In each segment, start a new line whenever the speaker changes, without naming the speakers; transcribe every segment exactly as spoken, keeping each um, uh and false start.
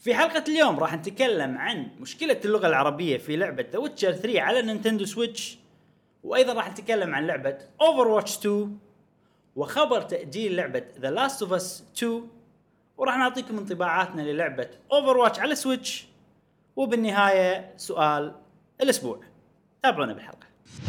في حلقة اليوم راح نتكلم عن مشكلة اللغة العربية في لعبة The Witcher ثري على نينتندو سويتش، وأيضا راح نتكلم عن لعبة Overwatch تو، وخبر تأجيل لعبة The Last of Us تو، وراح نعطيكم انطباعاتنا للعبة Overwatch على سويتش، وبالنهاية سؤال الأسبوع. تابعونا بالحلقة.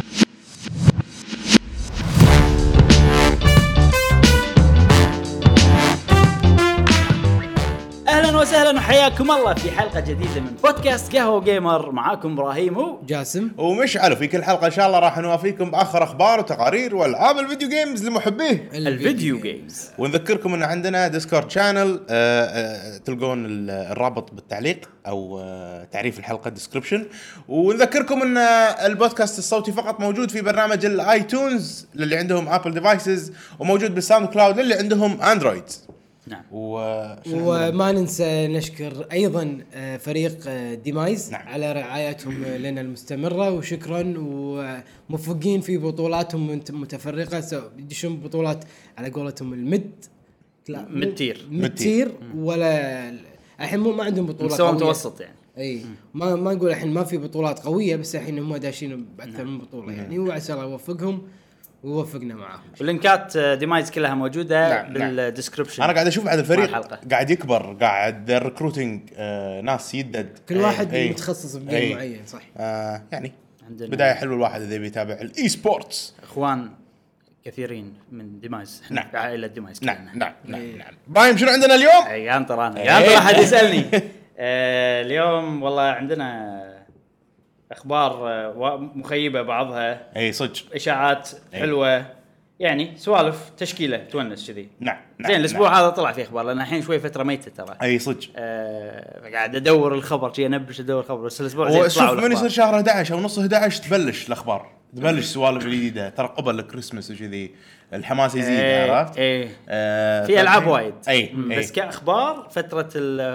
اهلا وسهلا وحياكم الله في حلقه جديده من بودكاست قهوه جيمر. معاكم ابراهيم
وجاسم
ومشعل. في كل حلقه ان شاء الله راح نوافيكم باخر اخبار وتقارير والعاب الفيديو جيمز لمحبيه
الفيديو جيمز.
ونذكركم ان عندنا ديسكورد شانل، آه آه تلقون الرابط بالتعليق او آه تعريف الحلقه ديسكريبشن. ونذكركم ان البودكاست الصوتي فقط موجود في برنامج الايتونز للي عندهم ابل ديفايسز، وموجود بالساوند كلاود للي عندهم اندرويد.
نعم.
و...
وما ننسى نشكر ايضا فريق ديمايز
نعم.
على رعايتهم لنا المستمره، وشكرا. وموفقين في بطولاتهم متفرقه، يدشون بطولات على قولتهم المد
لا متير
متير ولا الحين مو ما عندهم بطولات
مستوى متوسط يعني.
اي ما ما نقول الحين ما في بطولات قويه، بس الحين هم داشين باكثر من بطوله يعني. وعسى الله يوفقهم ووفقنا معاهم.
واللينكات ديمايز كلها موجوده
نعم
بالديسكربشن.
انا قاعد اشوف بعد الفريق قاعد يكبر، قاعد الريكروتينج آه ناس يدد،
كل واحد
أي
متخصص بجيم أي معين. صح.
آه يعني بدايه حلوه الواحد اذا بيتابع الاي سبورتس.
اخوان كثيرين من ديمايز.
نعم.
عائله ديمايز.
نعم نعم نعم نعم. بايم شنو عندنا اليوم؟
اي انطر انا يا انطر احد يسالني. آه اليوم والله عندنا اخبار مخيبه بعضها،
اي صدق،
اشاعات حلوه يعني، سوالف تشكيله تونس كذي.
نعم
زين. الاسبوع هذا طلع فيه اخبار، لان الحين شوي فتره ميته ترى.
اي صدق.
آه قاعد ادور الخبر شي، انبش ادور الخبر، بس الاسبوع
زين شوف من يصير شهر احد عشر او نص احد عشر تبلش الاخبار، تبلش سوالف جديده ترى قبل الكريسماس وكذي الحماس يزيد.
ايه
عرفت؟
ايه
آه
في العاب وايد.
اي
بس كاخبار فتره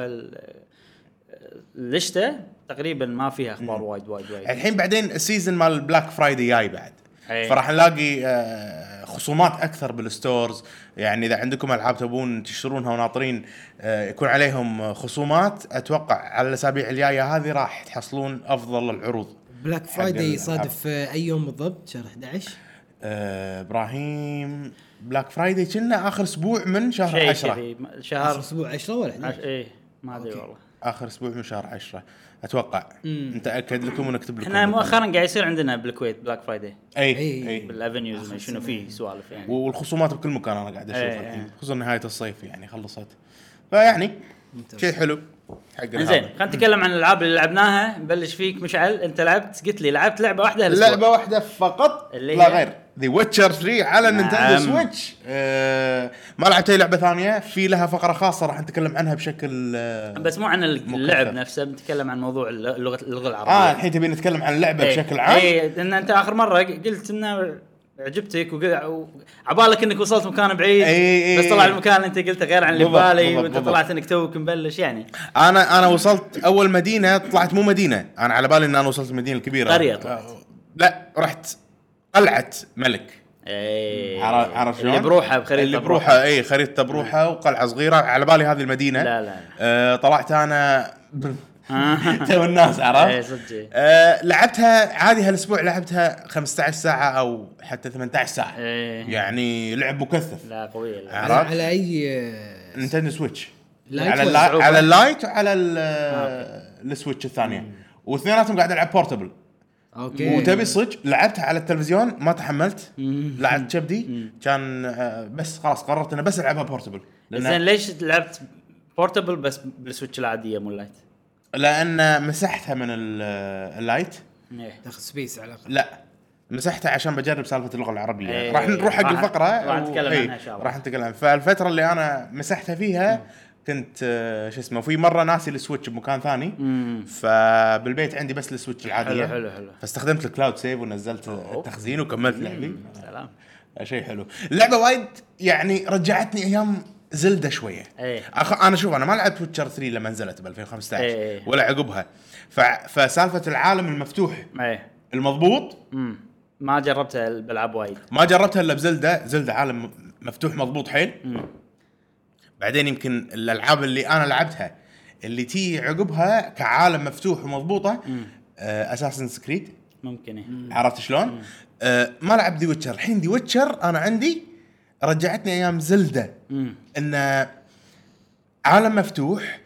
الشتاء تقريبا ما فيها اخبار وايد وايد وايد.
الحين بعدين السيزون مال بلاك فرايدي جاي بعد،
أيه.
فراح نلاقي آه خصومات اكثر بالستورز. يعني اذا عندكم العاب تبون تشترونها وناطرين آه يكون عليهم خصومات، اتوقع على الاسابيع الجايه هذه راح تحصلون افضل العروض.
بلاك فرايدي يصادف اي يوم بالضبط؟ شهر احد عشر.
آه ابراهيم بلاك فرايدي كنا اخر اسبوع من شهر عشرة.
شهر
اخر اسبوع عشرة ولا احد عشر؟
ايه ما ادري والله.
اخر اسبوع من شهر عشرة اتوقع. نتاكد لكم ونكتب لكم.
احنا مؤخرا قاعد يصير عندنا بالكويت بلاك فرايدي.
اي
اي,
أي.
بالافنيوز ما شنو فيه سوالف يعني،
والخصومات بكل مكان انا قاعد اشوف
أي
الحين،
أي.
خصوصا نهايه الصيف يعني خلصت، فيعني شيء حلو حق.
زين خلينا نتكلم عن الالعاب اللي لعبناها. نبلش فيك مشعل، انت لعبت قلت لي لعبت لعبه واحده
الاسبوع. لعبه واحده فقط لا غير، ذا ويتشر ثري على نينتندو سويتش. آه ما لعبت اي لعبه ثانيه. في لها فقره خاصه راح نتكلم عنها بشكل آه
بس مو عن اللعب نفسه، بنتكلم عن موضوع اللغه اللغه العربيه.
اه الحين تبي نتكلم عن اللعبه
ايه
بشكل عام.
اي لان انت اخر مره قلت انه عجبتك وعبالك انك وصلت مكان بعيد.
اي اي
بس طلع المكان اللي انت قلته غير عن اللي ببالي، وانت طلعت انك توك مبلش يعني.
انا انا وصلت اول مدينه، طلعت مو مدينه، انا على بالي ان انا وصلت المدينه الكبيره.
قريه طلعت.
لا رحت قلعه ملك.
اي
عارف شلون
اللي بروحها بخريطه
اللي بروحها. اي خريطه بروحها وقلعه صغيره على بالي هذه المدينه.
لا لا
آه طلعت انا تو الناس عرفت.
اي صدق.
آه لعبتها عادي هالاسبوع، لعبتها خمسة عشر ساعه او حتى ثمانية عشر ساعه.
ايه.
يعني لعب مكثف.
لا قويه لا.
على, على اي
نينتندو سويتش،
لايت
على
ولا
اللايت على اللايت وعلى السويتش الثانيه، واثنيناتهم قاعد العب بورتبل.
اوكي.
وتبي صدق لعبتها على التلفزيون ما تحملت، لعبت كبدي كان بس خلاص قررت انا بس العبها بورتبل.
زين ليش لعبت بورتبل بس بالسويتش العاديه مو اللايت؟
لان مسحتها من اللايت
تاخذ سبيس على الاقل.
لا مسحتها عشان بجرب سالفه اللغه العربيه.
ايه
راح نروح حق الفقره
راح نتكلم عنها ان شاء الله.
راح نتكلم. فالفتره اللي انا مسحتها فيها كنت شو اسمه في مره ناسي السويتش بمكان ثاني، فبالبيت عندي بس السويتش العاديه.
حلو حلو حلو.
فاستخدمت الكلاود سيف ونزلت التخزين وكملت لعبي.
سلام.
شيء حلو. اللعبه وايد يعني رجعتني ايام زلدة شويه.
ايه.
أخ... انا شوف انا ما لعبت ويتشر ثري لما نزلت ب ألفين وخمسة عشر
ايه.
ولا عقبها. ف... فسالفه العالم المفتوح
ايه
المضبوط
امم ما جربتها بالعاب وايد.
ما جربتها الا بزلدة. زلدة عالم مفتوح مضبوط حيل.
مم.
بعدين يمكن الالعاب اللي انا لعبتها اللي تي عقبها كعالم مفتوح ومضبوطه اساسن كريد
ممكن إيه.
عرفت شلون؟ آه ما لعب دي ويتشر. الحين دي ويتشر انا عندي رجعتني ايام زلدة ان عالم مفتوح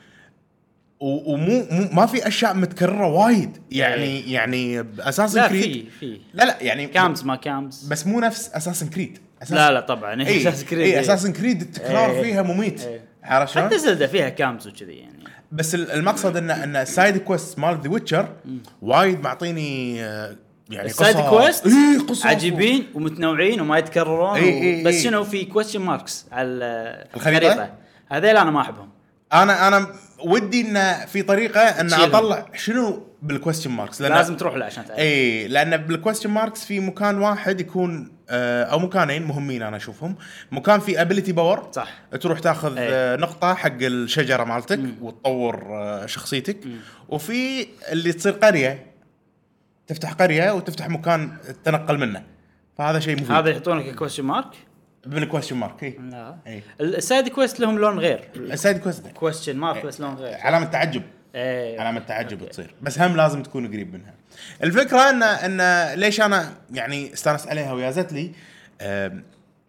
ومو مو ما في اشياء متكرره وايد يعني يعني اساسن كريد
في في
لا لا يعني
كامز ما كامز
بس مو نفس اساسن كريد أساس...
لا لا طبعا
اي
اساسن كريد
اي اساسن كريد التكرار
إيه.
فيها مميت
إيه.
عرفت شلون؟
حتى زلدة فيها كامز وكذي يعني
بس المقصد ان ان السايد كويست مال ذا ويتشر وايد معطيني يعني
السايد
قصص
كويست
إيه قصص
عجيبين ومتنوعين وما يتكررون
إيه إيه
بس
إيه.
شنو في كويستشن ماركس على
الخريطة؟
الخريطه هذيل انا ما احبهم
انا انا ودي ان في طريقه ان
تشيلهم.
اطلع شنو بالكويستشن ماركس
لازم تروح له عشان تعرف
اي لان بالكويستشن ماركس في مكان واحد يكون آه، او مكانين مهمين انا اشوفهم. مكان في ابيليتي باور
صح
تروح تاخذ
أي.
آه، نقطه حق الشجره مالتك وتطور آه، شخصيتك
مم.
وفي اللي تصير قريه تفتح قريه وتفتح مكان تتنقل منه فهذا شيء مفيد
هذا يحطونك كويستشن مارك
بالكويستشن مارك اي
لا
اي
السايد كويست لهم لون غير
السايد كويست
كويستشن مارك بس لون غير
علامه تعجب
ايه.
علامة تعجب تصير بس هم لازم تكون قريب منها. الفكرة ان ان ليش انا يعني استانس عليها ويازت لي آم،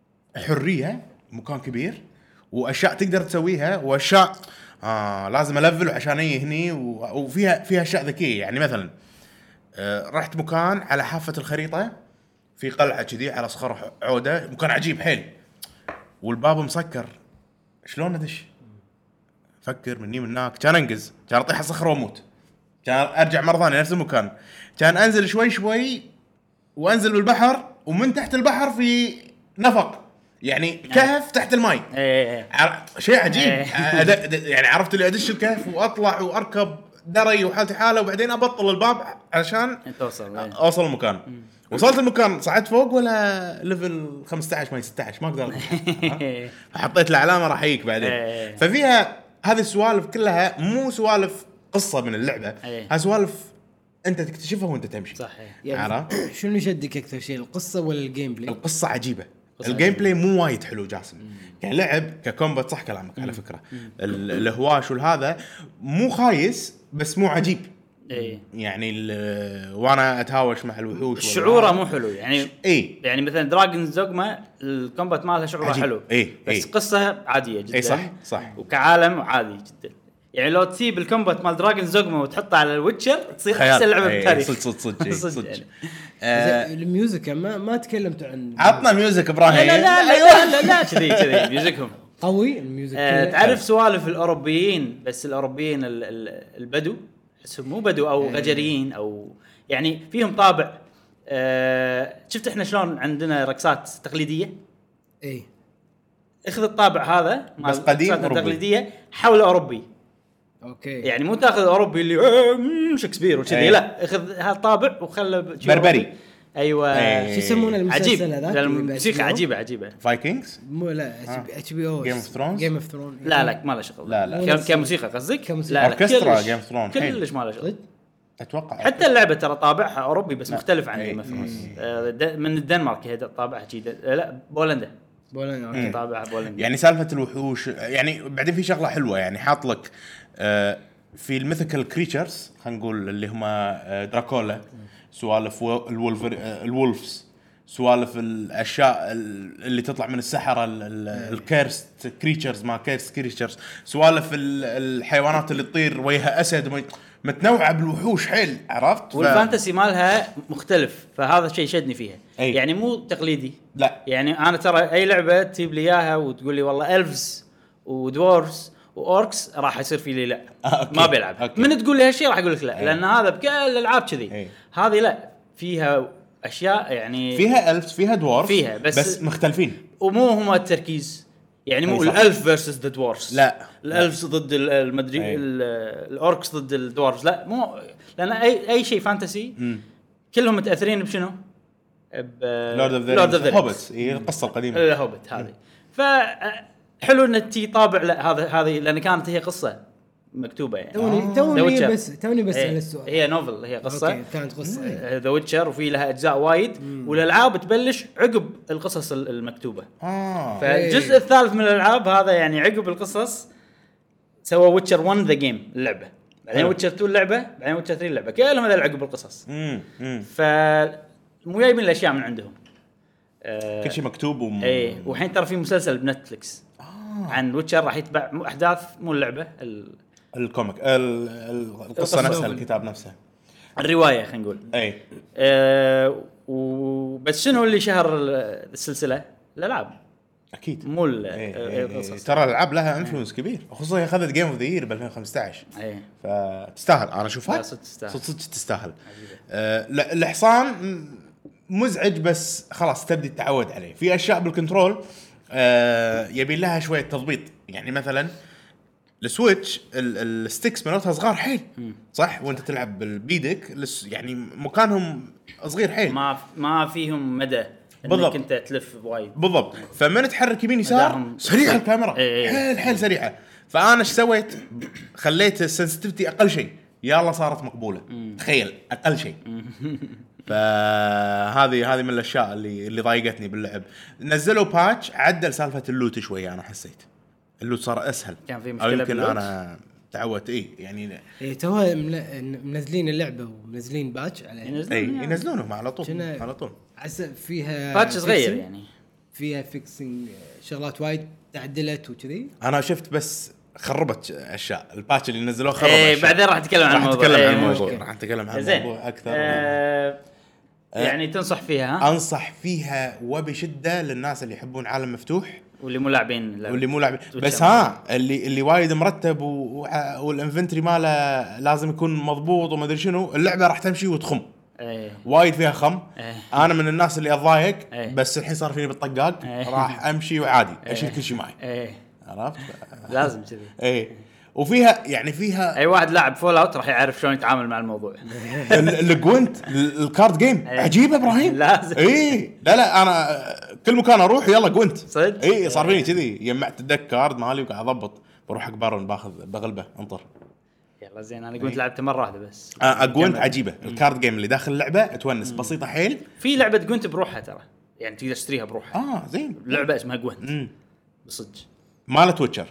حرية مكان كبير واشياء تقدر تسويها واشياء آه لازم الفل عشان اجي هني و- وفيها فيها اشياء ذكية يعني مثلا آه رحت مكان على حافة الخريطة في قلعة كذي على صخر عودة مكان عجيب حيل والباب مسكر شلون ادش؟ فكر مني من هناك كان انقز كان اطيح صخره واموت كان ارجع مره ثانيه نفس المكان كان انزل شوي شوي وانزل بالبحر ومن تحت البحر في نفق يعني كهف تحت الماي
ايه
عر... شيء عجيب
إيه.
أد... أد... يعني عرفت اللي ادش الكهف واطلع واركب دري وحالتي حاله وبعدين ابطل الباب علشان
توصل إيه.
اوصل المكان وصلت المكان صعدت فوق ولا ليفل خمسة عشر ما ستة عشر ما اقدر حطيت العلامه راح يجيك بعدين
إيه.
ففيها هذه السوالف كلها مو سوالف قصه من اللعبه
إيه.
ها سوالف انت تكتشفها وانت تمشي
صح إيه.
يعني
عرفت
شنو يشدك اكثر شيء القصه ولا الجيم بلاي؟
القصه عجيبه
قصة
الجيم بلاي مو وايد حلو جاسم كلعب ككومبات صح كلامك على فكره ال- الهواش والهذا مو خايس بس مو عجيب
ايه
يعني ال- وانا اتهاوش مع الوحوش
شعوره مو حلو يعني
اي
يعني مثلا دراجون دوغما الكومبات مالها شعوره
عجيب.
حلو
إيه،
بس
إيه.
قصه عاديه جدا
اي صح صح
وكعالم عادي جدا يعني لو تسيب الكومبات مال دراجون دوغما وتحطه على الويتشر تصير
خيال.
احسن لعبه
إيه،
بالتاريخ
صدق صدق صدق إيه،
صدق
صدق.
يعني.
آه،
زين، الميوزك ما ما تكلمتوا عن
عطنا ميوزك
لا
ابراهيم
لا لا لا لا لا كذي كذي ميوزكهم
قوي الميوزك
آه،
كله.
تعرف سوالف الاوروبيين بس الاوروبيين ال- ال- البدو تحسهم مو بدو او غجريين او يعني فيهم طابع آه، شفت احنا شلون عندنا رقصات تقليديه
اي
اخذ الطابع هذا مال
بس قديم
الرقصات
أوروبي.
التقليديه حوله اوروبي
اوكي
يعني مو تاخذ اوروبي اللي آه، مم، شكسبير وكذي
أي.
لا اخذ هالطابع وخله شي
بربري.
أوروبي. ايوه
أي.
شو يسمونه المسلسل
عجيب
هذاك
الموسيقى عجيبه عجيبه
فايكنجز
مو لا اتش بي او
Game of Thrones؟
جيم اوف ثرون
لا لا ما له شغل
لا، لا.
ك- كموسيقى قصدك
كموسيقى.
لا لا
أوركسترا
كلش-
Game of Thrones حيل.
كلش ما له شغل
اتوقع
حتى اللعبه ترى طابعها اوروبي بس مختلف عن
أي.
جيم اوف ثرونز من الدنمارك هي طابعها جديد لا بولندا
بولن اوكي
طابعها بولندا
يعني سالفه الوحوش يعني بعدين في شغله حلوه يعني حاط لك آه، في الميثيكال كريتشرز خلينا نقول اللي هم آه، دراكولا سوالف و- الولفر آه، الولفز سوالف الاشياء ال- اللي تطلع من السحره الكيرست كريتشرز ما كيرست كريتشرز سوالف ال- الحيوانات اللي تطير وياها اسد وما- متنوعه بالوحوش حيل عرفت ف-
والفانتسي مالها مختلف فهذا الشيء شدني فيها
أي.
يعني مو تقليدي
لا
يعني انا ترى اي لعبه تجيب لي اياها وتقول لي والله الفز ودورز واوركس راح يصير في لي لا
آه، أوكي.
ما بيلعب
أوكي.
من تقول لي هالشيء راح اقول لك لا
أي.
لان هذا بكل الالعاب كذي
أي.
هذه لا فيها اشياء يعني
فيها الف فيها دورف
فيها، بس-
بس مختلفين
ومو هم التركيز يعني مو
أي صح.
الالف فيرسس ذا دورز
لا.
الالفز ضد ال- المدري
أي.
ال- الاوركس ضد الدورز لا مو لان اي اي شيء فانتسي
مم.
كلهم متاثرين بشنو؟ ب
لورد اوف
Lord of
ذا
the
هوبت
Rings.
هي القصه القديمه
الهوبت هذه ف حلو ان تي طابع لا هذا هذه لان كانت هي قصه مكتوبه يعني
توني
The
توني
Witcher.
بس توني بس على
هي,
السؤال
هي نوفل هي قصه
اوكي كانت قصه إيه.
ذا ويتشر وفي لها اجزاء وايد والالعاب تبلش عقب القصص ال- المكتوبه
اه
فالجزء الثالث من الالعاب هذا يعني عقب القصص سوى ويتشر واحد ذا جيم اللعبه، بعدين ويتشر اثنين اللعبه، بعدين ويتشر ثلاثة اللعبه، كلهم هذول عقب القصص.
امم امم
ف مو جايبين الاشياء من عندهم.
كل شيء مكتوب وم...
اي والحين ترى في مسلسل بنتفليكس آه. عن ويتشر راح يتبع احداث مو اللعبه ال...
الكوميك ال... ال... القصه نفسها، الكتاب نفسه،
الروايه خلينا نقول.
اي
أه وبس شنو اللي شهر السلسله؟ الالعاب
اكيد،
مو
أي. القصص. ترى الالعاب لها انفلونس كبير، خصوصا هي اخذت جيم اوف ذا يير ب ألفين وخمسة عشر.
اي
فتستاهل، انا اشوفها
صدق تستاهل،
صدق تستاهل. أه الحصان مزعج بس خلاص تبدي تتعود عليه. في اشياء بالكنترول أه يبي لها شويه تضبيط، يعني مثلا السويتش الستيكس مالتها صغار حيل صح، وانت تلعب بيدك يعني مكانهم صغير حيل،
ما ما فيهم مدى انك انت تلف وايد
بالضبط. فمن تحرك يمين يسار سريعه الكاميرا حيل حيل سريعه. فانا ايش سويت؟ خليت السنسيتيفيتي اقل شيء، يلا صارت مقبوله. تخيل اقل شيء. فهذه هذه من الاشياء اللي اللي ضايقتني باللعب. نزلوا باتش عدل سالفه اللوت شويه، انا حسيت اللوت صار اسهل،
كان في مشكله
يمكن انا تعودت ايه يعني
ايه تو منزلين اللعبه ومنزلين باتش على
اي ينزلونهم على طول على طول.
عسى فيها
باتش صغير يعني
فيها فيكسينج شغلات وايد تعدلت وكذي.
انا شفت بس خربت اشياء. الباتش اللي نزلوه خرب
ايه
اشياء.
بعدين راح نتكلم عن
الموضوع، راح نتكلم عن الموضوع راح نتكلم عن الموضوع اكثر.
آه يعني تنصح فيها؟ ها؟
انصح فيها وبشده للناس اللي يحبون عالم مفتوح
واللي مو لاعبين
واللي مو لاعبين بس ها اللي اللي وايد مرتب والانفنتري ماله لازم يكون مضبوط وما ادري شنو. اللعبه راح تمشي وتخم.
ايه.
وايد فيها خم.
ايه.
انا من الناس اللي اتضايق.
ايه.
بس الحين صار فيني بالطقاق.
ايه.
راح امشي وعادي اشيل كل شيء معي.
ايه.
عرفت
لازم كذي.
ايه وفيها يعني فيها
اي واحد لاعب فول اوت راح يعرف شلون يتعامل مع الموضوع.
الجوينت الكارد جيم عجيب ابراهيم.
لازم.
اي لا لا انا كل مكان اروح يلا جوينت
صدق.
اي صار فيني كذي. جمعت الدك كارد مالي وقاعد اضبط بروح حق بارون باخذ بغلبه انطر.
يلا زين انا قلت لعبت مره واحده بس.
جوينت عجيبه. الكارد جيم اللي داخل اللعبه تونس بسيطه حيل.
في لعبه جوينت بروحها ترى يعني تقدر تشتريها بروحها.
اه زين.
لعبه اسمها جوينت بصدق
مالت ويتشر.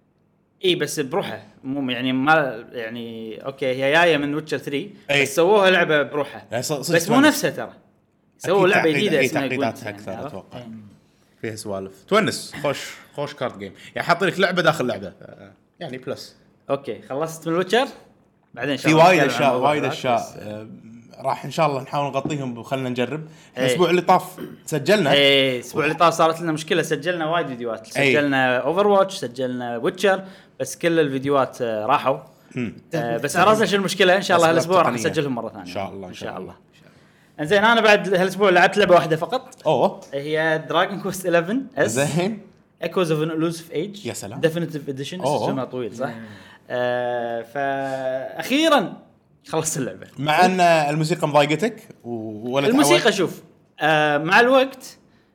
اي بس بروحها مو يعني ما يعني اوكي هي جايه من ويتشر ثلاثة
أي.
بس سووها لعبه بروحها بس مو نفسها ترى. سووا لعبه جديده اسمها
جوينت اكثر يعني اتوقع يعني. فيها سوالف تونس. خوش خوش كارد جيم يعني حاط لك لعبه داخل لعبه يعني بلس.
اوكي خلصت من ويتشر بعدين
في وايد اشياء وايد اشياء راح ان شاء الله نحاول نغطيهم وخلنا نجرب. الاسبوع اللي طاف سجلنا
اي الاسبوع اللي طاف صارت لنا مشكله سجلنا وايد فيديوهات. سجلنا اوفر واتش سجلنا ويتشر بس كل الفيديوهات راحوا. آه بس عرفنا شو المشكله. ان شاء الله هالاسبوع راح نسجلهم مره ثانيه
ان شاء الله
ان شاء الله. انزين انا بعد هالاسبوع لعبت لعبه واحده فقط.
اوه
هي دراجون كويست إحدى عشر اس
زين.
ايكوز اوف ان الوزف ايج.
يا سلام.
ديفينيتيف اديشن اسمه طويل صح. آه فاخيرا خلصت اللعبه
مع ان الموسيقى مضايقتك ولا
الموسيقى شوف آه مع الوقت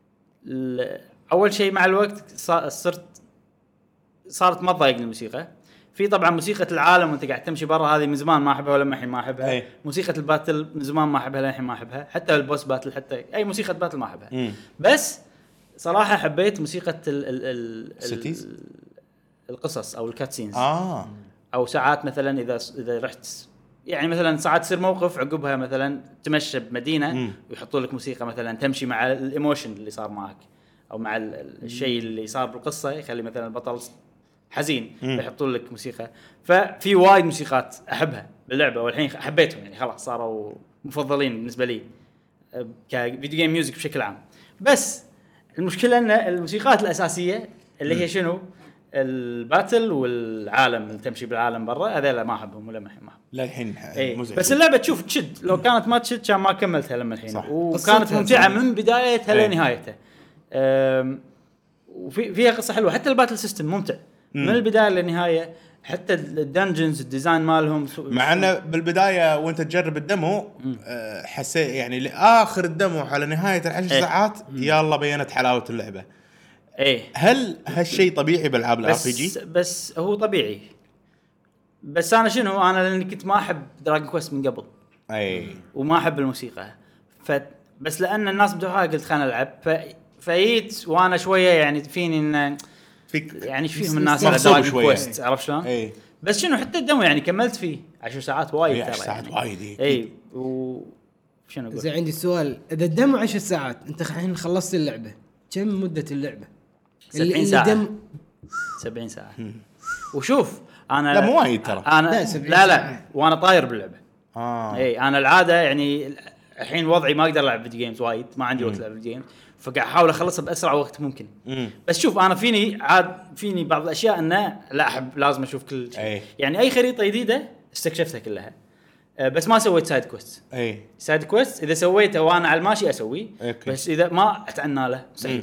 اول شيء مع الوقت صرت صارت ما تضايقني الموسيقى. في طبعا موسيقى العالم وانت قاعد تمشي برا هذه من زمان ما احبها ولا ما الحين ما احبها.
أي.
موسيقى الباتل من زمان ما احبها الحين ما احبها. حتى البوس باتل حتى اي موسيقى باتل ما احبها.
مم.
بس صراحه حبيت موسيقى ال ال
السيتيز
القصص او الكاتسينز.
اه
او ساعات مثلا اذا اذا رحت يعني مثلا ساعات يصير موقف عقبها مثلا تمشي بمدينه ويحطوا لك موسيقى مثلا تمشي مع الايموشن اللي صار معك او مع الشيء اللي صار بالقصه يخلي مثلا البطل حزين يحطوا لك موسيقى. ففي وايد موسيقات احبها باللعبه والحين حبيتهم يعني خلاص صاروا مفضلين بالنسبه لي كفيديو جيم ميوزك بشكل عام. بس المشكله ان الموسيقات الاساسيه اللي هي شنو الباتل والعالم اللي تمشي بالعالم برا هذول ما احبهم ولا ما احبهم
للحين
ايه. بس اللعبه تشوف تشد لو كانت ما تشد كان ما كملتها لما الحين.
صح.
وكانت ممتعه من بدايتها لنهايتها. وفي فيها قصه حلوه حتى الباتل سيستم ممتع مم. من البدايه للنهايه. حتى الدنجنز الديزاين مالهم
مع انه بالبدايه وانت تجرب الدمو أه حسيت يعني لاخر الدمو على نهايه العشر ايه. ساعات يلا بينت حلاوه اللعبه.
ايه
هل هالشيء طبيعي بالالعاب الار بي جي؟
بس هو طبيعي. بس انا شنو انا لاني كنت ما احب دراجون كويست من قبل.
اي
وما احب الموسيقى ف بس لان الناس بتوعها قلت خلينا العب ف... فايت وانا شويه يعني فيني ان
فيك؟
يعني ايش فيهم الناس على
مغصوب
دراجون
شوية.
كويست عرفت شلون؟
اي
بس شنو حتى الدمو يعني كملت فيه عشر ساعات وايد
إيه،
ترى
عشر ساعات
يعني.
وايد، إيه.
اي و شنو اقول؟
زين عندي سؤال، اذا الدمو عشر ساعات انت الحين خلصت اللعبه، كم مده اللعبه؟
سبعين ساعة.
دم...
سبعين ساعة. وشوف انا
لا مو وايد ترى.
انا
لا،
لا
سبعين
لا,
ساعة.
وانا طاير باللعبه.
اه
اي انا العاده يعني الحين وضعي ما اقدر العب فيديو جيمز وايد، ما عندي وقت العب فيديو جيمز، فقاعد احاول اخلصها باسرع وقت ممكن.
امم
بس شوف انا فيني عاد فيني بعض الاشياء انه لا احب لازم اشوف كل شيء.
أي.
يعني اي خريطه جديده استكشفتها كلها، أه، بس ما سويت سايد كويست.
اي
سايد كويست اذا سويته وانا على الماشي اسويه،
أوكي.
بس اذا ما اتعنى له مستحيل.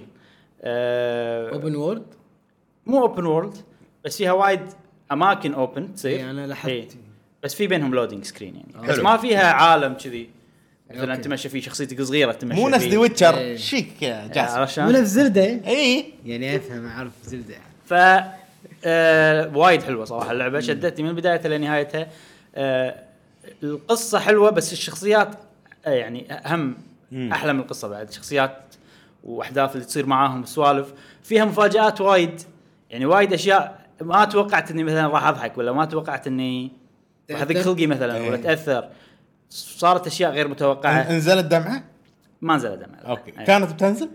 أه
اوبن وورد.
مو اوبن وورلد بس فيها وايد اماكن اوبن تصير.
إيه، أنا لاحظت.
إيه. بس في بينهم لودينج سكرين يعني،
حلو.
بس ما فيها عالم كذي مثلا
أوكي.
تمشي فيه شخصيتك صغيره تمشي
مو نفس
فيه.
ذا ويتشر
إيه.
شيك يا
آه،
جاسم.
عرفت
مو
شلون؟
نفس زلده
اي
يعني، افهم اعرف زلده.
ف آه وايد حلوه صراحه اللعبه، شدتني من بدايتها لنهايتها. آه القصه حلوه بس الشخصيات آه يعني اهم،
مم.
احلى من القصه بعد. شخصيات واحداث اللي تصير معاهم والسوالف فيها مفاجآت وايد، يعني وايد اشياء ما توقعت اني مثلا راح اضحك، ولا ما توقعت اني راح اذق
تأثر؟
خلقي مثلا ولا
إيه.
تاثر. صارت اشياء غير متوقعه.
انزلت دمعه؟
ما نزل دم.
اوكي
أي.
كانت بتنزل؟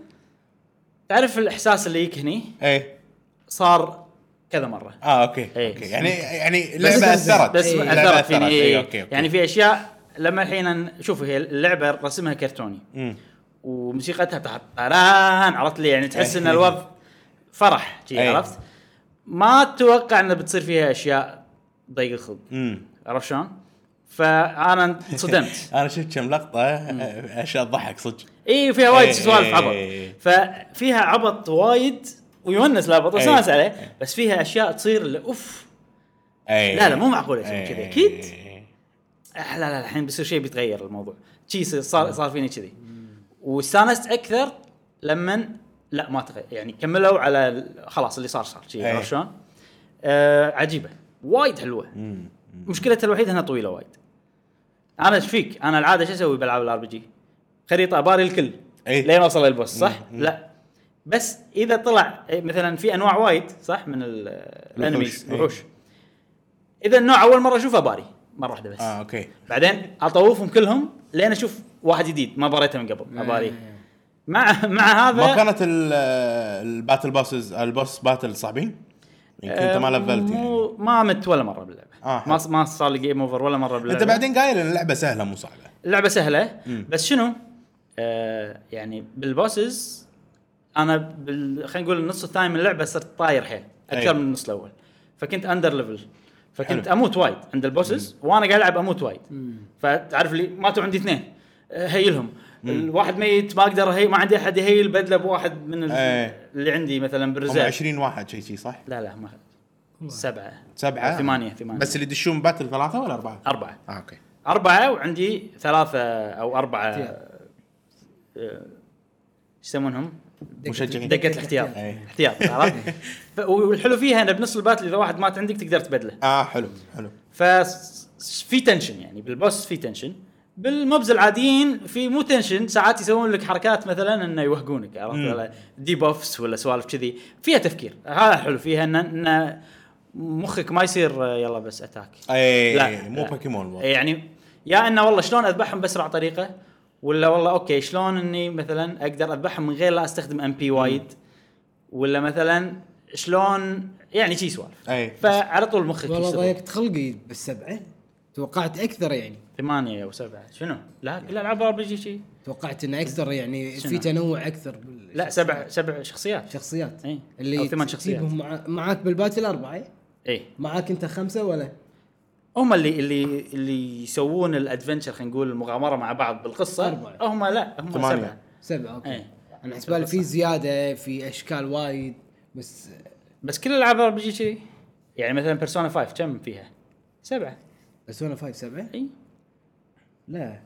تعرف الاحساس اللي يجيك هني
اي
صار كذا مره.
اه اوكي
إيه.
اوكي يعني يعني
بس
لعبه اثرت
بس
إيه.
لعبة
اثرت فيني.
اي
إيه.
اوكي اوكي
يعني في اشياء لما الحين شوف هي اللعبه رسمها كرتوني
امم
وموسيقتها تحت طران، عرفت لي يعني تحس ان الوضع فرح شي،
أي.
عرفت؟ ما تتوقع انه بتصير فيها اشياء ضيق الخلق،
امم
عرفت شلون؟ فانا انصدمت.
انا شفت كم لقطه اشياء تضحك صدق.
اي فيها وايد
إيه،
سوالف
إيه،
عبط،
إيه.
ففيها عبط وايد ويونس العبط
إيه.
استانس عليه، بس فيها اشياء تصير اللي اوف
أي.
لا لا مو معقوله يصير
أي.
كذا اكيد. آه لا لا الحين بيصير شيء بيتغير الموضوع شيء صار صار فيني كذي. واستانست اكثر لما لا ما تغير يعني كملوا على ال- خلاص اللي صار صار شيء،
أي.
عرفت شلون؟ آه عجيبه وايد حلوه.
مم.
مشكلتها الوحيده انها طويله وايد. انا ايش فيك؟ انا العاده شو اسوي بالعاب الار بي جي؟ خريطه اباري الكل
أي.
لين اوصل للبوس صح؟
مم.
لا بس اذا طلع مثلا في انواع وايد صح من ال- الانميز
أي.
الوحوش، اذا النوع اول مره اشوفه اباري مره واحده بس،
اه اوكي
بعدين اطوفهم كلهم لين اشوف واحد جديد ما باريته من قبل اباري. مع مع هذا
ما كانت ال- الباتل باسز البوس باتل صعبين؟ يمكن انت ما لفلت يعني.
مو ما مت ولا مره باللعبه.
آه،
ما
حلو.
ما صار لي جيم اوفر ولا مره باللعبه.
انت بعدين قايل ان اللعبه سهله مو صعبه.
اللعبه سهله
مم.
بس شنو آه يعني بالبوسز انا بال... خلينا نقول النص الثاني من اللعبه صرت طاير حيل اكثر
أي.
من النص الاول، فكنت اندر ليفل، فكنت
حلو.
اموت وايد عند البوسز وانا قاعد العب اموت وايد. فتعرف لي ماتوا عندي اثنين آه، هيلهم الواحد ميت ما اقدر هي ما عندي احد يهيل بدله بواحد من ال...
أي.
اللي عندي مثلا
هم
بالرزاق.
عشرين واحد شيء شيء صح؟
لا لا ما سبعة
سبعة
ثمانية ثمانية
بس اللي يدشون باتل ثلاثة ولا أربعة؟
أربعة
اه اوكي
أربعة وعندي ثلاثة أو أربعة
احتياط.
آه، ايش يسمونهم؟
مشجعين.
دقة الاحتياط.
أي.
احتياط عرفت؟ ف- والحلو فيها انه بنص الباتل اذا واحد مات عندك تقدر تبدله.
اه حلو حلو
ففي تنشن يعني بالبوس في تنشن، بالموبز العاديين في مو تنشن، ساعات يسوون لك حركات مثلا انه يوهقونك عرفت
مم.
ولا دي بوفس ولا سوالف كذي فيها تفكير. هذا حلو فيها ان إن مخك ما يصير آه، يلا بس اتاك.
اي
لا،
مو
لا.
بوكيمون الوضع.
يعني يا انه والله شلون اذبحهم باسرع طريقه، ولا والله اوكي شلون اني مثلا اقدر اذبحهم من غير لا استخدم ام بي وايد، ولا مثلا شلون يعني شي سوالف.
اي
فعلى طول مخك
والله
يشتغل.
ضيقت خلقي بالسبعه، توقعت اكثر يعني،
ثمانية او سبعة شنو؟ لا كل العاب ار بي جي شي.
توقعت انه اكثر يعني
شنو؟
في تنوع اكثر
لا سبع سبع شخصيات.
شخصيات
اي
اللي
او ثمان شخصيات.
تجيبهم مع... معاك بالباتل اربعه،
اي
معاك انت خمسه ولا
هم اللي اللي اللي يسوون الادفنتشر خلينا نقول المغامره مع بعض بالقصه.
أربعة.
هم لا هم
ثمانية.
سبعة.
سبعه؟ اوكي.
إيه.
انا حسبالي في زياده في اشكال وايد بس.
بس كل الالعاب ار بي جي شي يعني مثلا بيرسونا خمسة كم فيها؟ سبعة.
بس انا فايف سبعه
اي
لا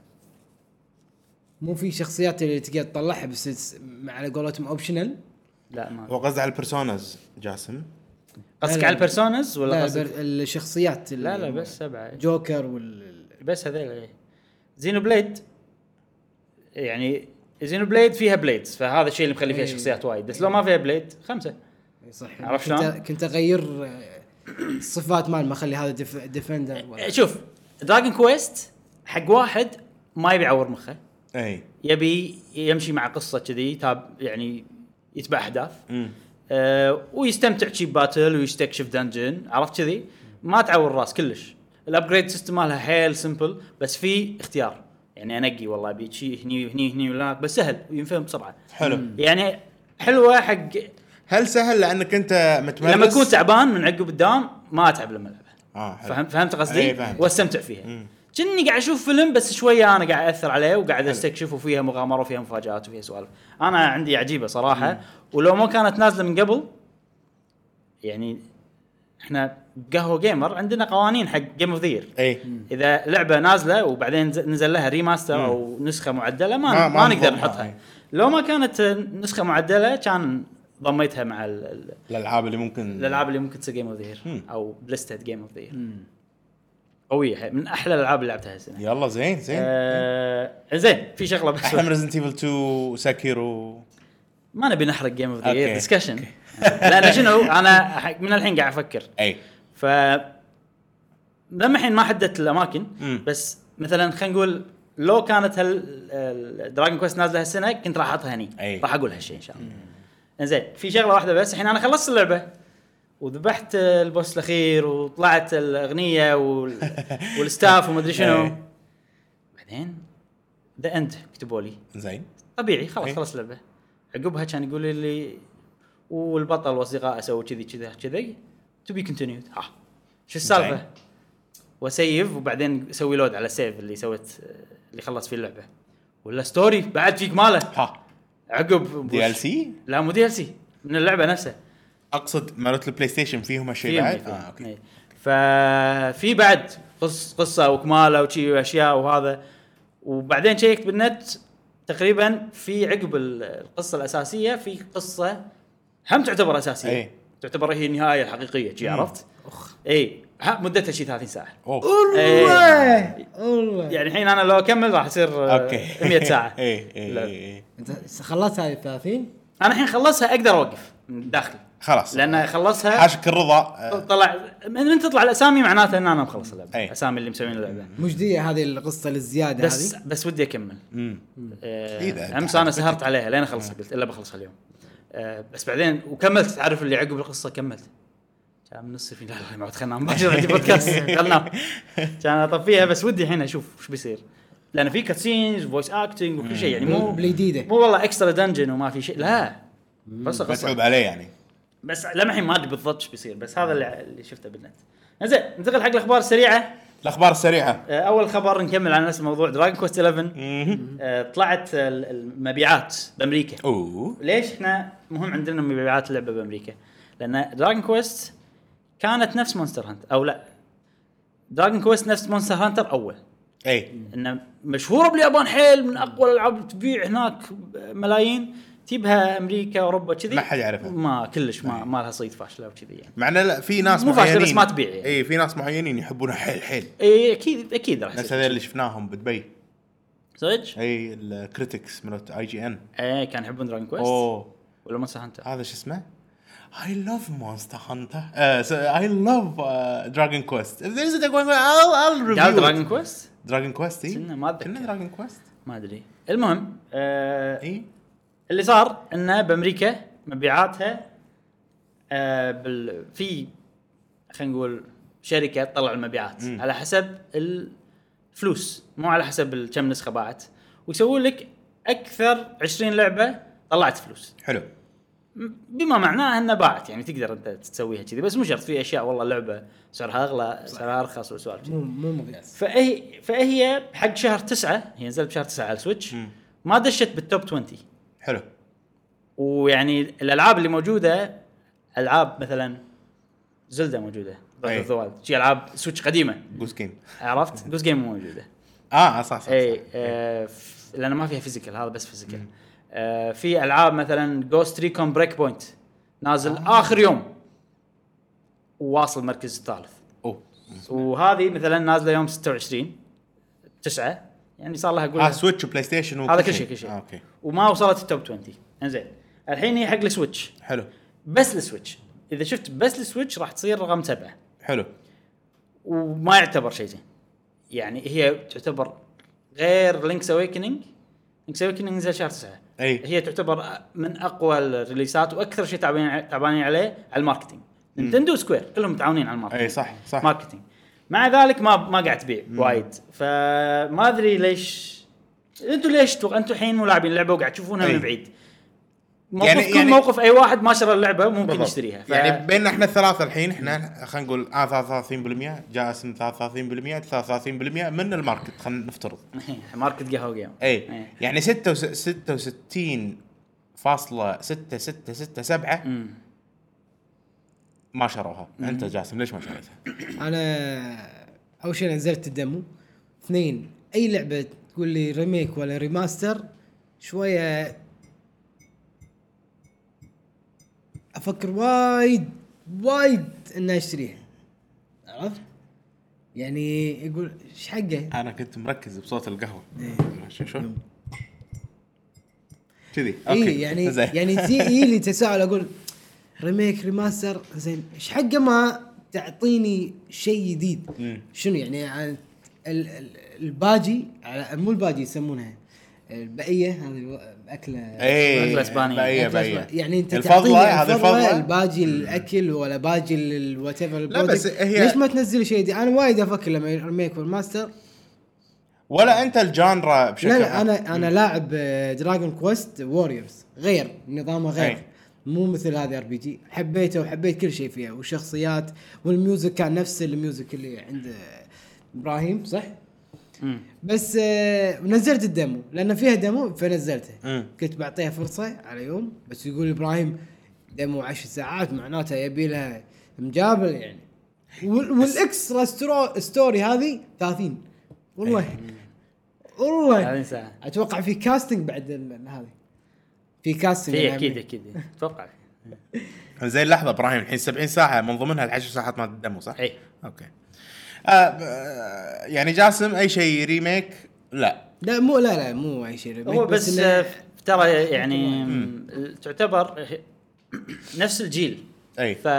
مو في شخصيات اللي تقدر تطلعها بس مع على قولتهم اوبشنال.
لا ما
هو قصدي على البرسوناز جاسم.
قصدك
لا،
على
لا.
البيرسونز ولا
لا
قصدك؟
بر- الشخصيات
لا لا
اللي-
بس سبعة
جوكر وال
بس هذول ايه. زينو بليد يعني زينو بليد فيها بليدز، فهذا الشيء اللي مخلي فيها
إيه.
شخصيات وايد، بس لو ما فيها بليد خمسة
صح.
عرفت
كنت
شلون؟
كنت اغير الصفات مال ما اخلي هذا ديف... ديفندر ولا
شوف دراجون كويست حق واحد ما يبي يعور مخه،
اي
يبي يمشي مع قصه كذي تاب يعني يتبع احداث
امم
أه ويستمتع شي باتل ويستكشف دنجن، عرفت كذي ما تعور الراس كلش. الابجريد سيستم مالها حيل سمبل بس في اختيار، يعني انقي والله ابي شيء هني هني هني ولا بس سهل وينفهم بسرعه.
حلو.
يعني حلوه حق
هل سهل لانك انت متمرس؟
لما تكون تعبان من عقب الدوام ما اتعب لما العبها.
اه حلو.
فهمت فهمت
أي
قصدي
فهمت.
واستمتع فيها. كني قاعد اشوف فيلم بس شويه انا قاعد اثر عليه وقاعد استكشف وفيها مغامره وفيها مفاجات وفيها سوالف. انا عندي عجيبه صراحه. ولو ما كانت نازله من قبل يعني احنا قهوه جيمر عندنا قوانين حق جيم اوف ذير.
اي
اذا لعبه نازله وبعدين نزل لها ريماستر او نسخه معدله ما
ما-
ما,
ما
نقدر
نضمها.
نحطها. لو ما كانت نسخه معدله كان ضميتها مع ال- ال-
الالعاب اللي ممكن
الالعاب اللي ممكن تصير جيم اوف ذير
مم.
او بليستد جيم اوف ذير. قويه من احلى الالعاب اللي لعبتها هالسنه.
يلا زين زين
آه زين في شغله بس
احلى من ريزنت ايفل تو ساكيرو.
ما نبي نحرق جيم اوف ذا
أوكي.
يير ديسكشن. لان شنو انا ح- من الحين قاعد افكر
اي
ف لما الحين ما حددت الاماكن
مم.
بس مثلا خلينا نقول لو كانت هال دراجون كويست نازله هالسنه كنت راح احطها هني
أي.
راح اقول هالشيء ان شاء الله. انزين في شغله واحده بس الحين انا خلصت اللعبه وذبحت البوس الاخير وطلعت الاغنيه وال... والستاف وما ادري شنو.
أي.
بعدين ذا اند كتبوا لي
زين
طبيعي خلاص
أي.
خلص اللعبه. عقبها كان يقول لي والبطل واصدقائه سووا كذي كذي كذي تو بي كونتينيود. ها شو السالفه؟
زين.
وسيف وبعدين اسوي لود على السيف اللي سويت اللي خلص فيه اللعبه ولا ستوري بعد فيك ماله
ها
عقب
دي ال سي.
لا مو دي ال سي من اللعبه نفسها.
اقصد مالت البلاي ستيشن فيهم هالشيء
فيهم-
بعد.
فيهم.
اه اوكي
إيه. ففي بعد قص قصه وكماله وشي واشياء وهذا. وبعدين شيكت بالنت تقريبا في عقب القصه الاساسيه في قصه هم تعتبر اساسيه.
أي.
تعتبر هي النهايه الحقيقيه شي عرفت. اي ها مدتها شي ثلاثين ساعه.
اوه
إيه.
والله
يعني الحين انا لو اكمل راح يصير آه،
اوكي
مية ساعه.
اي اي
لا.
اي
انت خلصت هاي ثلاثين
انا الحين خلصها اقدر اوقف من داخلي
خلاص
لان خلصها
حاشك الرضا. آه،
طلع من انت تطلع الاسامي معناته ان انا مخلص اللعبه.
أي.
اسامي اللي مسوين اللعبه
مجديه هذه القصه الزياده
بس
هذه.
بس ودي اكمل.
امم
آه،
إذا
امس انا سهرت عليها لين اخلصها قلت الا بخلصها اليوم. آه، بس بعدين وكملت تعرف اللي عقب القصه كملت كان من نص في لا لا ما خلنا مباشر عندي بودكاست خلنا كان اطفيها بس ودي الحين اشوف وش بيصير لان في كاتسينز فويس اكتنج وكل شيء يعني مو
بالجديده
مو والله اكسترا دنجن وما في شيء لا بس
متعوب
قصه
عليه يعني.
بس لما الحين ما ادري بالضبط ايش بيصير بس هذا اللي, اللي شفته بالنت. زين ننتقل حق الاخبار السريعه.
الاخبار السريعه.
آه، اول خبر نكمل على نفس الموضوع دراجون كويست إحدى عشر.
مهم.
آه، طلعت ال- المبيعات بامريكا.
اوه
ليش احنا مهم عندنا مبيعات اللعبه بامريكا؟ لان دراجون كويست كانت نفس مونستر هانت او لا دراجون كويست نفس مونستر هانتر اول
اي
انه مشهوره باليابان حيل من اقوى الالعاب تبيع هناك ملايين تجيبها امريكا اوروبا كذي
ما حد يعرفها.
ما كلش ما, ما لها صيد فاشله وكذي يعني.
مع إنه لا في ناس
مو فاشلة
معينين
بس ما تبيع يعني.
اي في ناس معينين يحبونها حيل حيل.
اي اكيد اكيد راح
نفس
يصير
هذول اللي شفناهم بدبي.
صدق؟
اي الكريتكس مالت اي جي ان.
ايه كان يحبون دراجون كويست
اوه
ولا مونستر هانتر.
هذا شو اسمه؟ I love Monster Hunter. Uh, so I love uh, Dragon Quest. If there is a Dragon Quest, I'll, I'll review
قال
it.
دراجون كويست
Dragon Quest إيه؟
كنا ما أتذكر.
كنا Dragon Quest.
ما ادري. المهم آه
إيه؟
اللي صار انه بامريكا مبيعاتها آه بال في خلينا نقول شركه تطلع المبيعات
مم.
على حسب الفلوس مو على حسب ال- كم نسخه باعت ويسوون لك اكثر عشرين لعبه طلعت فلوس
حلو.
م- بما معناه انها باعت يعني تقدر انت تسويها كذي بس مو شرط في اشياء والله لعبه سعرها اغلى سعرها ارخص وسوالف كذي.
مو مو مقياس.
فهي فهي حق شهر تسعة هي نزلت بشهر تسعة على السويتش
مم.
ما دشت بالتوب عشرين.
حلو.
ويعني الالعاب اللي موجوده العاب مثلا زلدة موجوده
أي.
ذا وايلد شي العاب سويتش قديمه
جوز جيم.
عرفت جوز جيم مو موجوده
اه صح صح.
اي آه ف- لان ما فيها فيزيكال هذا بس فيزيكال. آه في العاب مثلا جوست ريكون بريك بوينت نازل آه. اخر يوم وواصل المركز الثالث
اوه
وهذه مثلا نازله يوم ستة وعشرين تسعة يعني صار لها
اه
اقول
سويتش وبلاي ستيشن
هذا كل شيء كل شيء
آه اوكي
وما وصلت التوب عشرين. انزين الحين هي حق السويتش
حلو.
بس السويتش. اذا شفت بس السويتش راح تصير رقم سبعة
حلو.
وما يعتبر شيء زين. يعني هي تعتبر غير لينكس اويكننج. لينكس اويكننج نزل شهر تسعة.
أي.
هي تعتبر من اقوى الريليسات واكثر شيء تعبانين تعبانين عليه على الماركتينج. نينتندو سكوير كلهم متعاونين على الماركتينج.
اي صح صح.
ماركتينج. مع ذلك ما ما قاعد تبيع وايد. فما ادري ليش انتوا ليش تو... انتوا الحين ملاعبين اللعبه وقاعد تشوفونها من بعيد. يعني كل يعني موقف اي واحد ما شرى اللعبه ممكن بالضبط. يشتريها. ف...
يعني بيننا احنا الثلاثه الحين احنا خلينا نقول آه ثلاثة وثلاثين بالمية جاسم ثلاثة وثلاثين بالمية ثلاثة وثلاثين بالمية من الماركت خلينا نفترض.
ماركت قهوه قهوه.
اي يعني ستة وستين فاصلة ستة ستة ستة سبعة ما شروها. انت جاسم ليش ما شريتها؟
انا اول شيء نزلت الدمو. اثنين اي لعبه تقول لي ريميك ولا ريماستر شويه افكر وايد وايد ان اشتريها. عرفت يعني يقول ايش حقه.
انا كنت مركز بصوت القهوه.
إيه.
شو كذي
اوكي يعني يعني تي لي تساؤل اقول ريميك ريماستر زين ايش حقه ما تعطيني شيء جديد. شنو يعني الباجي مو الباجي يسمونها البقيه هذه اكله
اكله اسبانيه
يعني انت تعطيني هذا الفضله الباجي الاكل ولا باجي الوات ايفر البرودكت. ليش ما تنزل شيء دي؟ انا وايد افكر لما ريميك والماستر
ولا انت الجانرا بشكل
لا, لا انا انا لاعب دراجون كويست ووريرز غير نظامه غير أي. مو مثل هذه ار بي جي. حبيته وحبيت كل شيء فيها والشخصيات والميوزك كان نفس الميوزك اللي عند ابراهيم صح. مم. بس آه نزلت الدمو لأن فيها دمو فنزلته. مم. كنت بعطيها فرصة على يوم بس يقول إبراهيم دمو عشر ساعات معناته يبي لها مجابل يعني. والإكسترا ستوري هذه ثلاثين والله والله أتوقع في كاستنج بعد هذه في كاستنج
في أكيد أكيد أتوقع.
زي اللحظة إبراهيم الحين سبعين ساعة من ضمنها العشر ساعات ما الدمو صح؟
أي
أوكي. آه يعني جاسم اي شيء ريميك لا
لا مو لا لا مو اي شيء ريميك
هو بس, بس ترى يعني تعتبر نفس الجيل.
اي
ف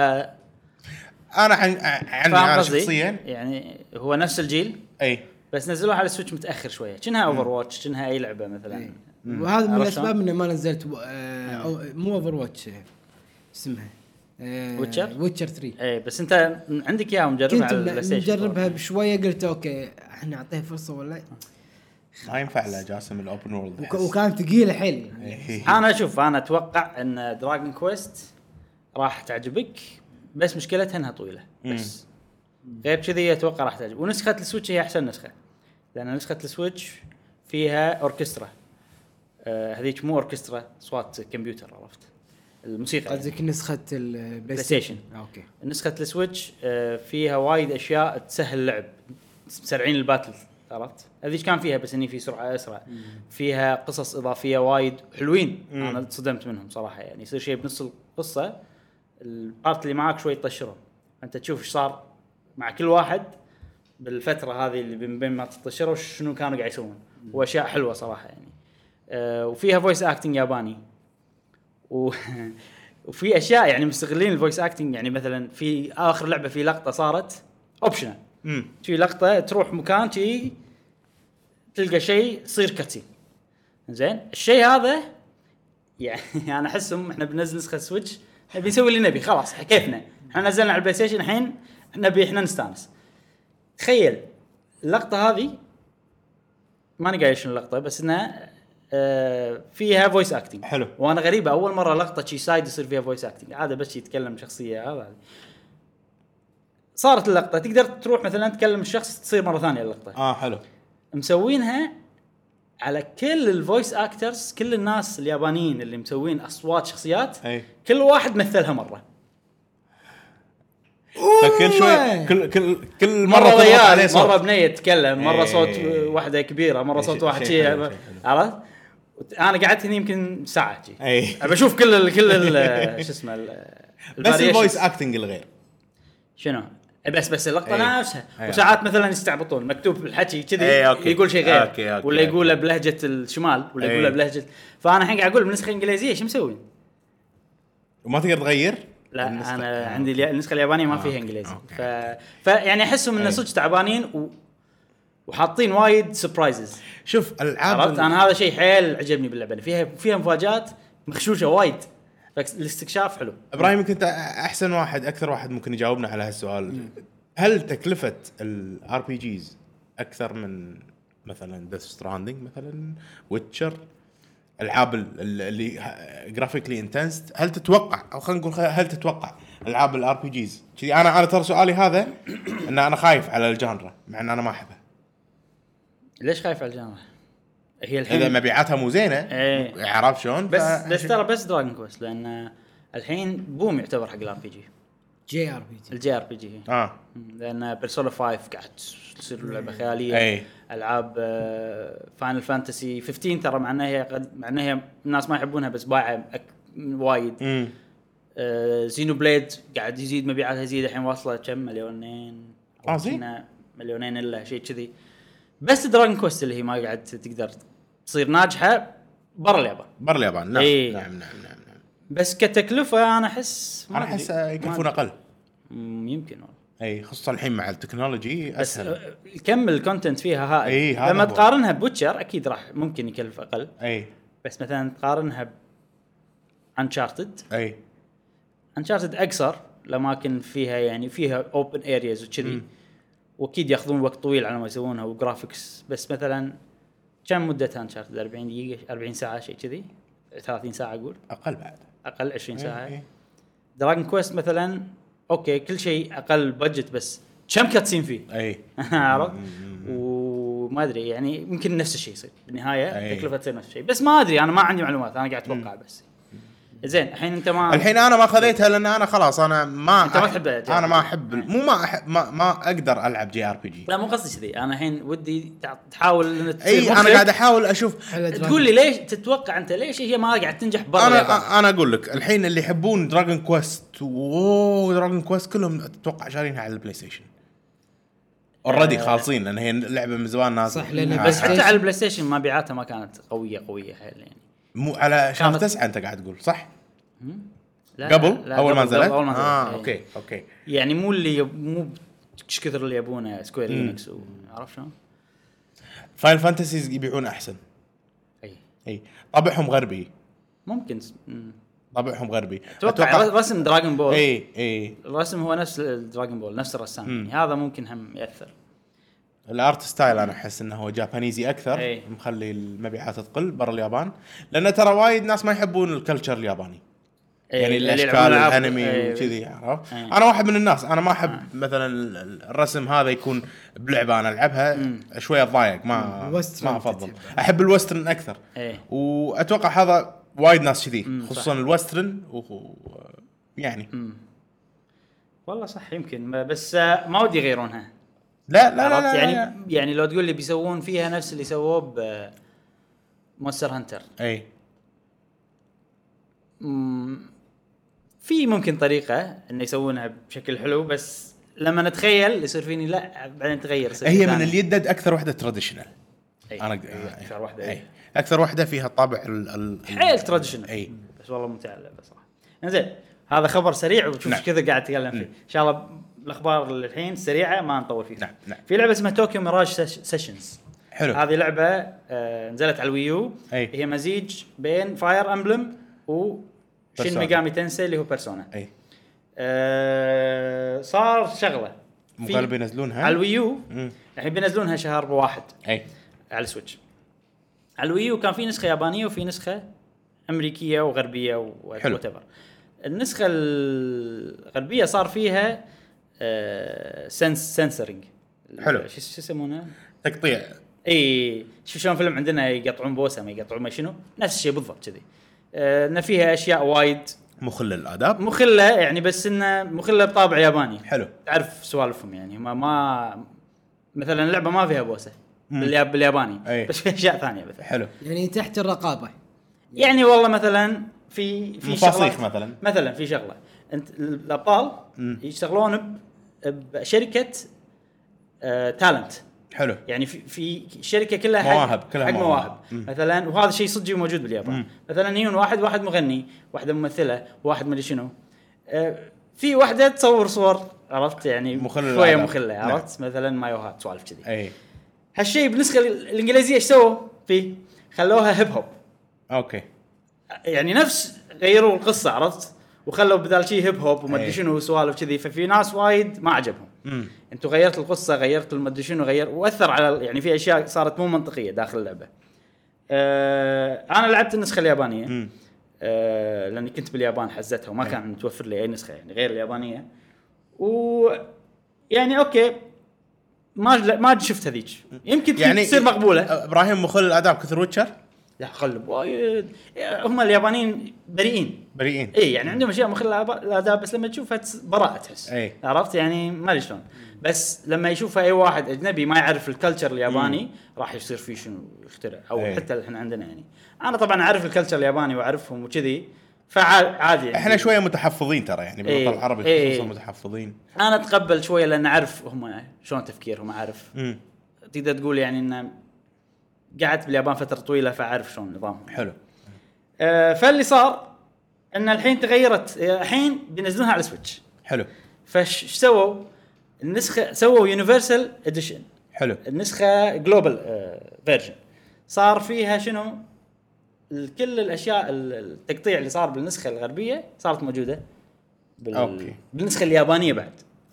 انا عندي انا شخصيا
يعني هو نفس الجيل
اي
بس نزلوها على السويتش متاخر شويه كأنها اوفر واتش كأنها اي لعبه مثلا.
وهذا من الاسباب اني ما نزلت آه مو اوفر واتش اسمها
ويتشر
ويتشر ثلاثة.
اي بس انت عندك اياها مجربها على البلاي ستيشن.
مجربها بشويه قلت اوكي احنا نعطيها فرصه ولا
ما ينفع له جاسم الاوبن وورلد
وكان ثقيله حيل يعني.
انا اشوف انا اتوقع ان دراجون كويست راح تعجبك بس مشكلتها انها طويله بس غير كذي اتوقع راح تعجب. ونسخه السويتش هي احسن نسخه لان نسخه السويتش فيها اوركسترا. آه هذيك مو اوركسترا صوت كمبيوتر عرفت الموسيقى
قصدك يعني. نسخه البلاي
ستيشن
اوكي
نسخه السويتش آه فيها وايد اشياء تسهل اللعب مسرعين الباتل عرفت. هذيك كان فيها بس اني في سرعه اسرع. فيها قصص اضافيه وايد حلوين. مم. انا صدمت منهم صراحه يعني يصير شيء بنص القصه البارت اللي معاك شوي تطشرهم انت تشوف ايش صار مع كل واحد بالفتره هذه اللي بين ما تطشروا وشنو كانوا قاعد يسوون. واشياء حلوه صراحه يعني. آه وفيها فويس اكتنج ياباني و وفي اشياء يعني مستغلين الفويس اكتنج يعني مثلا في اخر لعبه في لقطه صارت اوبشنال. امم في لقطه تروح مكان شيء تلقى شيء يصير كاتسين زين الشيء هذا يعني انا احسهم احنا بننزل نسخه سويتش نبي نسوي اللي نبي خلاص كيفنا احنا نزلنا على البلاي ستيشن الحين نبي احنا نستانس. تخيل اللقطه هذه ما نقايل شنو اللقطه بس انها آه فيها فويس اكتنج
حلو.
وانا غريبه اول مره لقطه شي سايد يصير فيها فويس اكتنج عاده بس يتكلم شخصيه هذا. صارت اللقطه تقدر تروح مثلا تكلم الشخص تصير مره ثانيه اللقطه.
اه حلو.
مسوينها على كل الفويس اكترز كل الناس اليابانيين اللي مسوين اصوات شخصيات
أي.
كل واحد مثلها مره.
فكل شوي كل كل كل مره
مره عليه صوت. مره بنيه تتكلم مره صوت واحده كبيره مره صوت واحد شيء عرفت. انا قعدت هنا يمكن ساعه جي ابى اشوف كل ال كل ال شو اسمه
بس الفويس اكتنج الغير
شنو بس بس اللقطه نفسها. وساعات مثلا يستعبطون مكتوب الحكي كذي يقول شيء غير أوكي أوكي ولا يقوله بلهجه الشمال ولا يقوله بلهجه. فانا الحين قاعد اقول بالنسخه الانجليزيه ايش مسوين
وما تقدر تغير.
لا
النسخة-
انا
آه.
عندي الي- النسخه اليابانيه ما
آه،
فيها
أوكي،
انجليزي.
أوكي.
ف... فيعني احسهم انه
أي.
صدق تعبانين و... وحاطين وايد سربرايزز.
شوف العاب
عرفت انا هذا شيء حيل عجبني باللعبه، فيها فيها مفاجات مخشوشه وايد، فالاستكشاف حلو.
ابراهيم كنت احسن واحد اكثر واحد ممكن يجاوبنا على هالسؤال. هل تكلفه الار بي جيز اكثر من مثلا ديث ستراندنج مثلا ويتشر العاب ال- ال- اللي جرافيكلي انتنس؟ هل تتوقع او خلينا نقول هل تتوقع العاب الار بي جيز كذي؟ انا انا ترى سؤالي هذا ان انا خايف على الجانرا مع ان انا ما احبها.
ليش خايف على الجانرا؟ هي
اذا
الحين
مبيعاتها مو زينه
ايه
عرفت شلون؟
بس
ف-
بس ترى بس دراجون كويست، لان الحين بوم يعتبر حق الار بي جي،
جي ار بي جي.
الجي ار بي جي.
اه
لان بيرسونا خمسة قاعد تصير لعبه خياليه.
اي
العاب فاينل فانتسي خمسة عشر ترى مع انها هي قد مع انها هي الناس ما يحبونها بس بايعه أك... وايد.
امم
آه زينو بليد قاعد يزيد مبيعاتها، يزيد الحين واصله كم مليونين
آه، زين.
كنا مليونين الا شيء كذي. بس دراجون كويست اللي هي ما قاعد تقدر تصير ناجحه برا اليابان.
برا اليابان. نعم
إيه.
نعم نعم نعم, نعم.
بس كتكلفه انا احس ما
انا
أدري.
احس
ما
يكلفون
أدري.
اقل.
مم، يمكن والله.
اي خصوصا الحين مع التكنولوجي
بس
اسهل.
آه، كم الكونتنت فيها هائل.
إيه، هذا
لما
هو.
تقارنها بوتشر اكيد راح ممكن يكلف اقل،
اي
بس مثلا تقارنها انشارتد
اي
انشارتد اقصر الاماكن فيها، يعني فيها اوبن ارياز وكذي، واكيد ياخذون وقت طويل على ما يسوونها وجرافيكس. بس مثلا كم مدتها انشارتد؟ أربعين دقيقه أربعين ساعه شيء كذي، ثلاثين ساعه اقول
اقل بعد.
اقل عشرين
إيه،
ساعه.
إيه.
دراجون كويست مثلا اوكي كل شيء اقل بادجت، بس كم كاتسين فيه
اي
عرفت؟ وما ادري يعني يمكن نفس الشيء يصير بالنهايه،
أي.
تكلفه تصير نفس الشيء، بس ما ادري انا ما عندي معلومات، انا قاعد اتوقع بس. زين الحين انت ما
الحين انا ما خذيتها لان انا خلاص انا ما
أنت ما
أح-
تحب ال
انا ما احب ال- مو ما أحب ما, ما اقدر العب جي ار بي جي.
لا مو قصدي كذي، انا الحين ودي تع- تحاول ان تصير
اي انا
مخرج.
قاعد احاول اشوف.
على
تقول لي ليش تتوقع انت ليش هي ما قاعد تنجح برا اليابان؟
انا انا اقول لك الحين اللي يحبون دراجون كويست اوه دراجون كويست كلهم اتوقع شارينها على البلاي ستيشن اوريدي خالصين لان هي لعبه من زمان نازله.
صح، لأن
ها-
بس حتى
ستيشن.
على البلاي ستيشن مبيعاتها ما كانت قويه قويه حيل يعني.
مو على شهر
كانت-
تسعة انت قاعد تقول صح؟
لا
قبل
لا
اول ما
قبل-
نزلت
اول ما نزلت
اه
إيه.
اوكي اوكي.
يعني مو اللي يب- مو ايش كثر اللي يبونه سكوير انكس، عرفت شلون؟
فاينل فانتسيز يبيعون احسن.
اي
اي طابعهم غربي
ممكن س- مم.
طابعهم غربي
اتوقع رسم دراغون بول،
اي اي
الرسم هو نفس دراغون بول نفس الرسام، يعني هذا ممكن هم ياثر.
الارت ستايل انا احس انه هو جابانيزي اكثر
أي.
مخلي المبيعات تقل برا اليابان لان ترى وايد ناس ما يحبون الكلتشر الياباني.
إيه،
يعني
اللي
الاشكال
يلعبون ألعاب-
الانمي
إيه.
وكذي عرفت.
إيه.
انا واحد من الناس انا ما احب مثلا ال- الرسم هذا يكون بلعبه انا العبها شويه اتضايق ما
الوسترن
ما افضل.
تتبع.
احب الوسترن اكثر.
إيه.
واتوقع هذا وايد ناس كذي
مم،
خصوصا
صح.
الوسترن و... يعني
والله صح يمكن، بس آه، ما ودي يغيرونها.
لا لا لا, لا,
عرفت؟
لا,
يعني
لا.
يعني لو تقول لي بيسوون فيها نفس اللي سووه ب مونستر هانتر،
اي
مم، في ممكن طريقه انه يسوونها بشكل حلو، بس لما نتخيل يصير فيني لا بعدين تغير يصير
هي
شيء
من
ثاني.
اليدد اكثر واحده تراديشنال.
أي.
انا
أي، اكثر واحده
اي
أي.
اكثر واحده فيها الطابع ال ال
حيل تراديشنال.
اي
بس والله ممتعه اللعبه صراحه. زين هذا خبر سريع وشوف
نعم.
ايش كذا قاعد اتكلم فيه. ان شاء الله الاخبار اللي الحين سريعه ما نطول فيها.
نعم، نعم.
في لعبه اسمها توكيو ميراج سيشنز.
حلو.
هذه لعبه آه نزلت على الويو.
أي.
هي مزيج بين فاير امبلم و شين
Persona.
ميجامي تنسي اللي هو بيرسونا.
اي
آه صار شغله
مو
في-
قالوا بينزلونها
على الويو.
مم.
الحين بينزلونها شهر واحد
اي
على السويتش. على الويو كان في نسخه يابانيه وفي نسخه امريكيه وغربيه
حلو.
وات ايفر. النسخه الغربيه صار فيها آه سنس سنسرنج.
حلو.
شو شو يسمونه؟
تقطيع.
اي شوف شلون فيلم عندنا يقطعون بوسه ما يقطعون ما شنو، نفس الشيء بالضبط كذي. آه ان فيها اشياء وايد
مخل الاداب.
مخله يعني، بس انه مخله بطابع ياباني.
حلو.
تعرف سوالفهم يعني ما ما مثلا اللعبه ما فيها بوسه بالياب بالياباني،
أي.
بس في اشياء ثانيه مثلا.
حلو.
يعني تحت الرقابه.
يعني والله مثلا في في
مفاصيخ
شغلات-
مثلا.
مثلا في شغله انت الابطال
مم.
يشتغلون ب- بشركه آه تالنت.
حلو.
يعني في في شركه كلها حق
مواهب، كلها
حق
مواهب.
مواهب مثلا، وهذا شيء صدق موجود باليابان.
مم.
مثلا يجون واحد واحد مغني، واحده ممثله، واحد مدري شنو، آه، في واحده تصور صور، عرفت يعني
مخلة
شويه
الأداء.
مخله،
نعم.
عرفت مثلا مايوهات سوالف كذي.
اي
هالشيء بالنسخه الانجليزيه ايش سووا فيه؟ خلوها هيب هوب،
اوكي
يعني نفس غيروا القصه، عرفت، وخلوا بدال شيء هيب هوب وما ادري
أي.
شنو سوالف كذي. ففي ناس وايد ما عجبهم.
امم
انتوا غيرت القصه، غيرت المدري شنو، غير واثر على يعني في اشياء صارت مو منطقيه داخل اللعبه. أه انا لعبت النسخه اليابانيه
امم
أه لاني كنت باليابان حزتها وما
أي.
كان متوفر لي اي نسخه يعني غير اليابانيه. و يعني اوكي ما ما شفت هذيك، يمكن
يعني
تصير مقبوله.
ابراهيم مخل الاداء كثر ويتشر
لا قلب وايد، هم اليابانيين بريئين.
بريئين.
اي يعني عندهم اشياء مخله الاداء، بس لما تشوفها تس- براءه تحس.
أي.
عرفت يعني ما ادري شلون، بس لما يشوفها اي واحد اجنبي ما يعرف الكلتشر الياباني راح يصير فيه شنو يخترع، او
أي.
حتى احنا عندنا يعني انا طبعا اعرف الكلتشر الياباني واعرفهم وكذي فعادي يعني.
احنا شويه متحفظين ترى يعني بالوطن
إيه.
العربي
إيه.
خصوصا متحفظين.
انا اتقبل شويه لان اعرف هم شلون تفكيرهم، اعرف
امم
تقدر تقول يعني ان قعدت باليابان فتره طويله فاعرف شلون نظامهم.
حلو.
آه، فاللي صار ان الحين تغيرت، آه، الحين بينزلونها على سويتش.
حلو.
فايش سووا؟ النسخه سووا يونيفرسال اديشن،
حلو.
النسخه جلوبال فيرجن. صار فيها شنو؟ ال- كل الاشياء ال- التقطيع اللي صار بالنسخه الغربيه صارت موجوده بال...
أوكي.
بالنسخه اليابانيه بعد.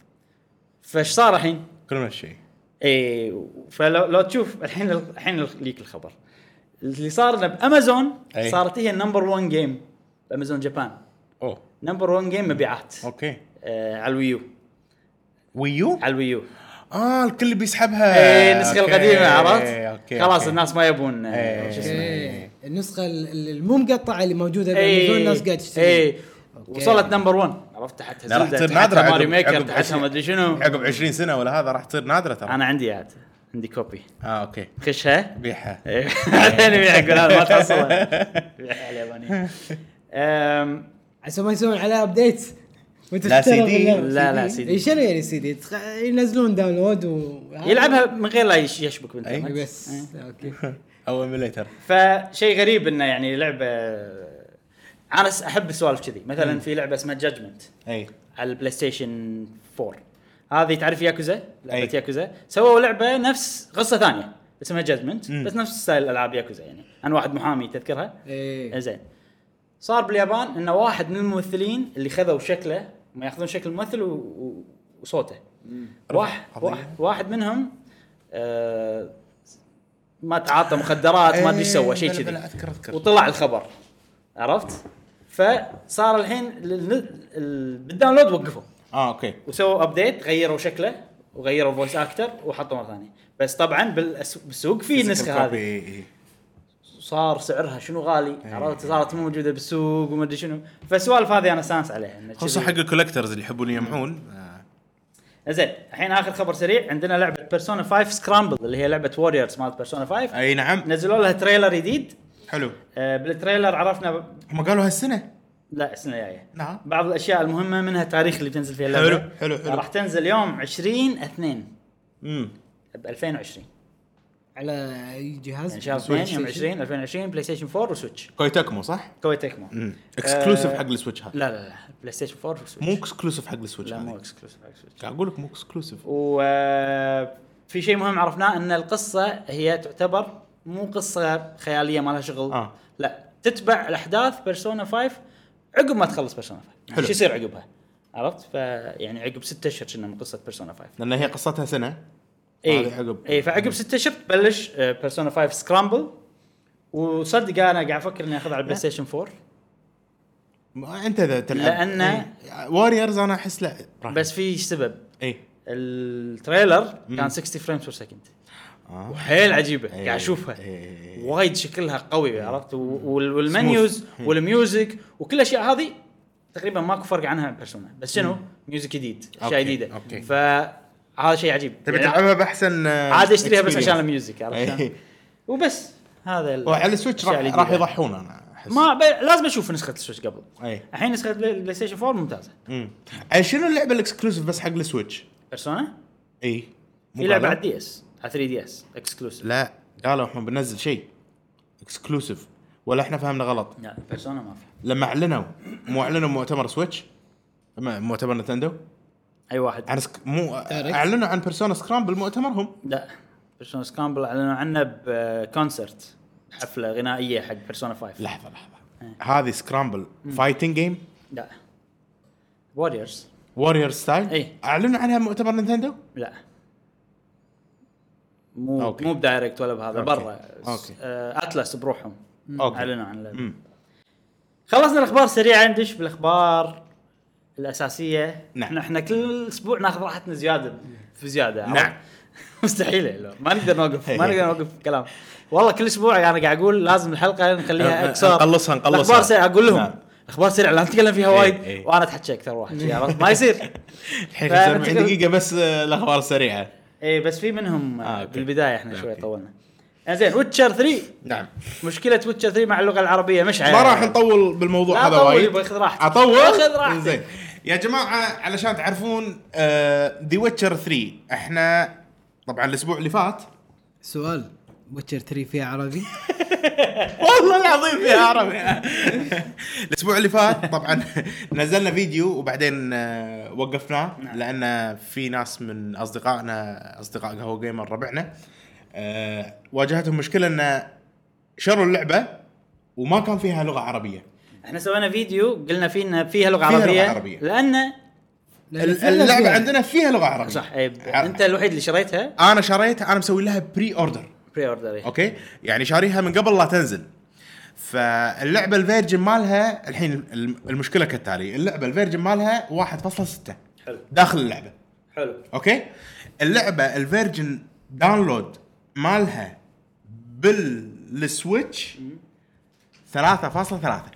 فايش صار الحين؟
كل شيء.
اي فلو لو تشوف الحين الحين ليك الخبر اللي صار إنه بامازون
أي.
صارت هي النمبر واحد جيم بامازون جابان،
اوه
نمبر واحد جيم مبيعات
اوكي.
آه على الويو.
ويو.
على الويو
اه الكل بيسحبها.
اي النسخه
أوكي.
القديمه، عرفت؟
أوكي.
خلاص
أوكي.
الناس ما يبون آه،
إيه.
شو اسمه.
إيه. النسخه ال- ال- المو مقطعه اللي موجوده
اي
بامازون الناس قاعد تشتري.
اي وصلت نمبر واحد، عرفت؟ تحتها
لا، راح
زلدة،
تصير
تحتها
نادرة
ماري
عقب-
ميكر،
عقب
تحتها
عشرين-
ما ادري شنو.
عقب عشرين سنه ولا هذا راح تصير نادره ترى.
انا عندي عاد عندي كوبي
اه اوكي.
خشها
بيعها.
إيه. بعدين يبيع يقول هذا ما تحصلها بيعها على اليابانيين. أم،
عشان ما يسوون عليها ابديت وانت
لا
تشتري
سي دي.
باللعبة.
لا، لا سي دي.
اي شنو يعني سي دي؟ تخ- ينزلون داونلود و
يلعبها من غير لا يش- يشبك
اي
بالانترنت.
بس
إيه.
اوكي.
او ايميليتر.
فشيء غريب انه يعني لعبه، انا س- احب السوالف كذي. مثلا في لعبه اسمها جادجمنت
اي
على البلاي ستيشن فور، هذه تعرف ياكوزا، لعبه
أي.
ياكوزا. سووا لعبه نفس قصه ثانيه اسمها جادجمنت،
مم.
بس نفس ستايل العاب ياكوزا يعني، عن واحد محامي تذكرها.
ايه
زين، صار باليابان انه واحد من الممثلين اللي خذوا شكله، ما ياخذون شكل الممثل و... و... وصوته، واحد
قضية.
واحد, واحد منهم آه ما تعاطى مخدرات، ما ادري ايش سوى شيء
بلا-
كذي،
بلا، اذكر اذكر.
وطلع الخبر، عرفت؟ فصار الحين ال- ال- بالداونلود وقفوا
اه اوكي.
وسووا ابديت، غيروا شكله وغيروا فويس اكتر وحطوا مره ثانيه. بس طبعا بالأس- بالسوق في النسخه هذه
إي إي.
صار سعرها شنو غالي،
إيه.
عرفت؟ صارت مو موجوده بالسوق وما ادري شنو. فالسوالف هذه انا استانس عليها إنه
خصوصا
كذي.
حق الكولكترز اللي يحبون يجمعون. آه.
زين، الحين اخر خبر سريع، عندنا لعبه بيرسونا خمسة سكرامبل اللي هي لعبه ووريرز مالت بيرسونا خمسة.
اي نعم.
نزلوا لها تريلر جديد.
حلو.
آه بالتريلر عرفنا ب...
هم قالوا هالسنه.
لا السنه الجايه
نعم.
بعض الاشياء المهمه، منها التاريخ اللي تنزل فيه اللعبه.
حلو حلو حلو.
راح تنزل يوم عشرين اثنين
امم
ب ألفين وعشرين،
على اي جهاز؟
يعني شهر اثنين يوم عشرين ألفين وعشرين، بلاي ستيشن فور وسويتش.
كوي تكمو صح؟
كوي تكمو.
امم اكسكلوسيف
آه،
حق السويتش هذا.
لا لا لا بلاي ستيشن فور وسويتش.
مو اكسكلوسيف حق السويتش
لا
هذا.
مو اكسكلوسيف حق السويتش.
قاعد اقول لك مو اكسكلوسيف.
وفي شيء مهم عرفناه، ان القصه هي تعتبر مو قصه خياليه ما لها شغل.
آه.
لا، تتبع الاحداث بيرسونا خمسة عقب ما تخلص بيرسونا خمسة.
حلو.
ايش يصير عقبها، عرفت؟ فيعني عقب ستة اشهر كنا من قصه بيرسونا خمسة.
لان هي قصتها سنه.
اي
هذه عقب.
اي فعقب ستة اشهر تبلش بيرسونا خمسة سكرامبل. وصدق انا قاعد افكر اني اخذها على البلاي ستيشن فور،
ما انت اذا تلعب
لأن-
واريورز انا احس لا راح.
بس في سبب.
اي
التريلر كان ستين فريمز بير سكند،
آه.
وحيل عجيبه
إيه.
قاعد اشوفها،
إيه.
وايد شكلها قوي، عرفت؟ وال- والمنيوز والميوزك وكل الاشياء هذه تقريبا ماكو فرق عنها بيرسونا، بس شنو ميوزك جديد، اشياء
أوكي،
جديده.
أوكي.
فهذا شيء عجيب.
تبي
يعني
تلعبها باحسن آه،
عاد اشتريها بس
experience.
عشان الميوزك، عرفت؟
إيه.
وبس هذا ال-
وعلى السويتش راح
الأشياء
راح
الجديدة.
يضحون انا احس.
ما ب... لازم اشوف نسخه السويتش قبل.
اي
الحين نسخه البلاي البلاي ستيشن فور ممتازه.
امم شنو اللعبه الاكسكلوسيف بس حق السويتش؟
بيرسونا
اي
في لعبه على الدي اس على ثري دي اس اكسكلوسيف.
لا قالوا احنا بننزل شيء اكسكلوسيف ولا احنا فهمنا غلط؟
لا بيرسونا ما في.
لما اعلنوا مو اعلنوا مؤتمر سويتش مؤتمر نتندو
اي واحد
عن سك... مو اعلنوا عن بيرسونا سكرامبل مؤتمرهم.
لا بيرسونا سكرامبل اعلنوا عنه بكونسرت حفله غنائيه حق بيرسونا خمسة.
لحظه لحظه هذه سكرامبل فايتنج جيم؟
لا واريورز
واريور ستايل.
اي
اعلنوا عنها مؤتمر نينتندو؟
لا مو
أوكي.
مو بدايركت ولا بهذا برا.
أوكي.
آه اتلس بروحهم
أوكي.
اعلنوا عن اللعبة. خلصنا الاخبار سريعا ندش بالاخبار الاساسيه.
نعم.
احنا احنا كل اسبوع ناخذ راحتنا زياده في زياده.
نعم.
مستحيل لو ما نقدر نوقف ما نقدر نوقف كلام. والله كل اسبوع انا يعني قاعد اقول لازم الحلقه نخليها اكثر
نقلصها نقلصها
الاخبار سريع اقول لهم
نعم.
اخبار سريع لا نتكلم فيها وايد
ايه ايه.
وانا اتحكى اكثر واحد عرفت ما يصير.
الحين خمسة وأربعين دقيقه بس الاخبار السريعه.
ايه بس في منهم
آه،
آه
أوكي.
بالبدايه احنا شوي
أوكي.
طولنا. زين ويتشر ثري.
نعم.
مشكله ويتشر ثري مع اللغه العربيه مش
ما راح نطول بالموضوع
لا
هذا
طول،
وايد.
يبغى ياخذ راحته.
اطول
ياخذ راحته.
زين يا جماعه علشان تعرفون دي ويتشر ثري احنا طبعا الاسبوع اللي فات
سؤال ويتشر ثري فيها عربي؟
والله العظيم فيها عربي. الاسبوع اللي فات طبعا نزلنا فيديو وبعدين آه، وقفناه لان في ناس من اصدقائنا اصدقاء قهوه جيمر ربعنا آه، واجهتهم مشكله ان شروا اللعبه وما كان فيها لغه عربيه.
احنا سوينا فيديو قلنا فيه ان فيها لغه
فيها لغة
عربيه,
عربية.
لان
ال- اللعبه عندنا فيها لغه عربيه
صح. ايه انت الوحيد اللي شريتها
انا شريتها انا مسوي لها بري اوردر
بري اوردر.
اوكي يعني شاريها من قبل لا تنزل. فاللعبه الفيرجن مالها الحين المشكله كالتالي اللعبه الفيرجن مالها واحد فاصلة ستة
حلو.
داخل اللعبه
حلو.
اوكي. اللعبه الفيرجن داونلود مالها بالسويتش ثلاثة فاصلة ثلاثة.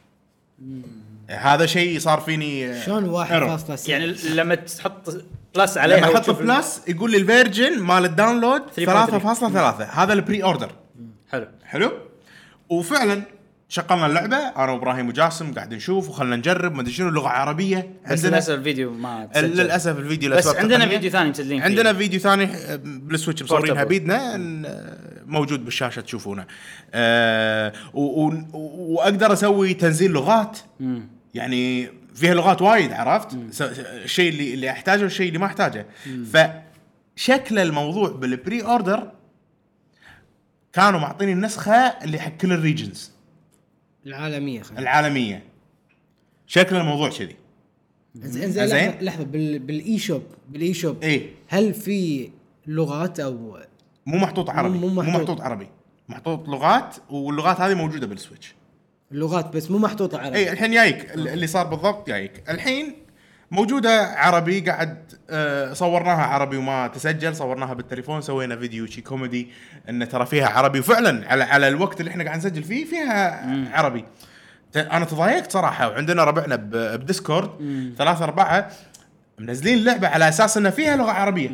هذا شيء صار فيني
شلون واحد فاصلة ستة؟
يعني لما تحط بلس عليها
لما احط
وتشوف
بلس يقول لي الفيرجن مال الداونلود ثلاثة فاصلة ثلاثة. هذا البري اوردر.
حلو
حلو. وفعلا شغلنا اللعبه انا وابراهيم وجاسم قاعد نشوف وخلنا نجرب ما ادري شنو لغه عربيه.
بس للاسف الفيديو ما تسجل.
للاسف الفيديو
بس
لأسباب
عندنا
تقنية.
فيديو ثاني مسجلين
عندنا
فيه.
فيديو ثاني بالسويتش مصورينها
Portable.
بيدنا موجود بالشاشه تشوفونه. أه و- و- واقدر اسوي تنزيل لغات
مم.
يعني فيها لغات وايد عرفت س- الشيء اللي اللي احتاجه والشيء اللي ما احتاجه. فشكل الموضوع بالبري اوردر كانوا معطيني النسخه اللي حق كل الريجنز
العالميه خلينا.
العالميه. شكل الموضوع كذي.
زين
زين.
زين لحظه لحظه بال بالاي شوب بالاي شوب
ايه
هل في لغات او
مو محطوط عربي
مو
مو
محطوط.
محطوط, محطوط عربي محطوط لغات واللغات هذه موجوده بالسويتش.
لغات بس مو محطوطه عربي؟
اي الحين جايك اللي صار بالضبط جايك الحين موجوده عربي قاعد آه صورناها عربي وما تسجل صورناها بالتليفون سوينا فيديو شي كوميدي ان ترى فيها عربي وفعلا على على الوقت اللي احنا قاعد نسجل فيه فيها مم. عربي. ت- انا تضايقت صراحه. وعندنا ربعنا ب- بديسكورد ثلاثة أربعة منزلين اللعبه على اساس انها فيها لغه عربيه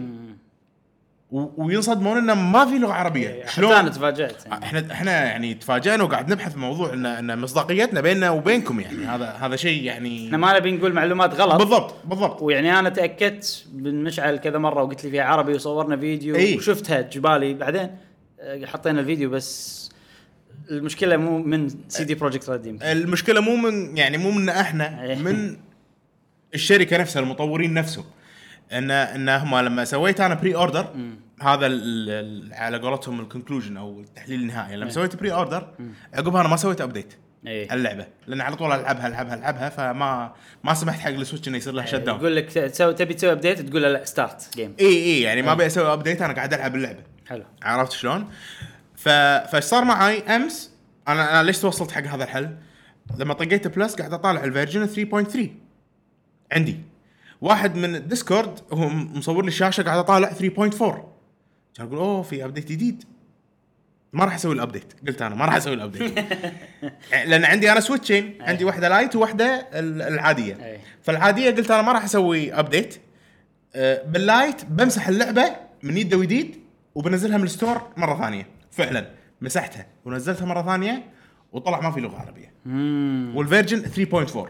و- وينصدمون انه ما في لغه عربيه.
حتى انا تفاجأت يعني.
احنا احنا يعني تفاجئنا وقاعد نبحث بموضوع ان ان مصداقيتنا بيننا وبينكم يعني هذا هذا شيء يعني
احنا ما نبي نقول معلومات غلط.
بالضبط بالضبط.
ويعني انا تاكدت من مشعل كذا مره وقلت لي فيها عربي وصورنا فيديو
إيه.
وشفتها جبالي بعدين آه، حطينا الفيديو. بس المشكله مو من سي دي بروجكت ريد يمكن.
المشكله مو من يعني مو من احنا
إيه.
من الشركه نفسها المطورين نفسهم ان ان هم لما سويت انا بري اوردر هذا ال ال على قولتهم الكونكلوجن او التحليل النهائي لما سويت بري اوردر عقبها انا ما سويت ابديت
ايه.
اللعبه لان على طول العبها العبها العبها فما ما سمحت حق السويتش انه يصير له شت داون.
يقول لك تسوي تبي تسوي ابديت تقول له لا ستارت جيم.
اي اي يعني ما ابي اسوي ابديت انا قاعد العب اللعبه.
حلو.
عرفت شلون؟ ف فايش صار معي امس انا انا ليش توصلت حق هذا الحل؟ لما طقيت بلس قاعد اطالع الفيرجن ثري بوينت ثري عندي واحد من الديسكورد هو مصور لي الشاشه قاعد اطالع ثري بوينت فور كان اقول اوه في ابديت جديد ما راح اسوي الابديت. قلت انا ما راح اسوي الابديت لان عندي انا سويتشين عندي واحده لايت وواحده ال- العاديه.
أي.
فالعاديه قلت انا ما راح اسوي ابديت. أه، باللايت بمسح اللعبه من يد ويديد وبنزلها من الستور مره ثانيه. فعلا مسحتها ونزلتها مره ثانيه وطلع ما في لغه عربيه. والفيرجن ثري بوينت فور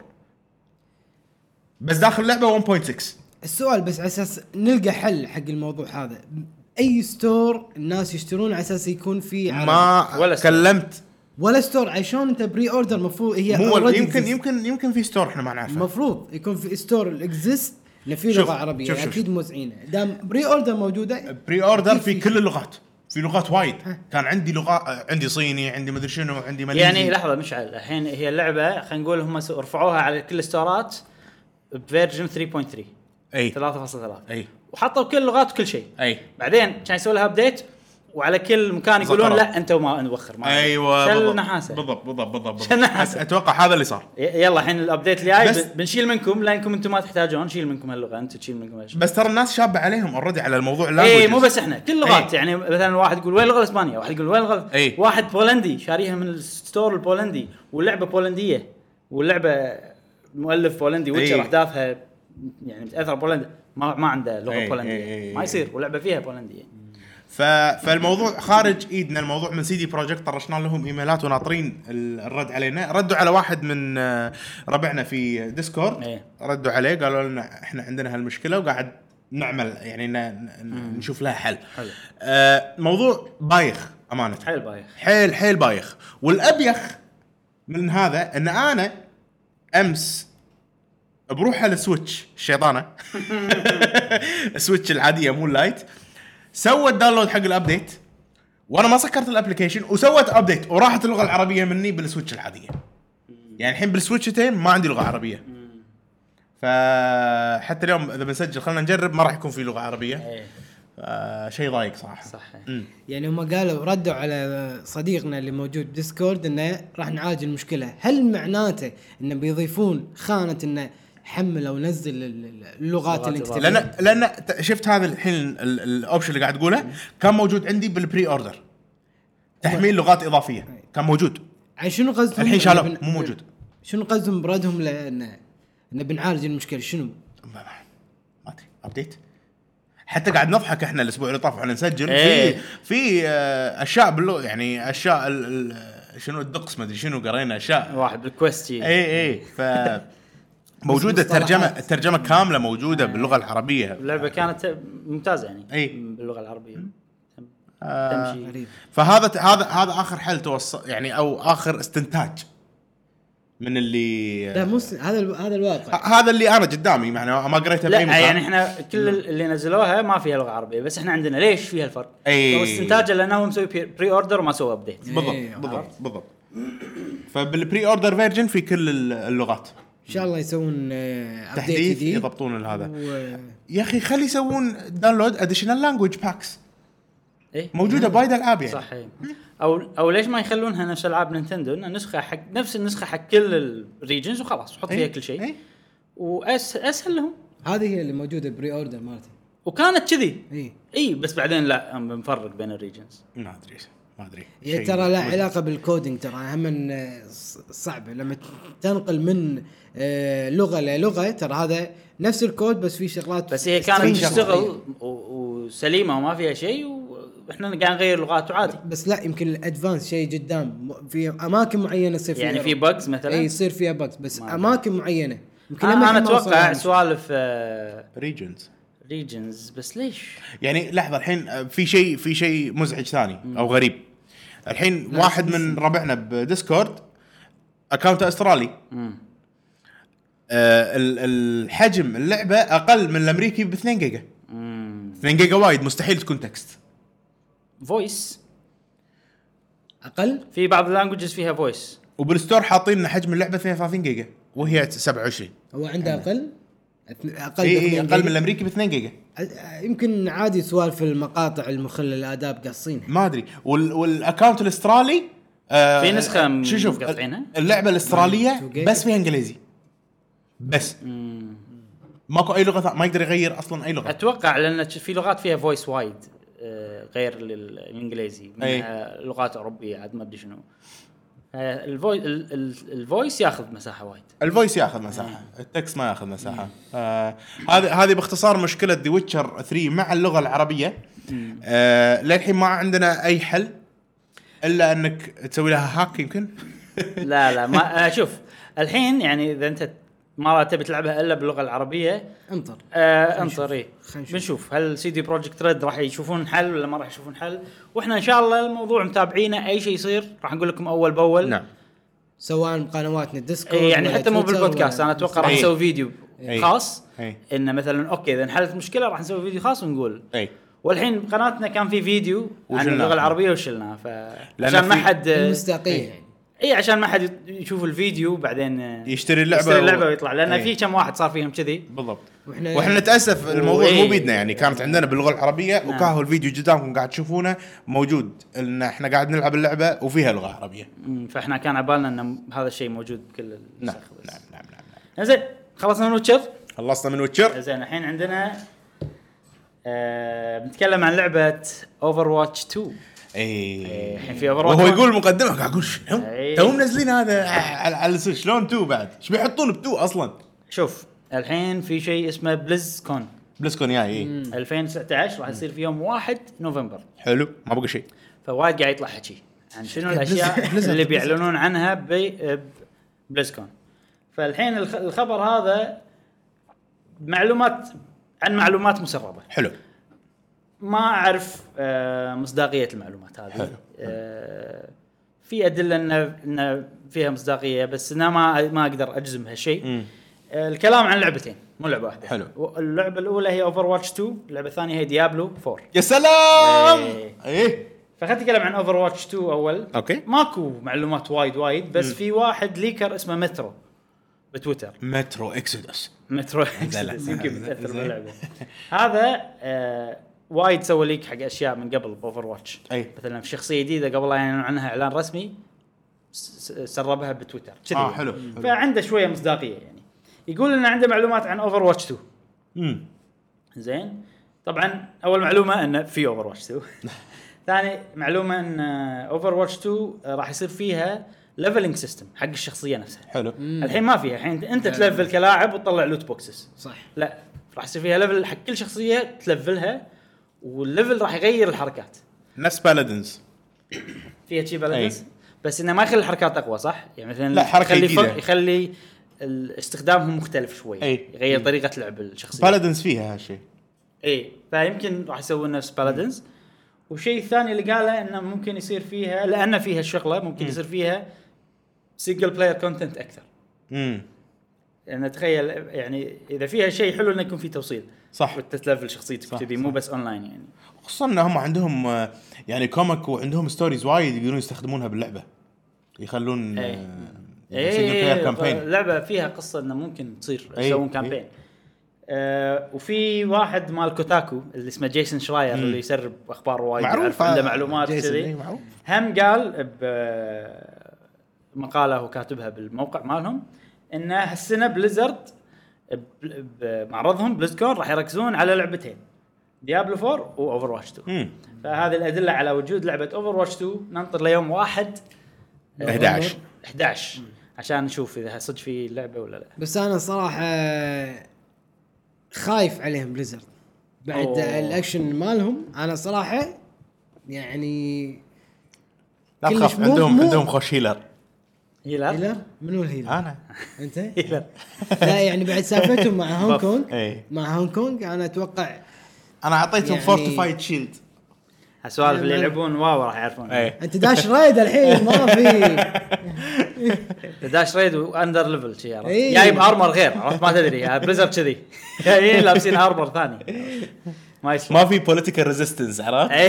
بس داخل اللعبه ون بوينت سكس.
السؤال بس على اساس نلقى حل حق الموضوع هذا اي ستور الناس يشترون على اساس يكون في عرض.
ما
ولا ستور.
كلمت
ولا ستور عشان انت بري اوردر مفروض هي
مو
already
يمكن
exist.
يمكن يمكن في ستور احنا ما نعرفه.
المفروض يكون في ستور الاكزيست اللي فيه
شوف،
لغه عربيه
شوف، شوف.
اكيد موزعينه دام بري اوردر موجوده.
بري اوردر
أكيد
في
في
كل
شيء.
اللغات، في لغات وايد. كان عندي لغه، عندي صيني، عندي مدري شنو، عندي ماليزي.
يعني لحظه مشعل، الحين هي اللعبه خلينا نقول هم رفعوها على كل الستورات بفيرجن ثلاثة فاصلة ثلاثة
اي
ثلاثة فاصلة ثلاثة
اي
وحطوا كل اللغات وكل شيء.
اي
بعدين كان يسوي لها ابديت وعلى كل مكان يقولون
زقرة.
لا انت وما نوخر ما
ايوه
شل
بالضبط.
نحاسه.
بالضبط بالضبط بالضبط,
شل
بالضبط.
نحاسة.
اتوقع هذا اللي صار.
ي- يلا الحين الابديت اللي
بس-
جاي بن- بنشيل منكم لانكم انتم ما تحتاجون، نشيل منكم هاللغه، انت تشيل منكم هالشيء.
بس ترى الناس شابه عليهم اوريدي على الموضوع. لا
اي مو بس احنا، كل اللغات.
إيه.
يعني مثلا واحد يقول وين اللغه الاسبانيه، واحد يقول وين اللغه،
إيه.
واحد بولندي شاريها من الستور البولندي واللعبه بولنديه واللعبه مؤلف بولندي ويتشر
إيه.
احداثها يعني متاثر بولندا، ما ما عنده لغه
إيه.
بولنديه.
إيه. إيه.
ما يصير ولعبه فيها بولنديه.
ف... فالموضوع خارج ايدنا. الموضوع من سي دي بروجكت طرشنا لهم ايميلات وناطرين ال- الرد علينا. ردوا على واحد من آه، ربعنا في ديسكورد.
إيه.
ردوا عليه قالوا لنا احنا عندنا هالمشكله وقاعد نعمل يعني ن... ن... نشوف لها حل.
حلو.
آه موضوع بايخ امانه،
حيل بايخ.
حيل حيل بايخ. والابيخ من هذا ان انا امس بروح على السويتش الشيطانه السويتش العاديه مو اللايت، سوت داونلود حق الابديت وانا ما سكرت الابلكيشن، وسوت ابديت وراحت اللغه العربيه مني بالسويتش العاديه. يعني الحين بالسويتشتين ما عندي لغه عربيه. فحتى اليوم اذا بنسجل خلينا نجرب ما راح يكون في لغه عربيه.
ايه
آه شيء ضايق صراحه.
صح.
مم.
يعني هم قالوا ردوا على صديقنا اللي موجود ديسكورد انه راح نعالج المشكله. هل معناته انه بيضيفون خانه انه حمل او نزل اللغات اللي انت
اللغات
تبيها؟
لان لان ت- شفت هذا الحين ال- الاوبشن اللي قاعد تقوله كان موجود عندي بالبري اوردر، تحميل لغات اضافيه كان موجود.
عن شنو قصدهم؟
الحين
إنه
شالوه
بن-
مو موجود.
شنو قصدهم بردهم لان انه بنعالج المشكله؟ شنو؟
ما ما ادري ابديت. حتى قاعد نضحك احنا الاسبوع اللي طاف واحنا نسجل
إيه.
في في آه، اشياء باللو يعني اشياء ال- ال- شنو الدقس ما ادري شنو قرينا اشياء.
واحد بالكويست شي.
اي اي ف موجوده
مصطلحات.
الترجمه الترجمه كامله موجوده باللغه العربيه.
اللعبه كانت ممتازه يعني.
إيه.
باللغه العربيه تم-
آه،
تمشي.
غريب.
فهذا هذا هذا اخر حل توصل يعني او اخر استنتاج من اللي
لا مو س- هذا ال- هذا الواقع.
ه- هذا اللي انا قدامي يعني ما قريته
لا
باي مكان.
يعني احنا كل اللي نزلوها ما فيها لغه عربيه، بس احنا عندنا ليش فيها الفرق؟
أي.
هو استنتاجه لانه هو مسوي بري اوردر وما سوى ابديت.
بالضبط
إيه،
بالضبط بالضبط. فبالبري اوردر فيرجن في كل ال- اللغات
ان شاء الله يسوون آه، ابديت
تحديث
جديد.
يضبطون هذا.
و-
يا اخي خلي يسوون داونلود اديشنال لانجويج باكس
ايه
موجوده بايد العاب يعني.
صح. إيه. او او ليش ما يخلونها نفس العاب نينتندو، انها نسخه حق نفس النسخه حق كل الريجنز وخلاص وحط فيها
إيه،
كل شيء
إيه.
واسهل لهم.
هذه هي اللي موجوده بري اوردر مالته.
وكانت كذي
اي
اي، بس بعدين لا بنفرق بين الريجنز.
ما ادري ما ادري
هي
شيء
ترى لا
مزعج.
علاقه بالكودينج. ترى هم صعبه لما تنقل من آه، لغه للغه. ترى هذا نفس الكود بس في شغلات
بس هي كانت
string
تشتغل
شغلية.
و- وسليمه وما فيها شيء، واحنا قاعد نغير لغات عادي.
بس لا يمكن الادفانس شيء قدام م- في اماكن معينه يصير فيها
يعني في
error.
بجز مثلا.
اي يصير فيها بجز بس
ما
اماكن معينه يمكن
انا,
لما
أنا
إحنا ما
اتوقع
وصلنا.
سوالف
ريجنز.
ريجنز بس ليش؟
يعني لحظه الحين آه، في شيء في شيء مزعج ثاني او غريب. الحين
لا،
واحد
بس-
من ربعنا بديسكورد اكونت استرالي،
مم.
آه ال- الحجم اللعبه اقل من الامريكي ب اثنين جيجا.
مم.
اثنين جيجا وايد مستحيل تكون تكست.
فويس.
اقل
في بعض اللانجوجز فيها فويس.
وبالستور حاطين ان حجم اللعبه اثنين وثلاثين جيجا وهي سبعة وعشرين.
هو عنده اقل أثن- اقل
اي
باثنين
اقل
جيجا.
من الامريكي ب اثنين جيجا.
يمكن عادي سوالف المقاطع المخله الاداب قاصينها.
ما ادري. وال والاكونت الاسترالي آه
في نسخة
شو شوف
مقطعينها؟
اللعبه الاستراليه
تو جيجا.
بس فيها انجليزي بس
مم.
ماكو اي لغه ثانية. ما يقدر يغير اصلا اي لغه.
اتوقع لان في لغات فيها فويس وايد آه، غير لل- الانجليزي، منها لغات اوروبيه عاد ما ادري شنو. آه، الفويس ال- ال- الفويس ياخذ مساحه وايد.
الفويس ياخذ مساحه، التكست ما ياخذ مساحه. آه، هذه هذه باختصار مشكله ذا ويتشر ثري مع اللغه العربيه. آه للحين ما عندنا اي حل الا انك تسوي لها هاك يمكن.
لا لا ما آه، شوف الحين يعني اذا انت ما تبي تلعبها الا باللغه العربيه
انطر
آه انطر ايه
خلينا نشوف.
بنشوف هل سي دي بروجكت ريد راح يشوفون حل ولا ما راح يشوفون حل، واحنا ان شاء الله الموضوع متابعينه، اي شيء يصير راح نقول لكم اول باول.
نعم
سواء بقنواتنا ديسكورد
إيه يعني
ولا
حتى مو
تويتر
بالبودكاست،
ولا
انا اتوقع راح
إيه.
نسوي فيديو
إيه.
خاص
إيه.
ان مثلا اوكي اذا انحلت مشكله راح نسوي فيديو خاص ونقول.
اي
والحين بقناتنا كان في فيديو عن
وشلناه.
اللغه العربيه وشلناه،
لأن
فعشان ما
في
حد
المصداقيه يعني.
اي عشان ما حد يشوف الفيديو بعدين
يشتري اللعبة
يشتري اللعبه
و-
ويطلع، لان
إيه.
في كم واحد صار فيهم كذي.
بالضبط.
واحنا
واحنا نتاسف الموضوع
وإيه.
مو بيدنا يعني، كانت عندنا باللغه العربيه
نعم.
وكاهو الفيديو قدامكم قاعد تشوفونه موجود ان احنا قاعد نلعب اللعبه وفيها لغه عربيه.
مم، فاحنا كان عبالنا ان هذا الشيء موجود بكل
نعم
النسخ بس.
نعم نعم نعم
زين خلصنا من ويتشر.
خلصنا من ويتشر.
زين الحين عندنا آه بنتكلم عن لعبه اوفر واتش تو.
اي
الحين في Overwatch
وهو
one.
يقول مقدمه قاعد اقول شنو
إيه.
تو منزلين هذا على على شلون تو بعد ايش بيحطون بتو اصلا.
شوف الحين في شيء اسمه بليز كون
بلسكون يا اي
ألفين وتسعة عشر راح يصير في يوم واحد نوفمبر،
حلو ما بقى شيء.
فوايد قاعد يطلع حكي عن شنو
بليز-
الاشياء
بليزرد-
اللي بيعلنون عنها ببليزكون. فالحين الخ- الخبر هذا معلومات عن معلومات مسربه،
حلو
ما اعرف آه، مصداقيه المعلومات هذه.
حلو.
آه، في ادله ان ان فيها مصداقيه، بس انا ما ما اقدر اجزم هالشيء.
مم.
آه، الكلام عن لعبتين مو لعبه واحده.
حلو.
اللعبه الاولى هي اوفر واتش تو، اللعبه الثانيه هي ديابلو فور.
يا سلام
إيه.
ايه
فخلينا نتكلم عن اوفر واتش تو اول.
اوكي.
ماكو معلومات وايد وايد، بس
مم.
في واحد ليكر اسمه مترو بتويتر.
مترو اكسودس.
مترو
لا، لا.
يمكن
زين.
بتاثر باللعبه. هذا آه وايد سوى ليك حق اشياء من قبل باوفر واتش.
أي.
مثلا في شخصيه جديده قبل لا يعلنون عنها اعلان رسمي س- سربها بتويتر كذي.
اه حلو حلو.
فعنده شويه مصداقيه يعني. يقول ان عنده معلومات عن اوفر واتش تو.
امم
زين طبعا اول معلومه انه في اوفر واتش تو. ثاني معلومه ان اوفر واتش تو راح يصير فيها ليفلنج سيستم حق الشخصيه نفسها.
حلو
الحين ما فيها، الحين انت تلفل كلاعب وتطلع لوت بوكسز.
صح.
لا راح يصير فيها ليفل حق كل شخصيه تلفلها، والليفل راح يغير الحركات.
نفس بالادنز.
فيها شي بالانس بس انه ما يخلي الحركات اقوى صح؟ يعني مثلا
لا، حركة
يخلي
جديدة.
فرق، يخلي ال- استخدامهم مختلف شوي.
أي.
يغير طريقه لعب الشخصيه.
بالادنز فيها هالشيء.
اي فيمكن راح يسوون نفس بالادنز. والشيء الثاني اللي قاله انه ممكن يصير فيها، لان فيها الشغله ممكن يصير فيها سنجل بلاير كونتنت اكثر.
امم
يعني تخيل يعني اذا فيها شيء حلو انه يكون في توصيل
صح.
وتتلفل شخصيتك
صح،
كذي،
صح.
مو بس اونلاين يعني.
خصوصا ان هم عندهم آه، يعني كوميك وعندهم ستوريز وايد يقدرون يستخدمونها باللعبه، يخلون
أي.
سنجل بلاير
ايه
كامبين.
اللعبه فيها قصه انه ممكن تصير
أي،
يسوون
أي.
كامبين. آه وفي واحد مال كوتاكو اللي اسمه جيسون شراير اللي يسرب اخبار وايد،
معروف
يعرف عنده
آه،
معلومات
جيسون، إيه،
كذي.
معروف.
هم قال بمقاله هو كاتبها بالموقع مالهم انه هالسنه بليزرد ب- بمعرضهم بليزكون راح يركزون على لعبتين، ديابلو فور واوفر واتش تو.
امم
فهذه الادله على وجود لعبه اوفر واتش تو. ننطر ليوم واحد
احد عشر
احد عشر عشان نشوف اذا صدق في اللعبه ولا لا.
بس انا صراحه خايف عليهم بليزرد بعد
أوه.
الاكشن مالهم. انا صراحه يعني
لا
كلش
تخاف،
مو-
عندهم
مو-
عندهم خوش هيلر.
هيلر
هيلر منو الهيلر؟
انا
انت؟
هيلر
لا يعني بعد سالفتهم مع هونغ
بف.
كونغ
اي
مع هونغ كونغ انا اتوقع
انا اعطيتهم
يعني-
فورتيفايد شيلد.
هالسوالف اللي يلعبون واو راح يعرفون.
اي
انت داش رايد الحين ما في.
داش ريد واندر ليفل شي عرفت.
إيه.
جايب ارمر غير عرفت ما تدري بليزر كذي جايين لابسين ارمر ثاني ما يسمع.
ما في بوليتيكال ريزيستنس عرفت.
إيه.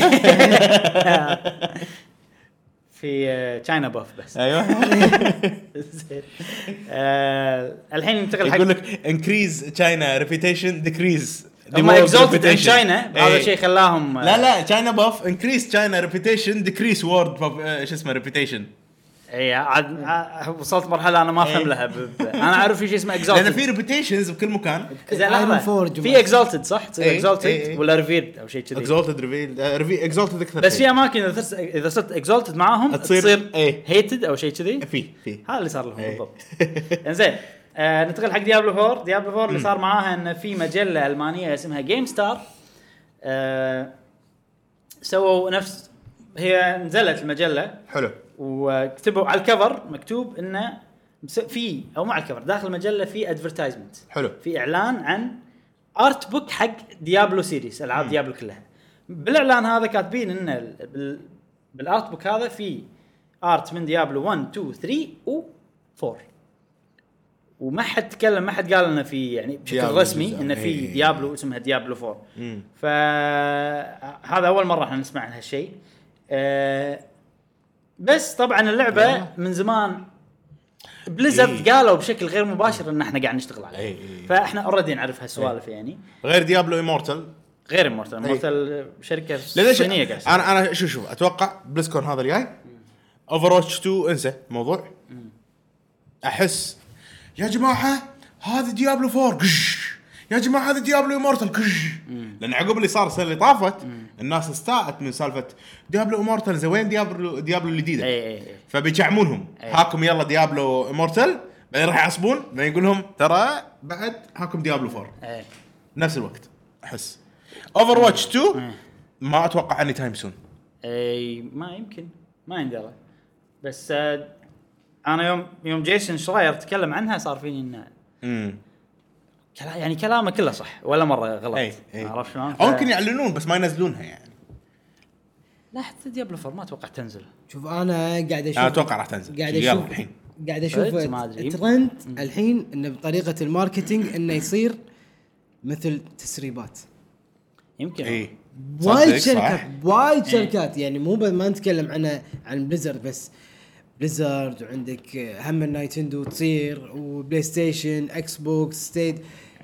في تشاينا باف بس.
ايوه
زين. آه، الحين ننتقل حق
يقول لك انكريز تشاينا ريبيتيشن ديكريز
هم اكزالتد ان تشاينا. هذا الشيء خلاهم
لا لا تشاينا باف انكريز تشاينا ريبيتيشن ديكريس وورد شو اسمه ريبيتيشن.
اي عاد عاد وصلت مرحله انا ما افهم
إيه.
لها ب... ب... انا اعرف في شيء اسمه
لان
اكزالتد.
في ريبيتيشنز بكل مكان.
زين
Iron
لحظه
Forge
في
وما-
اكزالتد صح تصير
إيه،
اكزالتد
إيه، إيه.
ولا ريفيرد او شيء كذي.
اكزالتد ريفيل اكزالتد اكثر
بس
شيء.
في اماكن اذا صرت اذا صرت اكزالتد معاهم
تصير-
تصير
إيه.
هيتد او شيء كذي.
في في
هذا اللي صار لهم
إيه.
بالضبط. انزين آه ننتقل حق ديابلو فور. ديابلو فور اللي صار معاها ان في مجله المانيه اسمها جيم ستار آه سووا نفس هي نزلت المجله
حلو
وكتبوا على الكفر مكتوب انه في او مع الكفر داخل المجله في ادفرتايزمنت
حلو.
في اعلان عن ارت بوك حق ديابلو سيريز العاب ديابلو كلها. بالاعلان هذا كاتبين ان ال- بال- بالارت بوك هذا في ارت من ديابلو واحد اثنين ثلاثة و أربعة وما حد تكلم ما حد قال لنا في يعني بشكل
ديابلو
رسمي
جزء.
انه في
إيه.
ديابلو اسمها ديابلو أربعة.
مم.
فهذا اول مره احنا نسمع عن هالشيء. أه بس طبعا اللعبه
يلا.
من زمان بليزرد
إيه.
قالوا بشكل غير مباشر ان احنا قاعد نشتغل عليها.
إيه إيه.
فاحنا اوريدي نعرف هالسوالف يعني
غير ديابلو ايمورتال.
غير مورتل مورتل شركه
ليش
صينيه قاعد
انا انا شوف شوف اتوقع بلسكون هذا الجاي اوفر واتش اثنين انسى موضوع. احس يا جماعه هذا ديابلو أربعة قش. يا جماعه هذا ديابلو ايمورتال قش. لان عقب اللي صار السنه اللي طافت الناس استاءت من سالفه ديابلو ايمورتال زين وين ديابلو ديابلو الجديده.
اي اي اي
فبيجعمونهم هاكم يلا ديابلو ايمورتال بعدين راح يعصبون بعدين يقول لهم ترى بعد هاكم ديابلو أربعة
اي
نفس الوقت. احس اوفر واتش اثنين ما اتوقع اني تايم سون.
اي ما يمكن ما يندرى بس آه انا يوم يوم جيسون شراير تكلم عنها صار فيني انه
امم
كلا يعني كلامه كله صح ولا مره غلط.
اي اي
عرفت شلون؟ ف-
او يمكن يعلنون بس ما ينزلونها يعني.
لا حتى ديابلو أربعة ما اتوقع تنزل.
شوف انا قاعد اشوف
انا اتوقع راح تنزل
قاعد
يلا
اشوف
الحين.
قاعد اشوف
بس ما أدري.
ترند الحين انه بطريقه الماركتينج انه يصير مثل تسريبات.
يمكن
اي
وايد
صدق،
شركات
صح.
وايد
إيه.
شركات يعني مو ب- ما نتكلم عنها عن بليزرد بس بليزرد وعندك هم نايتندو تصير وبلاي ستيشن اكس بوكس ستيد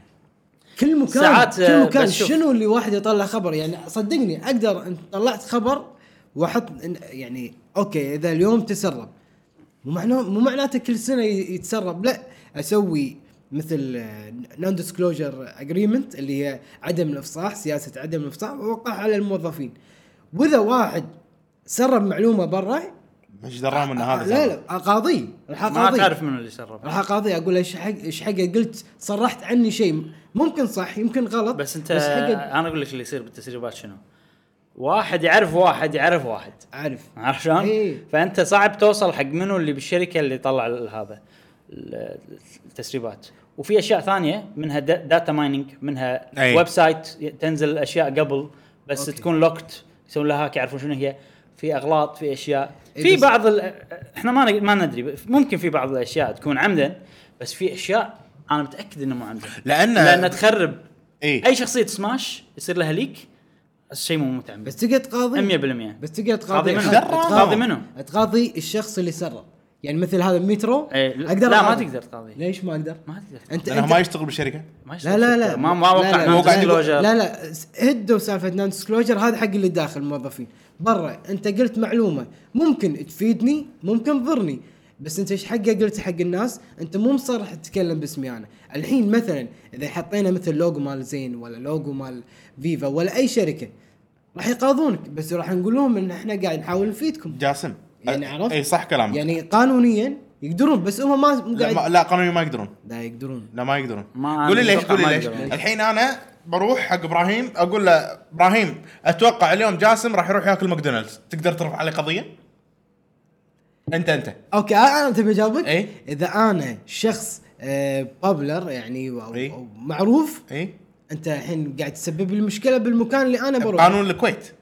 كل مكان
ساعات،
كل
آه،
مكان
بس شوف.
شنو اللي واحد يطلع خبر يعني صدقني اقدر ان طلعت خبر واحط إن- يعني اوكي اذا اليوم تسرب مو معناه مو معناته كل سنه ي- يتسرب لا اسوي مثل نون ديسكلوجر اجريمنت اللي هي عدم الافصاح سياسه عدم الافصاح واوقعها على الموظفين واذا واحد سرب معلومه برا
مش درام ان هذا
لا
صار.
لا اقاضيه راح
ما
اقاضيه
تعرف منو اللي سرب.
راح اقاضيه اقول ايش حق ايش حقه قلت صرحت عني شيء ممكن صح يمكن غلط
بس انت
بس حقه
انا اقول لك اللي يصير بالتسريبات شنو. واحد يعرف واحد يعرف واحد
عارف
عارف شلون؟
إيه.
فانت صعب توصل حق منو اللي بالشركه اللي طلع ال- هذا ال- التسريبات. وفي اشياء ثانيه منها دا- داتا مايننج منها
أي.
ويب سايت تنزل اشياء قبل بس
أوكي.
تكون لوكت يسوون لها هاك يعرفون شنو هي. في اغلاط في اشياء
إيه
في
بس-
بعض ال... احنا ما ن- ما ندري ممكن في بعض الاشياء تكون عمدا بس في اشياء انا متاكد انه مو عمدا
لان
لان تخرب
اي
اي شخصيه سماش يصير لها ليك الشيء مو متعمد
بس تقدر تقاضي
مية بالمية.
بس تقدر
تقاضي
تقاضي
منو؟
أحد.
تقاضي منو؟
تقاضي الشخص اللي سرب يعني مثل هذا المترو
إيه، لا
اقدر
لا ما
أقاضي.
تقدر تقاضي
ليش ما اقدر
ما تقدر
انت
لانه
انت
ما يشتغل بالشركه.
ما
لا لا لا
ما ما
لا
وقع
لا
هو قاعد يقول-
disclosure.
لا لا هدوا سالفه نون ديسكلوجر هذا حق اللي داخل الموظفين برا انت قلت معلومه ممكن تفيدني ممكن تضرني بس انت ايش حقه قلت حق الناس انت مو مصرح تتكلم باسمي انا الحين مثلا اذا حطينا مثل لوجو مال زين ولا لوجو مال فيفا ولا اي شركه راح يقاضونك بس راح نقول لهم ان احنا قاعد نحاول نفيدكم
جاسم
يعني عرفت؟
اي صح كلامك.
يعني قانونيا يقدرون بس هم ما مو
لا,
قاعد
ما لا قانونيا ما يقدرون.
لا يقدرون
لا ما يقدرون.
ما
قولي
أنا
ليش
أتوقع
قولي
ما
ليش
يقدرون.
الحين انا بروح حق ابراهيم اقول له ابراهيم اتوقع اليوم جاسم راح يروح ياكل ماكدونالدز تقدر ترفع عليه قضيه انت انت
اوكي انا تبي اجاوبك
إيه؟
اذا انا شخص آه بابلر يعني أو
إيه؟
أو معروف
اي
انت الحين قاعد تسبب لي مشكله بالمكان اللي انا بروح
قانون الكويت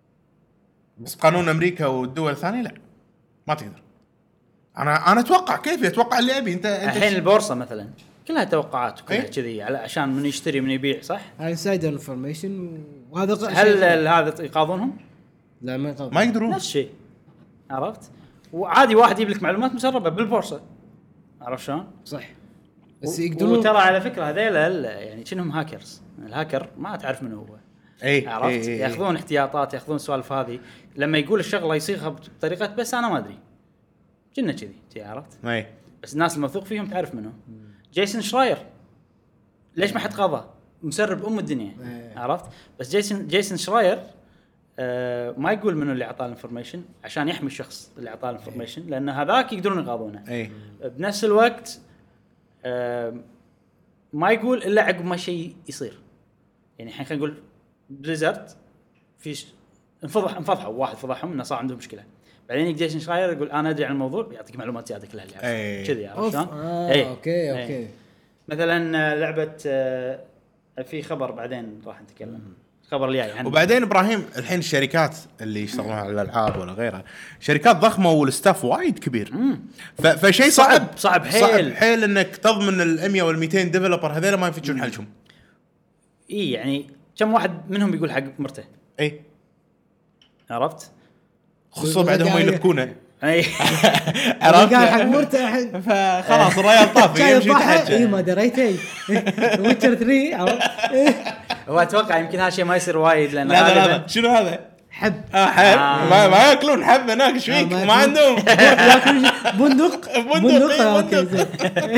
بس قانون امريكا والدول الثانيه لا ما تقدر. انا انا اتوقع كيف اتوقع اللي ابي انت انت
الحين البورصه مثلا كلها توقعات وكلها
إيه؟
كذي على عشان من يشتري من يبيع صح.
انسايدر انفورميشن وهذا غ-
هل
شيء-
ال- هذا يقاضونهم
لا ما يقاضي
ما يقدرون.
نفس الشيء عرفت. وعادي واحد يجيب لك معلومات مسربه بالبورصه عرفت شلون.
صح بس
و-
يقدرون
وترى على فكره هذيل ال- يعني شنهم هاكرز. الهاكر ما تعرف منو هو
اي
عرفت.
إي، إي، إي.
ياخذون احتياطات ياخذون سوالف هذه لما يقول الشغله يصيغها بطريقه بس انا ما ادري كنا كذي كذي عرفت.
اي
بس الناس الموثوق فيهم تعرف منه. جيسون شراير ليش ما حد قاضاه مسرب ام الدنيا
إيه.
عرفت. بس جيسون جيسون شراير آه ما يقول منو اللي اعطاه الانفورميشن عشان يحمي الشخص اللي اعطاه الانفورميشن لان هذاك يقدرون يقاضونه.
اي
بنفس الوقت آه ما يقول الا عقب ما شيء يصير. يعني الحين خلينا نقول بليزرد في ش... انفضح انفضحوا واحد فضحهم انه صار عندهم مشكله بعدين يجي جيسون شراير يقول انا ادري عن الموضوع يعطيك معلومات زياده كلها اللي
أي.
كذي عرفت شلون؟
آه
إيه.
اوكي اوكي
إيه. مثلا آه، لعبه آه، في خبر بعدين راح نتكلم الخبر الجاي عنه.
وبعدين ابراهيم الحين الشركات اللي يشتغلون على الالعاب ولا غيرها شركات ضخمه والستاف وايد كبير. ف- فشيء صعب
صعب- صعب حيل.
صعب حيل انك تضمن ال مية وال مئتين ديفلوبر هذول ما يفتشون حلهم.
اي يعني كم واحد منهم بيقول حق مرته
اي
عرفت؟
خصوصا بعدهم يلكونه
اي
عرفت
قاعد حق مرته الحين
فخلاص الريال طاف
شاي
يمشي
الضحى
يتحكى.
اي ما دريتي ويتشر ثلاثة عرفت
هو اتوقع يمكن هالشيء ما يصير وايد لان
لا لا
غالباً-
لا شنو هذا؟
حب
اه حب
آه.
ما, ما ياكلون حب هناك ايش فيك؟
ما
ما عندهم
ياكل بندق
بندق، إي،
آه، اوكي
بندق.
زين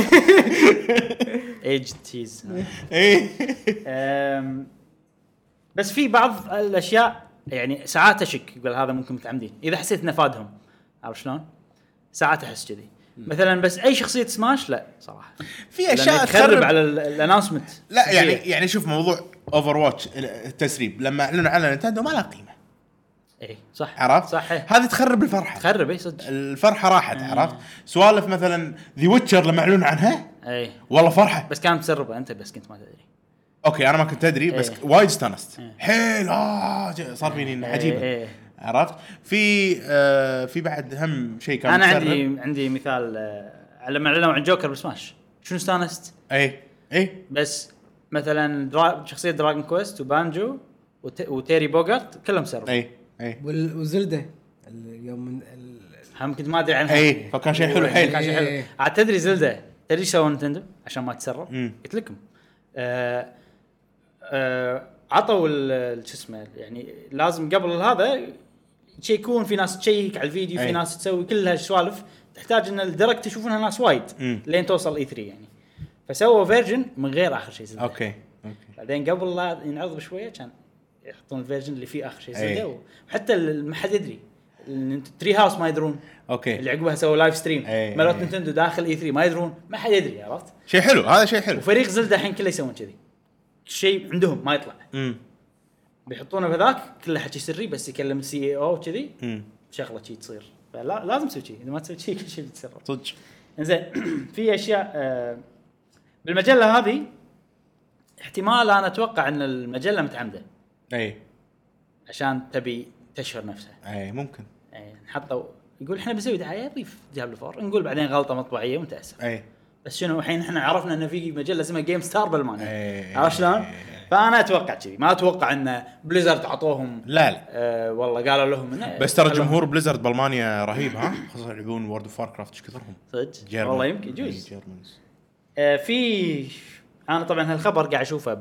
ايج تشيز
اي
أم، بس في بعض الاشياء يعني ساعات اشك يقول هذا ممكن متعمدين اذا حسيت انه فادهم عرفت شلون؟ ساعات احس كذي مثلا بس اي شخصيه سماش لا صراحه
في اشياء
تخرب
تخرب
على الاناونسمنت
لا يعني يعني شوف موضوع اوفر واتش التسريب لما اعلنوا على نينتندو ما له قيمه
اي صح
عرفت؟
صح إيه.
هذه تخرب الفرحه
تخرب اي صدق
الفرحه راحت عرفت؟ سوالف مثلا ذا ويتشر لما اعلنوا عنها
اي
والله فرحه
بس كانت مسربه انت بس كنت ما تدري
اوكي انا ما كنت ادري بس
إيه.
وايد استانست
إيه.
حيل اه ج- صار فيني عجيبه
إيه.
عرفت؟ في آه في بعد اهم شيء كان
انا
مسرب.
عندي عندي مثال آه، لما اعلنوا عن جوكر بسماش شنو استانست
اي اي
بس مثلا درا... شخصيه دراجون كويست وبانجو وت... وتيري بوغارت كلهم سربوا
اي اي
وال- وزلده اليوم من ال-
هم كنت ما ادري عنها
اي فكان شيء حلو حيل
كان شيء حلو
إيه.
عاد تدري زلده تدري ايش سووا نينتندو عشان ما تسرب
مم.
قلت لكم آه آه عطوا ال- شو اسمه يعني لازم قبل هذا يكون في ناس تشيك على الفيديو في
أي.
ناس تسوي كل هالسوالف تحتاج ان الدرك تشوفونها ناس وايد
مم.
لين توصل اي ثلاثة يعني فسووا فيرجن من غير اخر شيء زلده
اوكي اوكي
بعدين قبل لا ينعرض بشويه كان يحطون الفيرجن اللي فيه اخر شيء
أي.
زلده وحتى ال- ما حد يدري تري هاوس ما يدرون
اوكي
اللي عقبها سووا لايف ستريم
أي.
مالت
أي.
نينتندو داخل اي ثلاثة ما يدرون ما حد يدري عرفت
شيء حلو هذا شيء حلو
وفريق زلده الحين كله يسوون كذي شيء عندهم ما يطلع
امم
بيحطونه بذاك كله حكي سري بس يكلم السي اي او كذي
امم
شغله شيء تصير فلا لازم تسوي شيء اذا ما تسوي شيء كل شيء بيتسرب
صدق
زين في اشياء آه، بالمجله هذه احتمال انا اتوقع ان المجله متعمده
اي
عشان تبي تشهر نفسها
اي ممكن
يعني نحطوا يقول احنا بنسوي دعايه نضيف ديابلو فور نقول بعدين غلطه مطبعيه ونتاسف
اي
بس شنو الحين احنا عرفنا ان في مجله اسمها جيم ستار بالمانيا
إيه.
عرفت شلون؟ فانا اتوقع كذي ما اتوقع ان بليزرد عطوهم
لا لا
آه والله قالوا لهم إنه
بس ترى
خلهم-
جمهور بليزرد بالمانيا رهيب ها خصوصا يلعبون وورد اوف كرافت ايش كثرهم
صدق
جيرمان.
والله يمكن يجوز
إي، جيرمانز.
آه في انا طبعا هالخبر قاعد اشوفه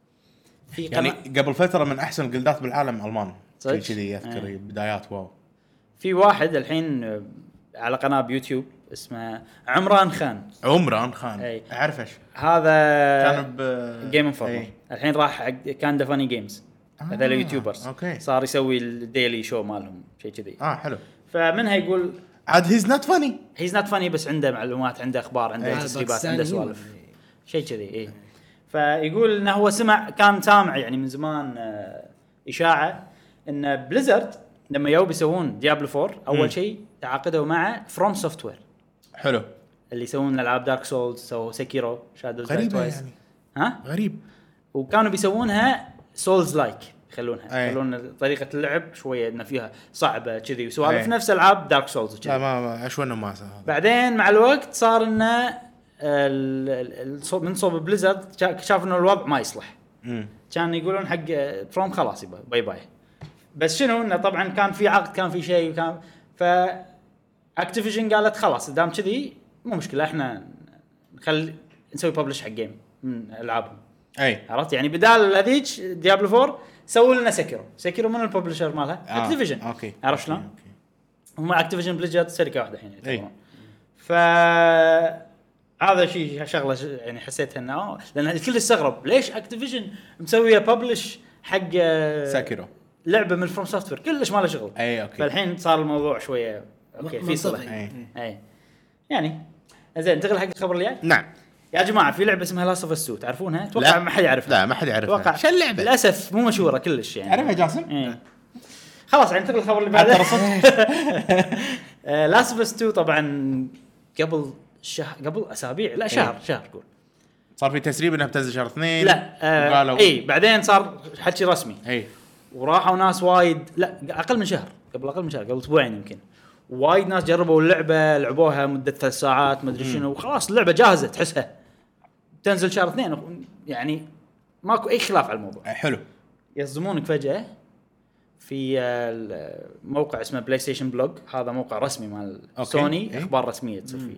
في
يعني
قناه
قبل فتره من احسن الجلدات بالعالم المان
صدق؟
شيء كذي يذكر
إيه.
بدايات واو
في واحد الحين آه، على قناه بيوتيوب اسمه عمران خان
عمران خان
إي.
اعرف ايش
هذا
كان ب
جيم انفورمر
إي.
الحين راح حق كان ذا فاني جيمز هذول
آه،
يوتيوبرز
أوكي.
صار يسوي الديلي شو مالهم شيء كذي
اه حلو
فمنها يقول
عاد هيز نوت فاني
هيز نوت فاني بس عنده معلومات عنده اخبار عنده
إيه.
تسريبات عنده
باكستاني
سوالف شيء كذي اي فيقول انه هو سمع كان سامع يعني من زمان آه، اشاعه ان بليزرد لما يو بيسوون ديابلو فور اول
مم.
شيء تعاقدوا مع فروم سوفت وير
حلو
اللي يسوون العاب دارك سولز سووا سكيرو شادو
غريبه يعني
ها
غريب
وكانوا بيسوونها سولز لايك يخلونها
أي.
يخلون طريقه اللعب شويه ان فيها صعبه كذي وسوالف
أي.
نفس العاب دارك سولز
لا
وكذي
ما ما اشوى ما هذا
بعدين مع الوقت صار انه ال- ال- الصوب- من صوب بليزرد شا- شاف انه الوضع ما يصلح
امم
كان يقولون حق فروم خلاص يبا باي باي بس شنو انه طبعا كان في عقد كان في شيء وكان ف اكتيفيجن قالت خلاص دام كذي مو مشكله احنا نخلي نسوي ببلش حق جيم من العابهم
اي
عرفت يعني بدال هذيك ديابلو فور سووا لنا سكيرو سكيرو من الببلشر مالها
آه.
اكتيفيجن
اوكي
عرفت شلون؟
أوكي.
هم اكتيفيجن بليزرد شركه واحده الحين
أي.
يعتبرون ف هذا شيء شغله ش- يعني حسيتها انه آه، لان الكل استغرب ليش اكتيفيجن مسويه ببلش حق آه،
ساكيرو
لعبه من فروم سوفت وير كلش ما له شغل
اي اوكي
فالحين صار الموضوع شويه اوكي في صلح
منطقي.
اي
اي يعني زين انتقل حق الخبر اللي جاي
نعم
يا جماعه في لعبه اسمها لاست اوف اس تو تعرفونها؟ اتوقع
لا.
ما حد يعرفها
لا ما حد يعرفها
اتوقع
شو اللعبه
للاسف مو مشهوره كلش يعني
تعرفها جاسم؟
إيه. خلاص ننتقل للخبر اللي بعده. لاست اوف اس تو طبعا قبل شهر قبل اسابيع لا شهر
إيه.
شهر قول
صار في تسريب انها بتنزل شهر اثنين.
لا آه
وقالوا
اي بعدين صار حكي رسمي.
اي
وراحوا ناس وايد لا اقل من شهر قبل اقل من شهر قبل اسبوعين يمكن وايد ناس جربوا اللعبه لعبوها مده ثلاث ساعات ما ادري شنو وخلاص اللعبه جاهزه تحسها تنزل شهر اثنين يعني ماكو اي خلاف على الموضوع.
حلو.
يصدمونك فجاه في موقع اسمه بلاي ستيشن بلوج هذا موقع رسمي مال سوني
إيه؟
اخبار رسميه تصير فيه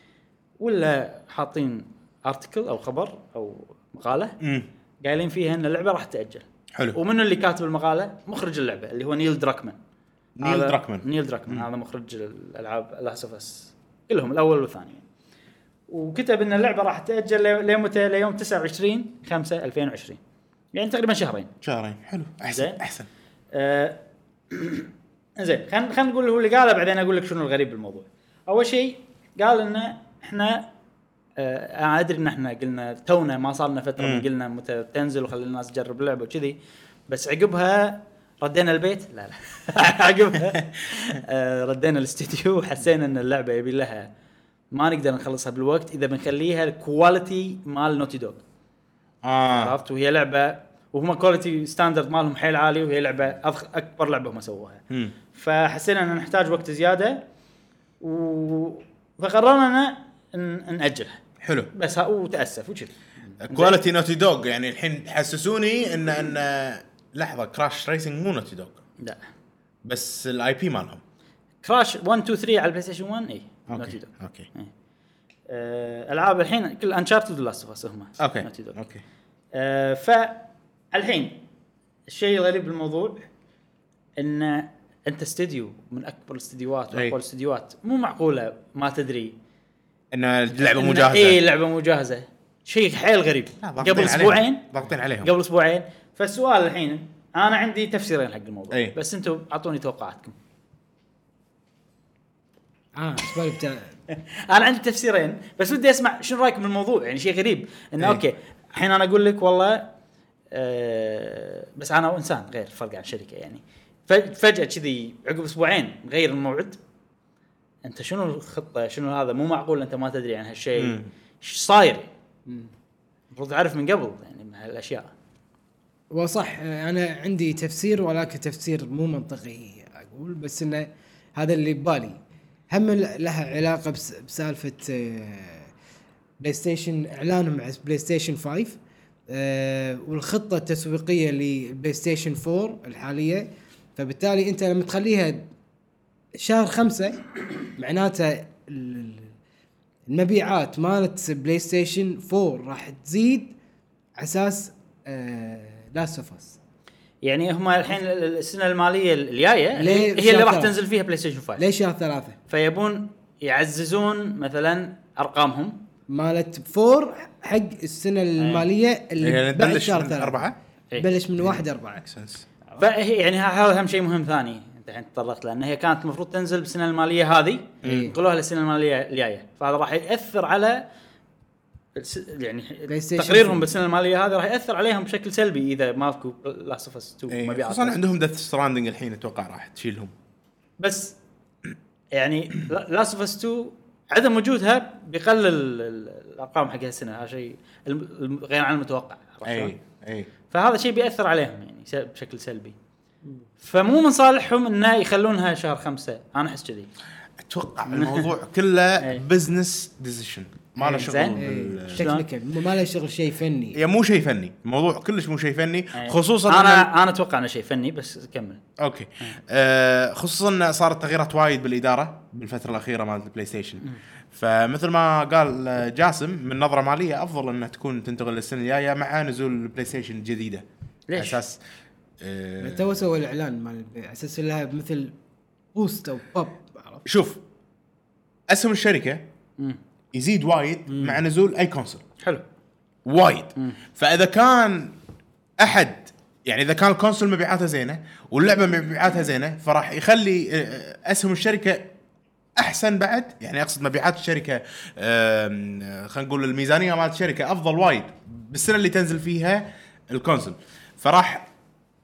ولا حاطين ارتكل او خبر او مقاله
امم
قايلين فيها ان اللعبه راح تاجل.
حلو.
ومنو اللي كاتب المقاله؟ مخرج اللعبه اللي هو نيل دراكمان.
نيل دراكمان
نيل دراكمان هذا مخرج الالعاب لاست اوف اس كلهم الاول والثاني. وكتب ان اللعبه راح تاجل لمتى؟ ليوم تسعة وعشرين خمسة ألفين وعشرين يعني تقريبا شهرين.
شهرين حلو احسن
زين.
احسن.
آه زين خلينا خلينا نقول هو اللي قاله بعدين اقول لك شنو الغريب بالموضوع. اول شيء قال ان احنا آه انا ادري ان احنا قلنا تونا ما صار لنا فتره من قلنا متى تنزل وخلي الناس تجرب اللعبه وكذي بس عقبها ردينا البيت لا لا عقبها آه ردينا الاستديو وحسينا ان اللعبه يبي لها ما نقدر نخلصها بالوقت اذا بنخليها الكواليتي مال نوتي دوغ.
اه
عرفت وهي لعبه وهم كواليتي ستاندرد مالهم حيل عالي وهي لعبه أضخ... اكبر لعبه هم سووها.
مم.
فحسينا ان نحتاج وقت زياده و... فقررنا ان ناجلها.
حلو.
بس ها وتاسف وكذي
كواليتي نوتي دوغ يعني الحين تحسسوني ان ان لحظه كراش ريسنج مو نوتي دوغ
لا
بس الاي بي مالهم
كراش واحد اثنين ثلاثة على البلاي ستيشن واحد اي نوتي دوغ.
اوكي
إيه. أه... العاب الحين كل انشارتد ولاست اوف اس هم
اوكي
نوتي دوغ.
اوكي
أه... فالحين الشيء الغريب بالموضوع ان انت استديو من اكبر الاستديوهات واقوى الاستديوهات مو معقوله ما تدري
ان اللعبه مو جاهزه.
اي اللعبه مو جاهزه شيء حيل غريب. قبل اسبوعين
ضاغطين عليهم
قبل اسبوعين. فالسؤال الحين انا عندي تفسيرين حق الموضوع
أي.
بس انتم اعطوني توقعاتكم.
اه السؤال بتاع
انا عندي تفسيرين بس ودي اسمع شنو رايكم بالموضوع يعني شيء غريب انه اوكي الحين انا اقول لك والله أه بس انا انسان غير فرق عن شركه يعني فجاه كذي عقب اسبوعين نغير الموعد. انت شنو الخطه شنو هذا مو معقول انت ما تدري عن هالشيء ايش صاير المفروض تعرف من قبل يعني من هالاشياء.
وصح انا عندي تفسير ولكن تفسير مو منطقي اقول بس انه هذا اللي ببالي هم لها علاقه بس بسالفه بلاي ستيشن اعلانهم عن بلاي ستيشن خمسة أه والخطه التسويقيه للبلاي ستيشن أربعة الحاليه. فبالتالي انت لما تخليها شهر خمسة معناته المبيعات مالت بلاي ستيشن أربعة راح تزيد على اساس لاست اوف اس.
يعني هم الحين السنه الماليه الجايه هي اللي راح تنزل فيها بلاي ستيشن خمسة
ليش شهر ثلاثة
فيبون يعززون مثلا ارقامهم
مالت أربعة حق السنه الماليه اللي بعد شهر ثلاثة
أربعة
بلش من واحد أربعة.
فهي يعني هذا اهم شيء مهم ثاني انت الحين تطرقت لانه هي كانت المفروض تنزل بالسنه الماليه هذه نقولوها للسنه الماليه الجايه فهذا راح ياثر على يعني تقريرهم بالسنه الماليه هذه راح ياثر عليهم بشكل سلبي اذا ماكو لاست اوف اس اثنين مبيعات.
خصوصا عندهم ديث ستراندنج الحين اتوقع راح تشيلهم
بس يعني لاست اوف اس اثنين عدم وجودها بيقلل الارقام حق هالسنه. هذا شيء غير عن المتوقع.
اي اي
فهذا شيء بيأثر عليهم يعني بشكل سلبي. فمو من صالحهم انه يخلونها شهر خمسة. انا احس كذي
اتوقع الموضوع كله بزنس ديسيشن ما له شغل
تكنيكال ما له شغل شيء فني.
يا مو شيء فني الموضوع كلش مو شيء فني خصوصا
انا انا اتوقع انه شيء فني بس كمل.
اوكي آه خصوصا صارت تغييرات وايد بالاداره بالفتره الاخيره مال البلاي ستيشن. فمثل ما قال جاسم من نظره ماليه افضل انها تكون تنتقل للسنه الجايه مع نزول البلاي ستيشن الجديده.
ليش؟
اساس
آه تو سووا الاعلان مال اساس لها مثل بوست او بوب.
شوف اسهم الشركه
مم.
يزيد وايد مم. مع نزول اي كونسول
حلو
وايد.
مم.
فاذا كان احد يعني اذا كان الكونسول مبيعاتها زينه واللعبه مبيعاتها زينه فراح يخلي اسهم الشركه احسن بعد. يعني اقصد مبيعات الشركه خلينا نقول الميزانيه مالت الشركه افضل وايد بالسنه اللي تنزل فيها الكونسول. فراح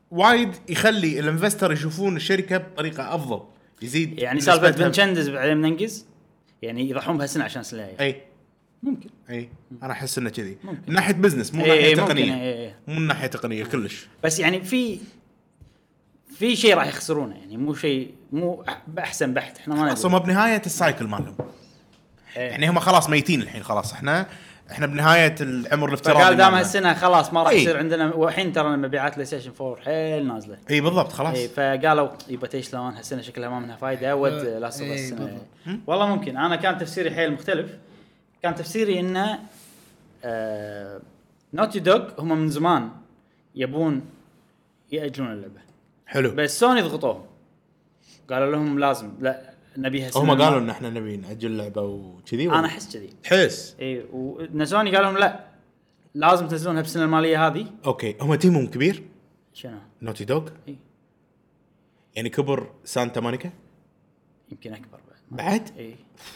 وايد يخلي الانفستر يشوفون الشركه بطريقه افضل، يزيد
يعني سالفه
نسبتها.
بنشندز بعدين بننجز يعني يضحون بهالسنه عشان السنه الجايه.
اي
ممكن
اي انا احس انه كذي
ممكن.
من ناحيه بزنس مو من
إيه
ناحيه
إيه ممكن،
تقنيه.
إيه إيه.
مو من ناحيه تقنيه كلش.
بس يعني في في شيء راح يخسرونه يعني مو شيء مو باحسن بحت احنا ما
خلاص
ندري.
هم بنهايه السايكل مالهم
إيه.
يعني هم خلاص ميتين الحين خلاص احنا احنا بنهايه العمر الافتراضي
فقال دام
مالنا.
هالسنه خلاص ما راح
إيه.
يصير عندنا، والحين ترى مبيعات بلاي ستيشن فور حيل نازله.
اي بالضبط خلاص.
اي فقالوا يبا تيش شلون هالسنه شكلها ما منها فايده ود
أه،
لاست اوف
إيه،
السنه.
بالضبط.
والله ممكن انا كان تفسيري حيل مختلف. كان تفسيري انه آه نوتي دوغ هم من زمان يبون ياجلون اللعبه
حلو.
بس سوني ضغطوهم قالوا لهم لازم لا نبيها سنة
هم قالوا
ما-
ان احنا نبي ناجل اللعبه وكذي.
انا احس كذي
حس.
اي ونسوني قال لهم لا لازم تنزلونها بالسنه الماليه هذه.
اوكي هم تيمهم كبير
شنو؟
نوتي دوغ
اي
يعني كبر سانتا مونيكا
يمكن اكبر بعد
بعد.
اي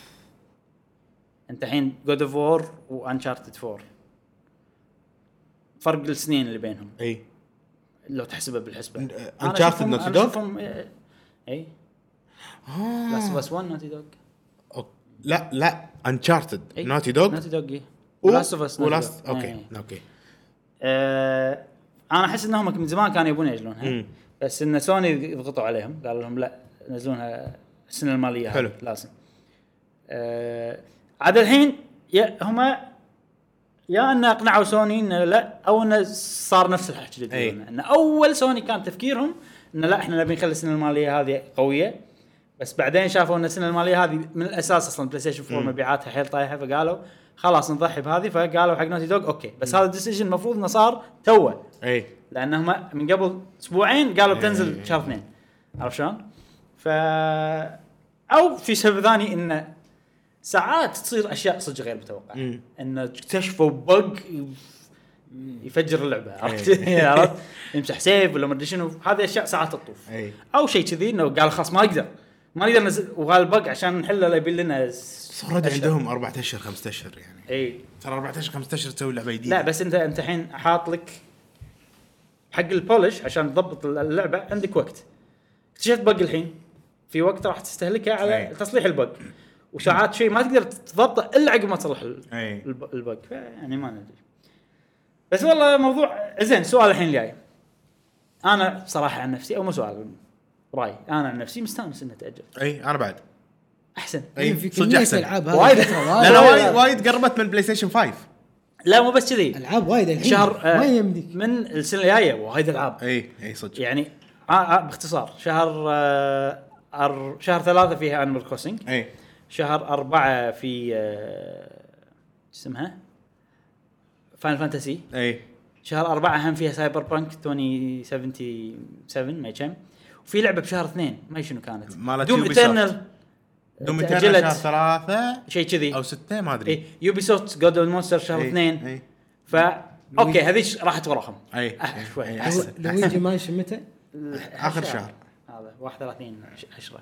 انت الحين جود اوف وور وانشارتد فور فرق السنين اللي بينهم
اي
لو تحسبه بالحسبه.
ن-
أنا
Uncharted
أشوفهم-
Naughty
أنا
Dog؟
أشوفهم، إيه، اي
آه.
لاست بس واحد نوتي دوغ.
أوك. لا لا انشارتد
إيه.
نوتي دوغ
نوتي دوغ اي
و-
لاست اوف اس
ولاست اوكي اوكي.
آه انا احس انهم من زمان كانوا يبون يجلونها
مم.
بس ان سوني يضغطوا عليهم قالوا لهم لا نزلونها السنه الماليه هذه
حلو.
لازم. آه عاد الحين يا هما يا ان اقنعوا سوني ان لا او ان صار نفس الحكي اللي
أي.
يقولونه ان اول سوني كان تفكيرهم ان لا احنا نبي نخلي السنه الماليه هذه قويه بس بعدين شافوا ان السنه الماليه هذه من الاساس اصلا بلاي ستيشن فور
مم.
مبيعاتها حيل طايحه فقالوا خلاص نضحي بهذه فقالوا حق نوتي دوغ اوكي بس هذا الديسيجن المفروض انه صار توه
اي
لانهم من قبل اسبوعين قالوا بتنزل
إيه.
شهر اثنين عرفت شلون؟ ف او في سبب ثاني انه ساعات تصير اشياء صدق غير متوقعه
مم.
انه اكتشفوا بق يفجر اللعبه عرفت؟
إيه.
عرفت؟ يمسح سيف ولا ما ادري شنو هذه اشياء ساعات تطوف
اي
او شيء كذي انه قال خلاص ما نقدر ما نقدر ننزل وهالبق عشان نحله لا يبي لنا
صار عندهم أربعة اشهر خمسة اشهر يعني
اي
ترى أربعة اشهر خمسة اشهر تسوي لعبه جديده.
لا بس انت انت الحين حاط لك حق البولش عشان تضبط اللعبه عندك وقت اكتشفت بق الحين في وقت راح تستهلكه على
أي.
تصليح البق وساعات شيء ما تقدر تضبطه الا عقب ما تصلح ال-
اي
الب- البق يعني ما ندري بس والله موضوع زين. سؤال الحين الجاي انا بصراحه عن نفسي او مو سؤال راي انا عن نفسي مستانس انه تاجل
اي انا بعد
احسن
اي
في
صدق
كمية
احسن
العاب
وايد.
هذه الفترة
لان
وايد
وايد وايد قربت من بلاي ستيشن خمسة.
لا مو بس كذي
العاب وايد الحين
شهر آه،
ما يمديك.
من السنه الجايه وايد العاب
اي اي صدق.
يعني آه آه باختصار شهر آه أر شهر ثلاثة فيها انيمال كروسنج
اي
شهر أربعة في آه اسمها فاينل فانتسي
اي
شهر أربعة هم فيها سايبر بانك ألفين وسبعة وسبعين ما كم وفي لعبة بشهر اثنين ما شنو كانت
مالت
دوم
يوبي سوفت.
إترنال
دوم إترنال شهر ثلاثة
شيء كذي
او ستة ما ادري.
إيه يوبي سوفت جود اوف مونستر شهر
إي،
اثنين
اي
ف اوكي هذيك راحت وراهم
اي
أه شوي
إي،
أحسن.
أحسن.
لويجي مانشن متى؟
آخر شهر.
هذا واحد وثلاثين عشرة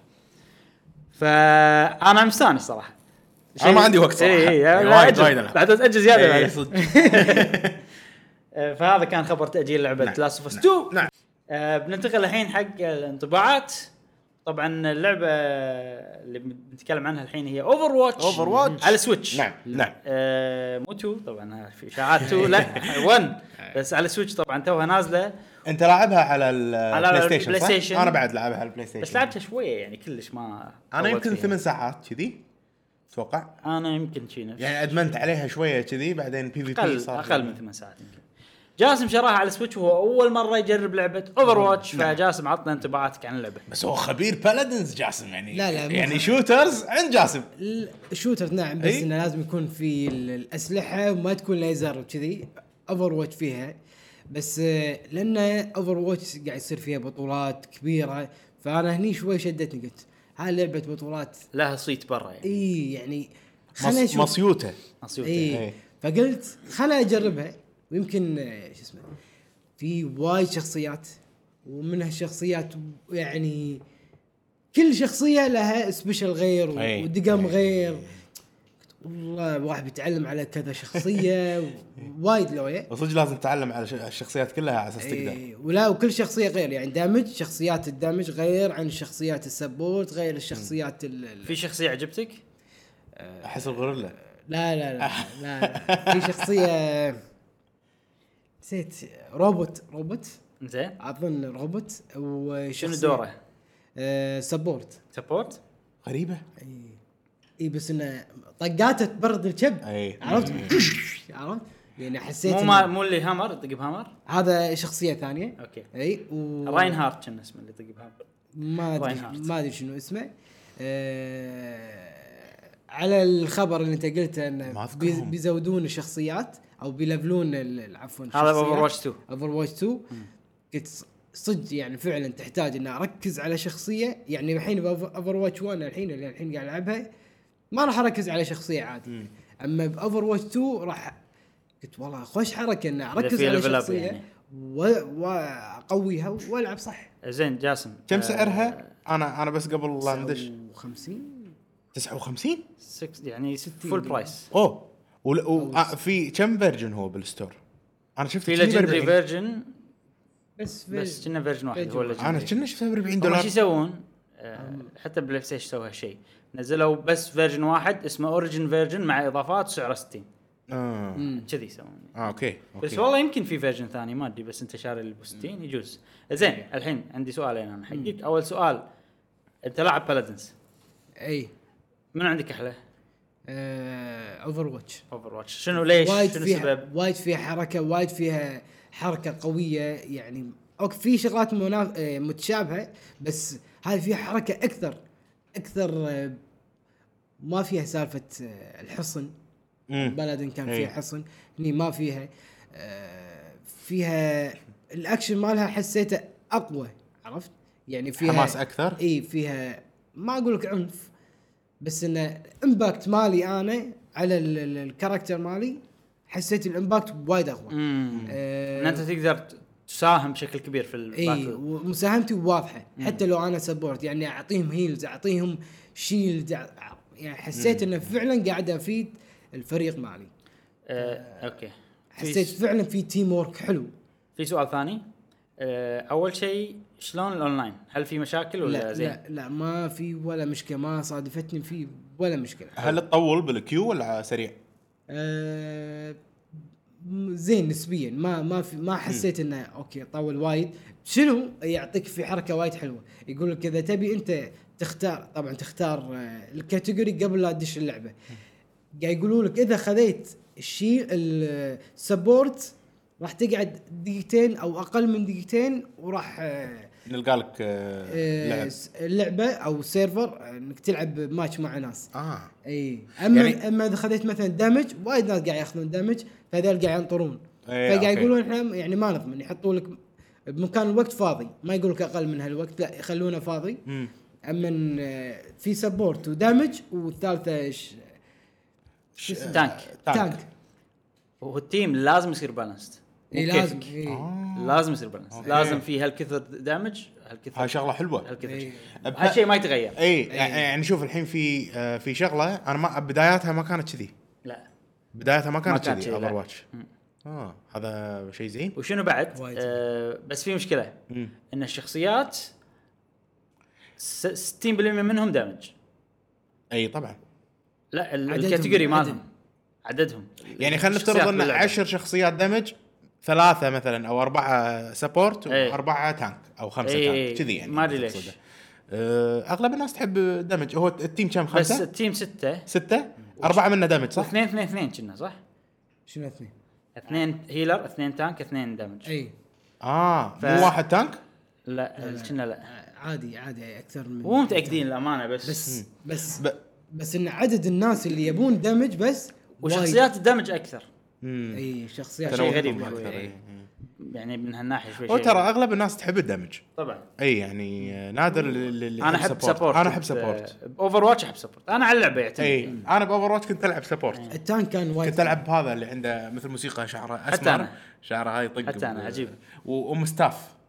فانا مستانس صراحه
أنا ما عندي وقت صراحة.
إيه إيه
يعني
لا
وايد-
أجل.
وايد ألعب.
بعد تاجل زياده
اي
بعد.
صدق.
آه، فهذا كان خبر تاجيل لعبه
نعم.
لاست اوف اس
نعم.
اثنين.
نعم.
آه، بننتقل الحين حق الانطباعات. طبعا اللعبه اللي بنتكلم عنها الحين هي اوفر واتش
Overwatch.
على سويتش.
نعم نعم
آه، مو تو طبعا في اشاعات تو لا واحد بس على سويتش طبعا توها نازله
انت لاعبها على
على
البلاي ستيشن
البلاي
صح؟
ستيشن.
انا بعد لعبها على البلاي ستيشن
بس لعبتها شويه يعني كلش ما
انا
طولت
يمكن
فيها.
ثمان ساعات كذي اتوقع
انا يمكن شي نفس
يعني ادمنت عليها شويه كذي بعدين بي في بي
اقل
صار
اقل من ثمان ساعات يمكن. جاسم شراها على سويتش وهو اول مره يجرب لعبه اوفر واتش
نعم.
فجاسم عطنا انطباعاتك عن اللعبه.
بس هو خبير بالادنز جاسم يعني
لا، لا، مو
يعني
خبير.
شوترز عند جاسم
الشوتر نعم بس
إي؟
انه لازم يكون في ال- الاسلحه وما تكون ليزر وكذي اوفر واتش فيها بس آه، لان اوفر واتش قاعد يصير فيها بطولات كبيره فانا هني شوي شدتني قلت هاي لعبه بطولات
لها صيت برا يعني
اي يعني خلنا
مص...
نشوف
مصيوته
مصيوته.
اي
إي.
فقلت خلنا اجربها ويمكن آه، شو اسمه في وايد شخصيات ومن هالشخصيات يعني كل شخصيه لها سبيشل غير
إي.
ودقم
إي.
غير والله واحد بيتعلم على كذا شخصيه وايد لويا.
وصدق لازم تتعلم على ش- الشخصيات كلها على اساس تقدر.
إيه، ولا وكل شخصيه غير يعني دامج، شخصيات الدامج غير عن شخصيات السبورت، غير الشخصيات ال ال-
في شخصيه عجبتك؟
احس الغوريلا.
لا لا لا لا, لا. في شخصيه نسيت، روبوت روبوت
زين
اظن روبوت. وشخصيه
شنو دوره؟
آه سبورت.
سبورت.
غريبه.
اي اي بس انه طقاته تبرد الكب.
أي.
عرفت عرفت يعني حسيت
مو
إنه-
ما مو اللي هامر يطق بهامر.
هذا شخصيه ثانيه.
اوكي.
اي و...
راين هارت كان اسمه اللي يطق بهامر.
ما ادري
راينهارت.
ما ادري شنو اسمه. آه... على الخبر اللي انت قلته
ما
انه
أذكرهم.
بي- بيزودون الشخصيات او بيلفلون ال- عفوا
هذا اوفر واتش تو.
اوفر واتش تو. قلت ص- صدق يعني فعلا تحتاج ان اركز على شخصيه. يعني الحين باوفر واتش واحد الحين اللي الحين قاعد العبها ما راح اركز على شخصيه عادي. اما باوفر واتش تو راح قلت والله خوش حركه ان اركز
في
على
level up
شخصيه
يعني.
و- واقويها والعب صح.
زين جاسم
كم
آه،
سعرها؟ انا انا بس قبل لا ندش
خمسين
تسعة وخمسين.
سكس يعني فول برايس.
اوه ول- و... آه في كم فيرجن هو بالستور؟ انا شفت
في
كذي
ليجندري
ب أربعين.
فيرجن
بس
بس كنا فيرجن واحد هو
فيرجن
انا
legendary.
كنا شفتها ب أربعين
هم
دولار.
شو يسوون؟ آه، حتى بلاي ستيشن سووا هالشيء، نزلوا بس فيرجن واحد اسمه اوريجن فيرجن مع اضافات سعره ستين
اه
كذي يسوون.
اه اوكي
بس
اوكي.
والله يمكن في فيرجن ثاني ما ادري، بس انت شاري ال ستين يجوز. زين الحين عندي سؤالين انا حقك. اول سؤال، انت لاعب بالادنس،
اي
من عندك احلى؟
اوفر واتش.
اوفر واتش. شنو ليش؟
وايد
شنو
فيها
السبب؟
وايد فيها حركه، وايد فيها حركه قويه يعني. اوكي في شغلات مناف... آه، متشابهه، بس هذه فيها حركه اكثر اكثر. آه، ما فيها سالفه آه، الحصن.
مم.
بلد كان
إي.
فيها حصن، هني ما فيها. آه، فيها الاكشن مالها حسيته اقوى، عرفت يعني فيها
حماس اكثر.
اي فيها ما اقول لك عنف، بس انه امباكت مالي انا على ال- ال- الكاركتر مالي حسيت الامباكت وايد اقوى.
امم
آه
ان انت تقدر تساهم بشكل كبير في
اي
الباتل.
ومساهمتي واضحه حتى لو انا سبورت يعني اعطيهم هيلز، اعطيهم شيلد، يعني حسيت انه فعلا قاعد افيد الفريق مالي.
آه، اوكي.
حسيت
في
فعلا في تيم وورك حلو.
في سؤال ثاني. آه، اول شيء شلون الاونلاين؟ هل في مشاكل ولا
لا
زين؟
لا لا ما في ولا مشكله، ما صادفتني فيه ولا مشكله.
هل تطول بالكيو ولا سريع؟
آه م- زين نسبيا، ما ما في ما حسيت انه اوكي طول وايد. شنو يعطيك في حركه وايد حلوه، يقول لك اذا تبي انت تختار، طبعا تختار آه، الكاتيجوري قبل لا تدش اللعبه. قاعد يقولوا لك اذا خذيت الشيء السبورت راح تقعد دقيقتين او اقل من دقيقتين وراح آه،
نلقى لك آه،
آه،
لعب.
س- اللعبه او سيرفر آه، انك تلعب ماتش مع ناس.
اه
اي اما
يعني-
يعني اما اذا خذيت مثلا دامج، وايد ناس قاعد ياخذون دامج فهذول قاعد ينطرون.
إيه،
فقاعد
أوكي.
يقولون احنا يعني ما نضمن، يحطوا لك بمكان الوقت فاضي، ما يقول لك اقل من هالوقت، لا يخلونه فاضي.
مم.
اما آه، في سبورت ودامج، والثالثه ش-
ش-
تانك.
آه،
تانك.
هو التيم لازم يصير بالانسد.
اي لازم
كيفك.
إيه.
آه.
لازم يصير بالانس.
أوكي.
لازم في هالكثر دامج، هالكثر
هاي شغله حلوه.
هالكثر
إيه.
هالشيء ما يتغير.
اي يعني شوف الحين في آه، في شغله انا ما بداياتها ما كانت كذي.
لا.
بدايتها ما كانت
كانت
كذي
كذي،
اوفر
لا.
واتش. اه هذا شيء زين.
وشنو بعد؟
وايد.
آه بس في مشكله
مم.
ان الشخصيات س- ستين بالمئة منهم دامج.
اي طبعا.
لا ال-
عددهم-
الكاتيجوري
عدد.
مالهم عددهم.
يعني خلينا نفترض
الشخصيات
ان
باللعبة.
عشر شخصيات دمج، ثلاثه مثلا او اربعه سبورت
إيه.
واربعه تانك او خمسه
إيه،
تانك كذي يعني.
ما أدري ليش.
تقصده. آه، اغلب الناس تحب دمج. هو التيم كم؟
بس
خمسه؟
التيم ستة
سته؟ اربعه منه دمج صح؟
واثنين اثنين اثنين كنا صح؟
شنو اثنين؟
اثنين هيلر، اثنين تانك، اثنين دامج.
اي
اه
ف-
مو واحد تانك؟
لا كنا لا.
عادي عادي اكثر من
مو متاكدين الامانه بس
بس بس
ب...
بس ان عدد الناس اللي يبون دمج بس
وشخصيات الدمج اكثر.
مم.
اي شخصيات
شيء غريب
تنوعهم
شوي.
أكثر، إيه.
يعني من هالناحيه شوي
هو
شيء
ترى اغلب الناس تحب الدمج.
طبعا.
اي يعني آه، نادر اللي اللي
انا احب سبورت.
انا احب سبورت.
باوفر واتش احب سبورت. انا على اللعبه يعتمد.
اي انا باوفر واتش كنت العب سبورت.
التانك كان وايد
كنت العب بهذا اللي عنده مثل موسيقى شعره
حتى
اسمر،
أنا.
شعره هاي يطق.
حتى أنا، عجيب.
وام ستاف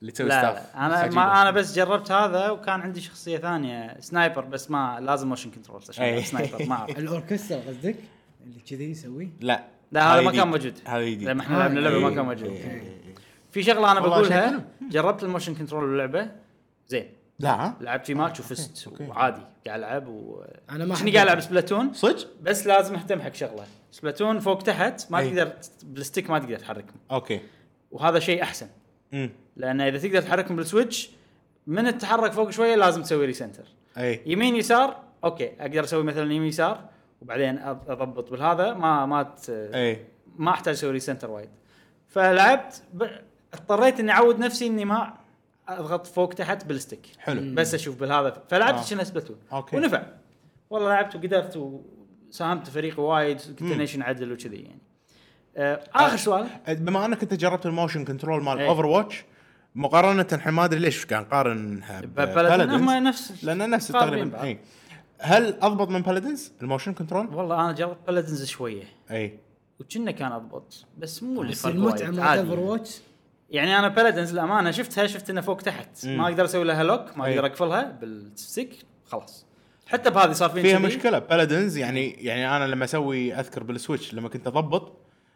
اللي تسوي
لا,
ستاف
لا انا
عجيبة.
ما انا بس جربت هذا وكان عندي شخصيه ثانيه سنايبر بس ما لازم موشن كنترول عشان
أي.
ألعب سنايبر ما اعرف.
الاوركسترا قصدك اللي كذي يسوي؟
لا
لا هذا
هذا
ما
جديد.
كان موجود
هذا جديد
لما احنا
آه،
لعبنا اللعبه
إيه،
ما كان موجود.
إيه، إيه، إيه.
في شغله انا
والله
بقولها جربت الموشن كنترول باللعبه زين
لا ها؟
لعبت في ماتش وفزت
أوكي.
وعادي قاعد العب و
أنا ما
شني
حبيت.
قاعد العب سبلاتون
صدق
بس لازم اهتم حق شغله سبلاتون فوق تحت ما
أي.
تقدر بالستيك ما تقدر تحركهم
اوكي
وهذا شيء احسن
امم
لان اذا تقدر تحركهم بالسويتش من التحرك فوق شويه لازم تسوي ريسنتر
اي
يمين يسار اوكي اقدر اسوي مثلا يمين يسار وبعدين أض- اضبط بالهذا ما ما ت...
اي
ما احتاج اسوي ريسنتر وايد فلعبت ب... اضطريت اني اعود نفسي اني ما اضغط فوق تحت بالستيك
حلو
بس اشوف بالهذا فلعبت
آه.
شنو سبلاتون
أوكي.
ونفع والله لعبت وقدرت وساهمت فريقي وايد كنت
مم.
نيشن عدل وكذي يعني آه اخر سؤال
بما انك انت جربت الموشن كنترول مال
إيه.
اوفر واتش مقارنه الحين ما ادري ليش قاعد نقارنها
ببلدن هم
ببالادنز
نفس
لان نفس
قاربين
تقريبا
بعض.
اي هل اضبط من بالادنز الموشن كنترول؟
والله انا جربت بلدنز شويه
اي
وكنا كان اضبط بس مو اللي
بس
فرق
المتعه
وايد
مع
عادي
اوفر واتش
يعني انا بلدنز الامانه شفتها شفت انه فوق تحت
مم.
ما اقدر اسوي لها لوك ما
أي.
اقدر اقفلها بالستيك خلاص حتى بهذه صار فيها
فيها مشكله بالادنز يعني يعني انا لما اسوي اذكر بالسويتش لما كنت اضبط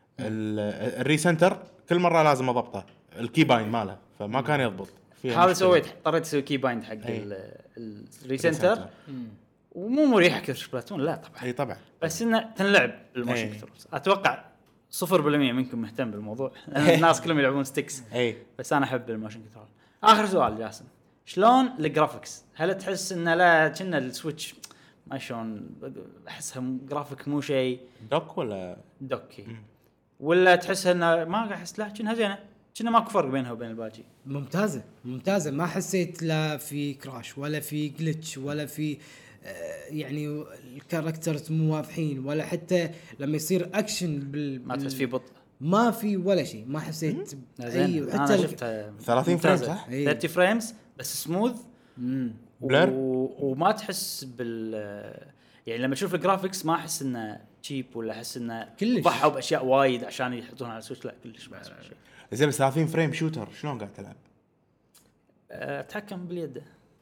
ال- الريسنتر كل مره لازم اضبطه الكي باين ماله فما كان يضبط فيها
هذا
مشكلة.
سويت اضطريت اسوي كي بايند حق
أي.
ال- الريسنتر ومو مريحه كثر سبلاتون لا طبعا
اي طبعا
بس انه تنلعب بالموشن
أي.
كنترولز اتوقع صفر بالمية منكم مهتم بالموضوع الناس كلهم يلعبون ستيكس
اي
بس انا احب الموشن كنترول. اخر سؤال جاسم شلون الجرافكس هل تحس انه لا كنا السويتش ما شلون احسها جرافيك مو شيء
دوك ولا
دوكي ولا تحس انه ما قاعد احس لا كأنها زينه كأنه ماكو فرق بينها وبين الباقي
ممتازه ممتازه ما حسيت لا في كراش ولا في جلتش ولا في آه، يعني الكاركترز مو واضحين ولا حتى لما يصير اكشن بال
ما تحس فيه بطء
ما في ولا شيء ما حسيت
لا
اي
زين انا
حتى ال-
شفتها
ثلاثين فريم
ممتازة.
صح؟
إيه.
ثلاثين فريمز بس سموث
مم.
بلر؟
و... وما تحس بال يعني لما تشوف الجرافيكس ما احس انه تشيب ولا احس انه
كلش.
ضحوا باشياء وايد عشان يحطونها على السويتش لا كلش ما أحس بشيء.
زين بس ثلاثين فريم شوتر شلون قاعد تلعب؟
أه، اتحكم باليد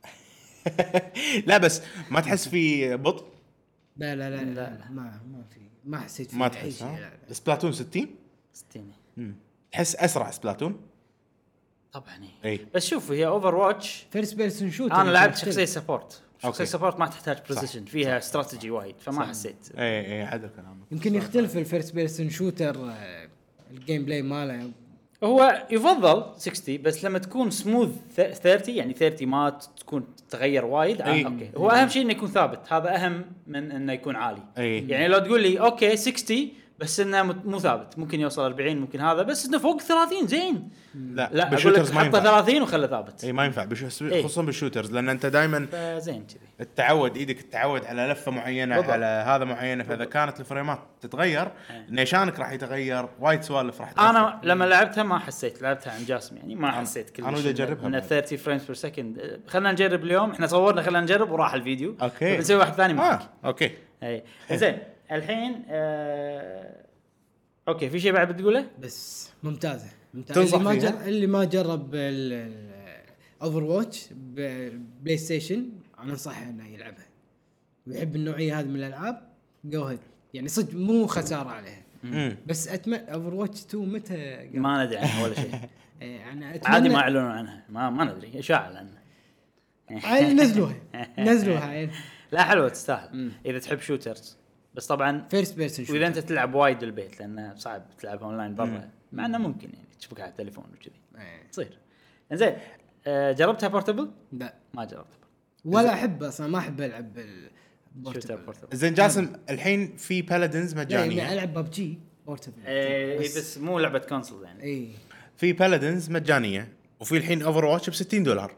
لا بس ما تحس في بطء؟
لا لا لا, لا,
لا.
ما ما في ما حسيت فيه
ما
أي
تحس
شيء، لا،
ها؟
لا.
سبلاتون ستين؟
ستين
تحس اسرع سبلاتون؟
طبعا إيه.
اي
بس شوف هي اوفر واتش
فيرست بيرسون شوت
انا لعبت شخصيه سبورت
أوكي.
شخصيه سبورت ما تحتاج بريسيشن فيها استراتيجي وايد فما
صح.
حسيت
اي اي عدل كلامك
يمكن يختلف الفيرست بيرسون شوتر آه، الجيم بلاي ماله
هو يفضل ستين بس لما تكون سموث ثلاثين يعني ثلاثين ما تكون تغير وايد آه
أي.
اوكي هو اهم شيء انه يكون ثابت هذا اهم من انه يكون عالي
اي
يعني لو تقول لي اوكي ستين بس انه مت- مو ثابت ممكن يوصل أربعين ممكن هذا بس انه فوق ثلاثين زين
لا
لا اقول لك
بالشوترز ما
حطه
ينفع
ثلاثين وخله ثابت
اي ما ينفع بالش-
إي.
خصوصا بالشوترز لان انت دائما
فزين كذي
التعود ايدك تتعود على لفه معينه
بالضبط.
على هذا معينه فاذا كانت الفريمات تتغير
إيه.
نيشانك راح يتغير وايد سوالف راح تأثر.
انا لما لعبتها ما حسيت لعبتها عن جاسم يعني ما حسيت كل
أنا ودي أجربها
من
بعد.
ثلاثين فريمز بير سكند خلينا نجرب اليوم احنا صورنا خلينا نجرب وراح الفيديو
اوكي
بنسوي واحد ثاني معك
اه اوكي
اي زين الحين آه... اوكي في شيء بعد بتقوله
بس ممتازه ممتازه
تنصح
اللي ما
فيها؟
جر... اللي ما جرب اوفر واتش بلاي ستيشن انا انصحه انه يلعبها ويحب النوعيه هذه من الالعاب جو هيد يعني صدق مو خساره عليها
امم
بس اتمنى اوفر واتش تو متى قال؟
ما ندري عنها ولا شيء
إيه، انا اتمنى
عادي ما اعلنوا عنها ما ما ندري اشاعه عنها
عيل نزلوها نزلوها عيل
لا حلوه تستاهل اذا تحب شوترز بس طبعا
فيرست بيرسون
واذا انت تلعب وايد بالبيت لانه صعب تلعبها اونلاين برا مع انه ممكن يعني تشبك على التليفون وكذي تصير زين آه، جربتها بورتبل
لا
ما جربتها
ولا احب اصلا ما احب العب
شوتر
بالبورتبل
بورتبل
زين جاسم الحين في بالادنز
يعني
مجانيه
العب ببجي بورتبل
ايه بس مو لعبه كونسول يعني
اي
في بالادنز مجانيه وفي الحين اوفر واتش ب ستين دولار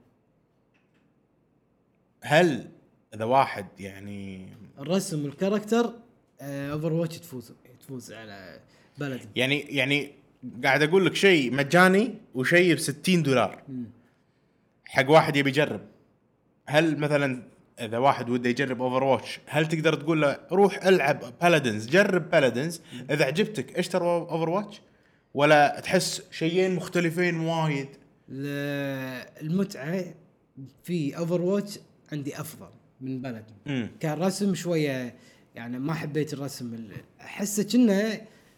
هل اذا واحد يعني
الرسم والكاركتر اوفر واتش تفوز تفوز على بلد
يعني يعني قاعد اقول لك شيء مجاني وشيء ب ستين دولار حق واحد يبي يجرب هل مثلا اذا واحد وده يجرب اوفر واتش هل تقدر تقول له روح العب بالادنز جرب بالادنز اذا عجبتك اشتري اوفر واتش ولا تحس شيئين مختلفين وايد
المتعه في اوفر واتش عندي افضل من بلد.
مم.
كان رسم شويه يعني ما حبيت الرسم ال- احسه كنا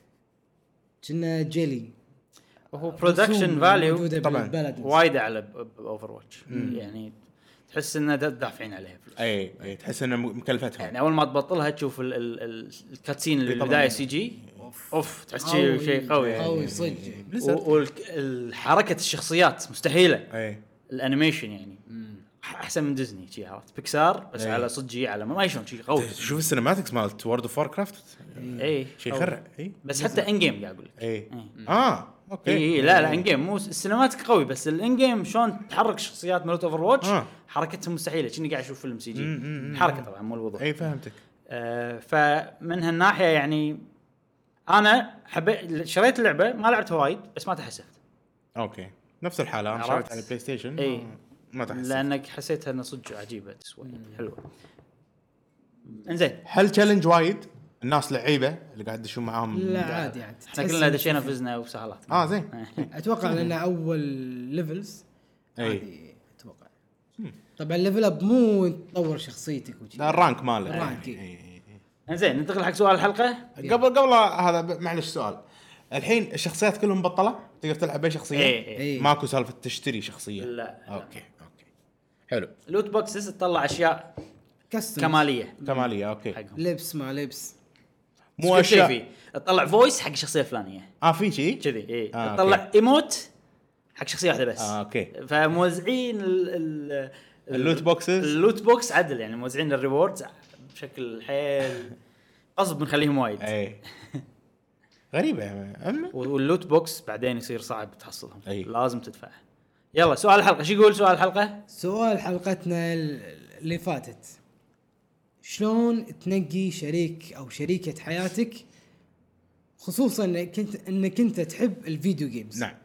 كنا جيلي
هو برودكشن فاليو
موجودة
طبعاً.
بالبلد.
وايد على باوفر واتش يعني تحس انه دا- دافعين عليها فلوس.
اي اي تحس انه مكلفتهم.
يعني اول ما تبطلها تشوف ال- ال- ال- الكاتسين اللي
إي طبعاً.
بالبدايه سي جي اوف تحس شيء
قوي.
شيء قوي
قوي صدق.
والحركه الشخصيات مستحيله
اي
الانيميشن يعني احسن من ديزني شي عرفت بيكسار بس
أي.
على صجي على ما يشون شيء قوي
شوف السينماتكس مالت وورد اوف كرافت
اي
شيء
قوي.
يخرع. اي
بس حتى ان جيم قاعد اقول لك
اي
إي.
اه اوكي
اي لا لا ان جيم مو السينماتيك قوي بس الان جيم شلون تحرك شخصيات مالت اوفر واتش
آه.
حركتهم مستحيله كني قاعد اشوف فيلم سي جي
مم، مم، مم.
حركه طبعا مو الوضوح
اي فهمتك.
آه فمن هالناحيه يعني انا حبيت شريت اللعبه ما لعبتها وايد بس ما تحسفت
اوكي نفس الحاله انا
عرفت؟
شريت على البلاي ستيشن
إي.
ما- ما تحس.
لانك حسيتها انها صدق عجيبه تسوى حلوه انزين
هل تشالنج وايد الناس لعيبه اللي قاعد يدشون معاهم؟
لا عادي يعني
احنا
تحس
كلنا
إن-
دشينا فزنا وسهلات
اه زين.
اتوقع لان اول ليفلز
اي
عادي اتوقع. طبعا الليفل اب مو تطور شخصيتك وشي.
ده الرانك ماله.
الرانك،
إي،
إي.
إي، إي.
انزين ننتقل حق سؤال الحلقه
قبل قبل هذا ب- معلش سؤال. الحين الشخصيات كلهم مبطله تقدر تلعب باي شخصيه؟
اي اي
إي.
ماكو سالفه تشتري شخصيه.
لا، لا.
اوكي اوكي حلو.
لوت بوكسز تطلع اشياء
كاستم
كماليه
كماليه اوكي.
حقهم
لبس ما لبس.
مو
مو اشياء
اشياء.
فيه تطلع فويس حق الشخصيه الفلانيه
اه في شيء
كذي اي
آه،
تطلع
أوكي.
ايموت حق شخصيه واحده بس
اه اوكي.
فموزعين ال ال
اللوت بوكسز؟
اللوت بوكس عدل يعني موزعين الريوردز بشكل حيل قصد بنخليهم وايد
اي غريبه يا أم.
واللوت بوكس بعدين يصير صعب تحصلهم
أي.
لازم تدفع يلا سؤال الحلقه شو يقول سؤال الحلقه
سؤال حلقتنا اللي فاتت شلون تنقي شريك او شريكة حياتك خصوصا انك انت انك انت تحب الفيديو جيمز.
نعم.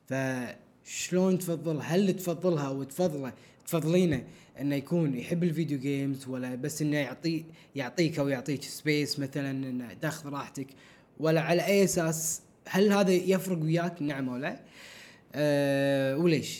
فشلون تفضل هل تفضلها وتفضله تفضلينه انه يكون يحب الفيديو جيمز ولا بس انه يعطي يعطيك او يعطيك سبيس مثلا انه تاخذ راحتك ولا على اي اساس هل هذا يفرق وياك نعم ولا لا أه وليش؟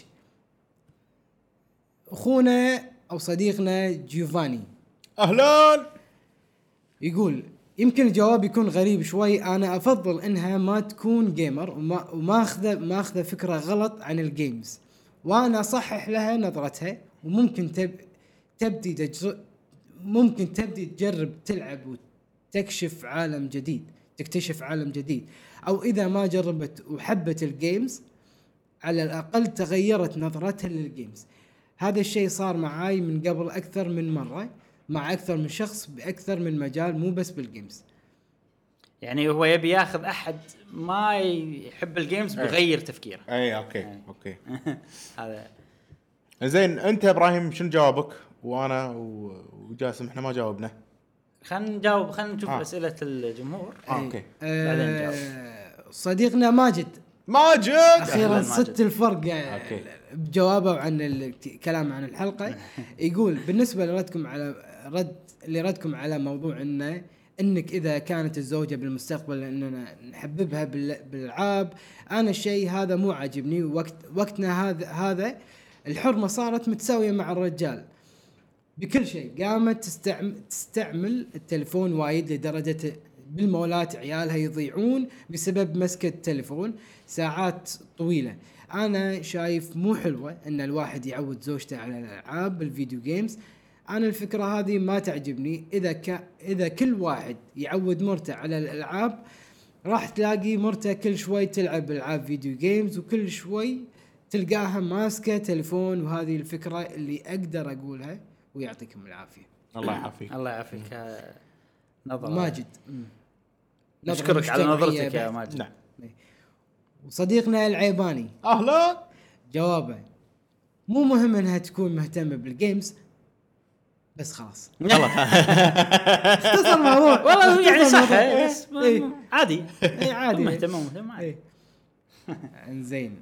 اخونا او صديقنا جيوفاني
اهلا.
يقول يمكن الجواب يكون غريب شوي انا افضل انها ما تكون جيمر وما وما اخذ ما اخذ فكره غلط عن الجيمز وانا اصحح لها نظرتها وممكن تب تبدي تجر ممكن تبدي تجرب تلعب وتكشف عالم جديد تكتشف عالم جديد او اذا ما جربت وحبت الجيمز على الاقل تغيرت نظرتها للجيمز. هذا الشيء صار معاي من قبل اكثر من مره مع اكثر من شخص باكثر من مجال مو بس بالجيمز.
يعني هو يبي ياخذ احد ما يحب الجيمز بيغير تفكيره
اي اوكي اوكي.
هذا
زين انت يا ابراهيم شنو جوابك؟ وانا و- وجاسم احنا ما جاوبنا.
خلينا نجاوب خلينا نشوف
آه.
اسئله الجمهور
آه، اوكي.
بعدين نجاوب.
آه صديقنا ماجد
ماجد
اخيرا
أهلاً ماجد.
صدت الفرق يعني
أوكي.
بجوابه عن الكلام عن الحلقه. يقول بالنسبه لردكم على رد لردكم على موضوع انه انك اذا كانت الزوجه بالمستقبل اننا نحببها بال- بالالعاب انا الشيء هذا مو عاجبني. وقت وقتنا هذا هذا الحرمه صارت متساويه مع الرجال بكل شيء. قامت تستعمل تستعمل التليفون وايد لدرجه بالمولات عيالها يضيعون بسبب مسكة التليفون ساعات طويلة. أنا شايف مو حلوة أن الواحد يعود زوجته على الألعاب بالفيديو جيمز. أنا الفكرة هذه ما تعجبني. إذا ك... إذا كل واحد يعود مرته على الألعاب راح تلاقي مرته كل شوي تلعب ألعاب فيديو جيمز وكل شوي تلقاها ماسكة تليفون. وهذه الفكرة اللي أقدر أقولها ويعطيكم العافية.
الله يعافيك.
الله يعافيك آه، نظرة
ماجد
نشكرك على
مجتمعية
نظرتك يا
بحت.
ماجد.
نعم.
وصديقنا العيباني
اهلا.
جوابه مو مهم انها تكون مهتمة بالجيمز بس خلاص اختصر الموضوع.
والله يعني
اختصر
صح
الموضوع.
بس ما-
إيه.
عادي
إيه عادي.
مهتم مو مهتم عادي.
إيه. انزين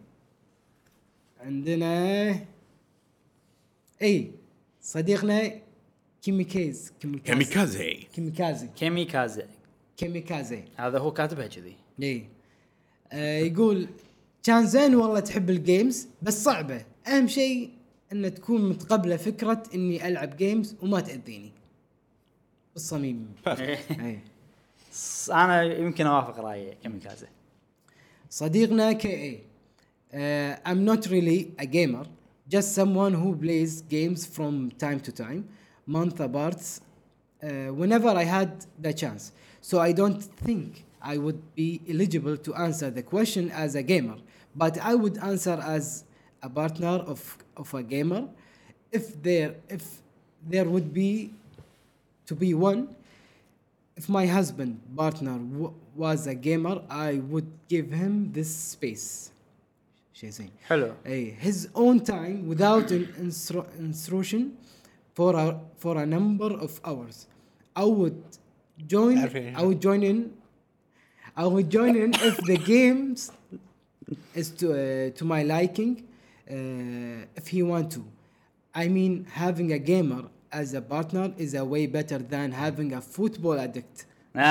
عندنا اي صديقنا كيميكيز كيميكازي
كاميكازي.
كيميكازي
كيميكازي
كيميكازي
هذا هو كاتبها كذي.
اي آه يقول كان زين والله تحب الجيمز بس صعبة. أهم شيء أن تكون متقبلة فكرة إني ألعب جيمز وما تأذيني بالصميم. أي.
انا يمكن اوافق رايي كاميكازي.
صديقنا كي اي uh, I'm not really a gamer, just someone who plays games from time to time, month apart, uh, whenever I had the chance. So I don't think I would be eligible to answer the question as a gamer, but I would answer as a partner of of a gamer if there if there would be to be one. If my husband partner w- was a gamer, I would give him this space. شيء زين.
حلو.
أي his own time without an instru- instruction for a for a number of hours. I would join. I would join in. I would join in if the games is to uh, to my liking. Uh, if he want to. I mean, having a gamer as a partner is a way better than having a football addict.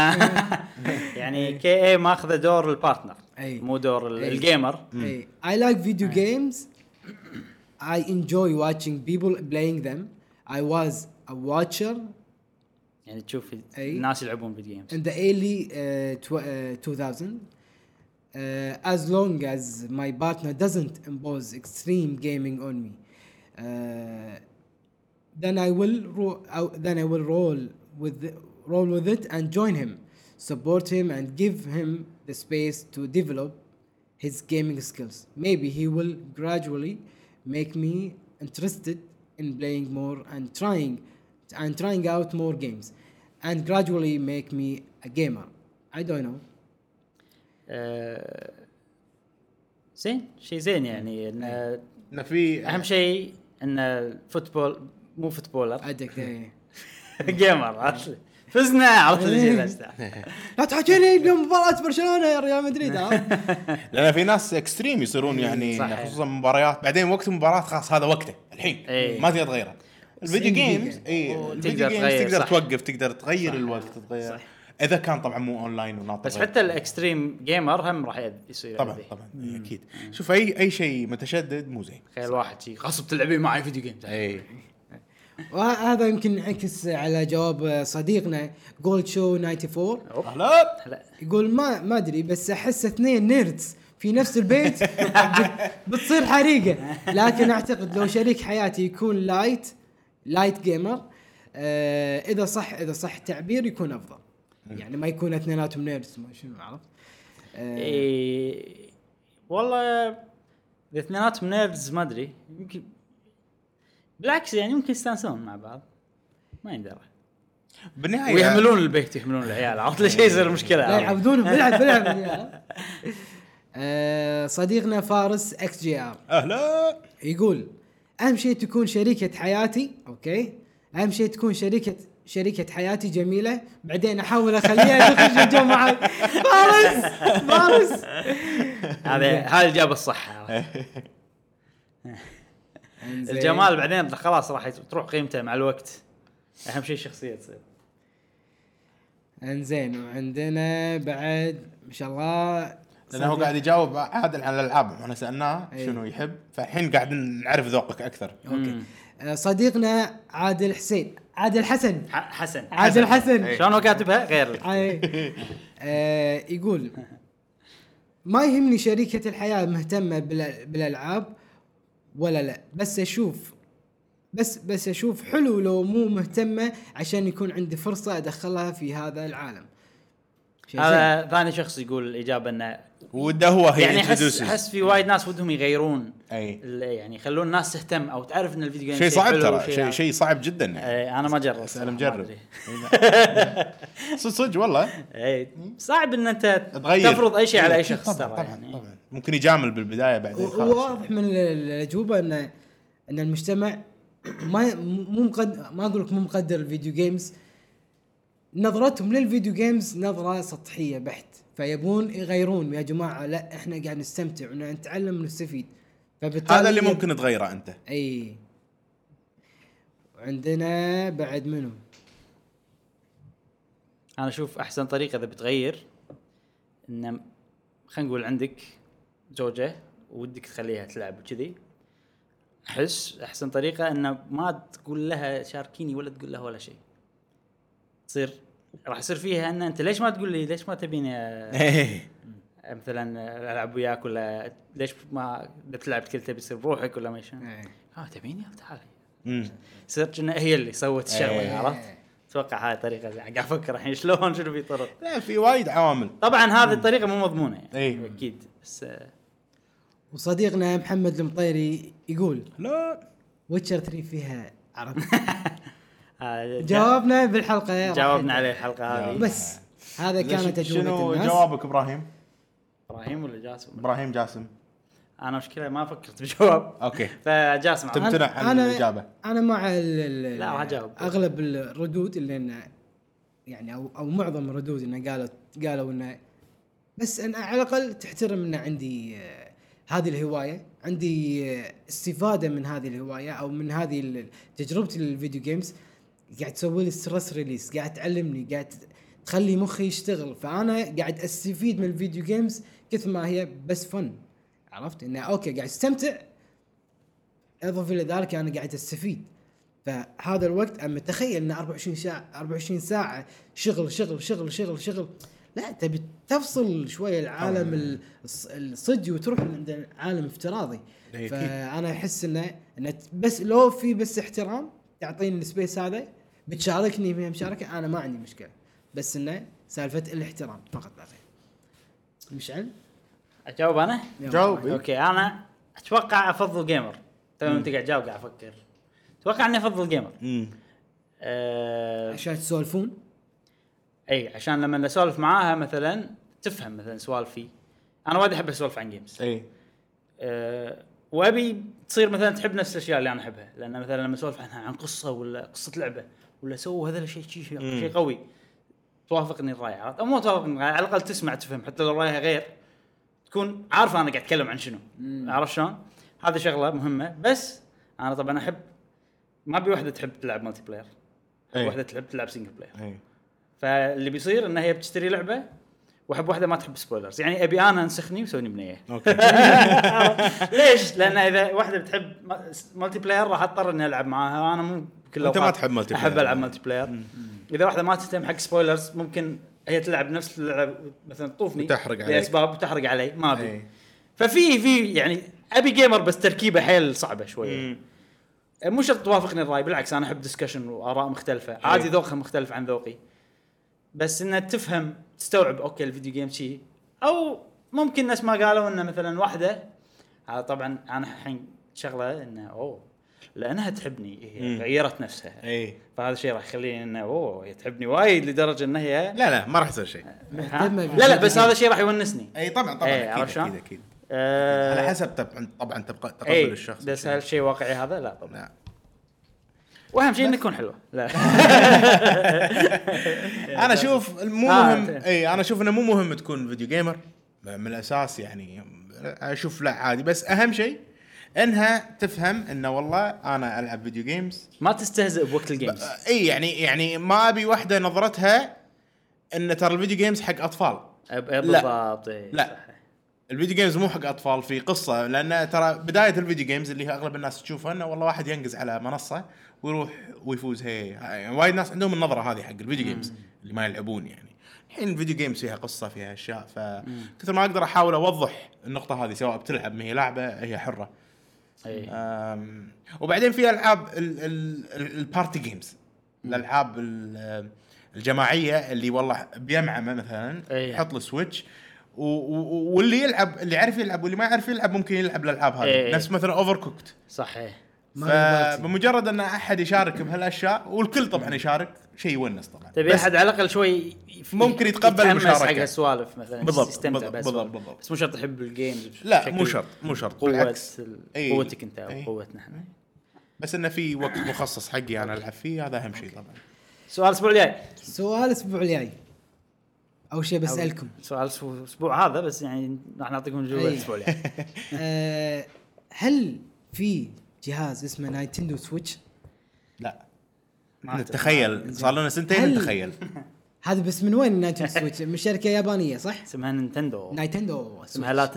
يعني كي اي ماخذ دور البارتنر
أي.
مو دور ال-
أي.
الجيمر.
Hey, I like video games. I enjoy watching people playing them. I was a watcher
يعني تشوف
أي.
الناس يلعبون فيديو جيمز.
in the early uh, tw- uh, two thousand. Uh, as long as my partner doesn't impose extreme gaming on me, uh, then I will ro- I- then I will roll with the, roll with it and join him, support him, and give him the space to develop his gaming skills. Maybe he will gradually make me interested in playing more and trying and trying out more games, and gradually make me a gamer. I don't know.
آه، زين شيء زين يعني ان
إن في
اهم شيء ان الفوتبول مو فوتبولر
أدك إيه.
جيمر. عرفت؟ فزنا عرفت الشيء بس.
لا تحكيني اليوم مباراة برشلونة يا ريال مدريد. ها
لان في ناس اكستريم يصيرون يعني
صحيح.
خصوصا مباريات بعدين وقت المباراه خلاص هذا وقته الحين
إيه.
ما تقدر تغيره. الفيديو
تسعين
جيمز
دقيقة.
اي
وتقدر
الفيديو جيمز
تغير،
تقدر
صح.
توقف تقدر تغير
صح.
الوقت تغير
صح.
اذا كان طبعا مو اونلاين وناطر
بس حتى الاكستريم جيمر هم راح يأذ- يصير
طبعا
يأذيه.
طبعا إيه، اكيد. شوف اي اي شيء متشدد مو زين.
تخيل واحد شي غصب تلعبين معي فيديو جيمز.
اي
وهذا يمكن ينعكس على جواب صديقنا جولد شو أربعة وتسعين.
لا
لا
يقول ما ما ادري بس احس اثنين نيردز في نفس البيت بت- بتصير حريقه. لكن اعتقد لو شريك حياتي يكون لايت لايت جيمر، آه اذا صح اذا صح التعبير يكون افضل. يعني ما يكون اثنيناتهم نيردز ما شنو عرفت. آه
إيه والله اذا اثنيناتهم نيردز ما ادري يمكن بالعكس يعني ممكن يستانسون مع بعض ما يندرى
بالنهايه
ويحملون البيت يحملون العيال. عرفت ليش يصير مشكله؟
لا
عرفت؟
يعبدونهم بيلعب بيلعب. آه صديقنا فارس اكس جي ار
اهلا
يقول اهم شيء تكون شريكة حياتي. اوكي اهم شيء تكون شريكة شريكة حياتي جميلة بعدين احاول اخليها تخش الجو معي. فارس فارس
هذا هذا الجواب الصح.
إنزين.
الجمال بعدين خلاص راح تروح قيمته مع الوقت. اهم شيء الشخصيه تصير.
انزين وعندنا بعد ما شاء الله
لانه هو قاعد يجاوب عادل على الالعاب احنا سالناه
أي.
شنو يحب فالحين قاعد نعرف ذوقك اكثر.
اوكي آه، صديقنا عادل حسين عادل حسن
ح- حسن
عادل حسن
شلون هو كاتبها غير
أي. آه، يقول ما يهمني شريكة الحياة مهتمة بالأ- بالألعاب ولا لا، بس أشوف بس بس أشوف حلو لو مو مهتمة عشان يكون عندي فرصة أدخلها في هذا العالم. شيء زين.
هذا ثاني شخص يقول الاجابه انه
وده هو هي
يعني احس
introduces.
احس في وايد ناس ودهم يغيرون
اي
ال- يعني يخلون الناس تهتم او تعرف ان الفيديو جيم
شيء صعب
حلو
ترى
وشيء-
شيء شيء صعب جدا يعني.
إيه، انا ما جربت
انا
صراحة، ما
مجرب
أدري.
صدق صدق والله
ايه صعب ان انت
تغير
تفرض اي شيء على اي
أكيد
شخص
طبعا
ترى
طبعا,
يعني.
طبعا ممكن يجامل بالبدايه بعدين خلاص.
وواضح من ال- الأجوبة أن أن المجتمع ما مو مقدر ما أقول لك مو مقدر الفيديو جيمز، نظرتهم للفيديو جيمز نظرة سطحية بحت، فيبون يغيرون يا جماعة لا إحنا قاعد نستمتع ونتعلم ونستفيد. فبالتالي
هذا اللي ممكن تغيره انت.
أي. وعندنا بعد منو؟
انا اشوف احسن طريقه اذا بتغير ان خلينا نقول عندك زوجة ودك تخليها تلعب وكذي، احس احسن طريقه انه ما تقول لها شاركيني ولا تقول لها ولا شيء. تصير راح يصير فيها ان انت ليش ما تقول لي، ليش ما تبيني مثلا العب وياك، ولا ليش ما تلعب كل تبي تصير بروحك ولا ما شلون. اه تبيني تعالي. صرت كأنها هي اللي سوت الشغله. عرفت؟ اتوقع هاي طريقه قاعد افكر الحين شلون شنو في طرق.
لا في وايد عوامل
طبعا هذه الطريقه مو مضمونه يعني.
أي.
اكيد بس
وصديقنا محمد المطيري يقول
لا
ويتشر ثري فيها عربي.
آه،
جاوبنا بالحلقه،
جاوبنا عليه الحلقه هذه
بس هذا كانت
شنو
تجربه الناس.
جوابك ابراهيم؟
ابراهيم ولا جاسم؟
ابراهيم جاسم.
انا مشكله ما فكرت بجواب.
اوكي
فجاسم
تمتنع عن الاجابه.
انا مع ال ال
لا، راح أجاوب.
اغلب الردود اللي إنه يعني او او معظم الردود انه قالوا قالوا انه بس انا على الاقل تحترم ان عندي آه، هذه الهوايه، عندي آه، استفاده من هذه الهوايه او من هذه ال- تجربتي للفيديو جيمز، قاعد تسوي لي ستريس ريليس، قاعد تعلمني، قاعد تخلي مخي يشتغل، فانا قاعد استفيد من الفيديو جيمز كثر ما هي بس فن. عرفت انه اوكي قاعد استمتع، اضف الى ذلك انا قاعد استفيد. فهذا الوقت اما تخيل ان أربعة وعشرين ساعه أربعة وعشرين ساعه شغل شغل شغل شغل شغل، لا تبي تفصل شويه العالم الص- الصجي وتروح عند عالم افتراضي.
أكيد.
فانا احس انه انه بس لو في بس احترام تعطيني السبيس هذا، بتشاركني فيها مشاركه، انا ما عندي مشكله، بس انه سالفه الاحترام فقط لا غير. مشعل
اجاوب انا.
جاوب.
اوكي انا اتوقع افضل جيمر. تو انت قاعد تجاوب قاعد افكر. اتوقع اني افضل جيمر.
امم
أه
عشان تسولفون.
اي عشان لما نسولف معاها مثلا تفهم مثلا سوالفي. انا وايد احب اسولف عن جيمز.
اي
أه وابي تصير مثلا تحب نفس الاشياء اللي انا احبها، لان مثلا لما اسولف عنها عن قصه ولا قصه لعبه ولا سووا هذا الشيء شيء شيء شيء قوي، توافقني الراي. عرفت؟ او مو توافقني الراي، على الاقل تسمع تفهم، حتى لو رايها غير تكون عارفه انا قاعد اتكلم عن شنو. عرفت شلون؟ هذه شغله مهمه. بس انا طبعا احب ما ابي واحده تحب تلعب مالتي بلاير،
أي.
واحده تحب تلعب سنجل بلاير.
اي
فاللي بيصير ان هي بتشتري لعبه واحب واحده ما تحب سبويلرز، يعني ابي انا انسخني وسويني بنيه.
اوكي
ليش؟ لان اذا واحده بتحب مالتي بلاير راح اضطر اني العب معاها، انا مو كل
أنت ما
الأوقات
تحب مالتي
احب
بلاير.
العب مالتي بلاير. اذا واحده ما تهتم حق سبويلرز ممكن هي تلعب نفس اللعب مثلا تطوفني
وتحرق عليك.
لاسباب وتحرق علي، ما ابي.
أي.
ففي في يعني ابي جيمر بس تركيبه حيل صعبه شويه. مو شرط توافقني الراي، بالعكس انا احب ديسكشن واراء مختلفه، عادي ذوقها مختلف عن ذوقي، بس انها تفهم تستوعب اوكي الفيديو جيم شيء. او ممكن ناس ما قالوا انه مثلا واحده، هذا طبعا انا الحين شغله انه اوه لانها تحبني هي
مم.
غيرت نفسها،
اي
فهذا الشيء راح يخليني انه اوه هي تحبني وايد لدرجه ان هي
لا لا ما راح يصير شيء.
ها؟
مهتمة
لا لا بس هذا الشيء راح يونسني.
اي طبعا طبعا
إيه، عرفت
اكيد
شلون؟
اكيد اكيد
أه
على حسب طبعا طبعا تبقى تقبل
ايه
الشخص.
بس هل شيء واقعي هذا؟ لا طبعا.
لا
واهم شيء انه يكون حلو. لا
انا اشوف مو
آه،
مهم.
أنت.
اي انا اشوف انه مو مهم تكون فيديو جيمر من الاساس، يعني اشوف لا عادي، بس اهم شيء انها تفهم انه والله انا العب فيديو جيمز.
ما تستهزئ بوقت الجيمز.
اي يعني يعني ما ابي واحده نظرتها ان ترى الفيديو جيمز حق اطفال.
أب- بالضبط. إيه،
لا.
صح.
الفيديو جيمز مو حق اطفال، في قصه، لان ترى بدايه الفيديو جيمز اللي هي اغلب الناس تشوفها انه والله واحد ينقز على منصه ويروح ويفوز. هي يعني وايد ناس عندهم النظره هذه حق الفيديو جيمز اللي ما يلعبون. يعني الحين الفيديو جيمز فيها قصه فيها اشياء، فكثر ما اقدر احاول اوضح النقطه هذه، سواء بتلعب ما هي لعبه هي حره.
إيه.
أم، وبعدين في العاب ال- ال- ال- البارتي جيمز، الالعاب ال- الجماعيه اللي والله بيمعمه مثلا
أي.
يحط له سويتش و- و- واللي يلعب اللي يعرف يلعب واللي ما يعرف يلعب ممكن يلعب الالعاب هذه.
أي.
نفس مثلا اوفر كوكت.
صحيح.
فبمجرد ان احد يشارك بهالاشياء، والكل طبعا يشارك، شيء يونس طبعا.
تبي
بس
احد على الاقل شوي يف-
ممكن يتقبل
يتحمس
المشاركة.
حق السوالف مثلا،
بالضبط،
يستمتع
بالضبط،
بهالسوالف.
بالضبط، بالضبط.
بس مو شرط يحب الجيمز.
لا
بشكل
مو شرط مو شرط
قوة
بالعكس.
ال-
أي.
قوتك انت
أي.
وقوتنا احنا.
بس انه في وقت مخصص حقي انا العب فيه، هذا اهم شيء طبعا.
سؤال الاسبوع الجاي.
سؤال الاسبوع الجاي اول شيء بسالكم
سؤال الاسبوع هذا بس يعني راح نعطيكم جواب
أي.
الاسبوع الجاي.
أه هل في جهاز اسمه نايتندو سويتش؟
لا
ما أعتقد.
نتخيل صار لنا سنتين
هل-
نتخيل.
هذا بس من وين نايتندو سويتش؟ من شركه يابانيه صح؟
اسمها نينتندو.
نايتندو
اسمها لا تندو.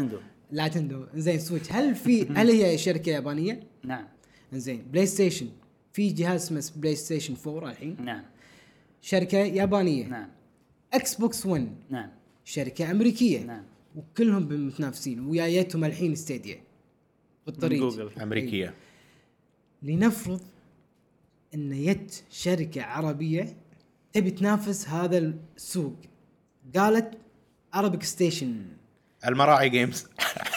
لا تندو زين سويتش هل في هل هي شركه يابانيه؟
نعم
زين بلاي ستيشن في جهاز اسمه بلاي ستيشن فور الحين
نعم
شركه يابانيه.
نعم
اكس بوكس ون
نعم
شركه امريكيه.
نعم
وكلهم متنافسين ويايتهم الحين ستيديا بالطريق
جوجل.
امريكيه.
لنفرض ان يت شركه عربيه تبي تنافس هذا السوق قالت ارابيك ستيشن
المراعي جيمز.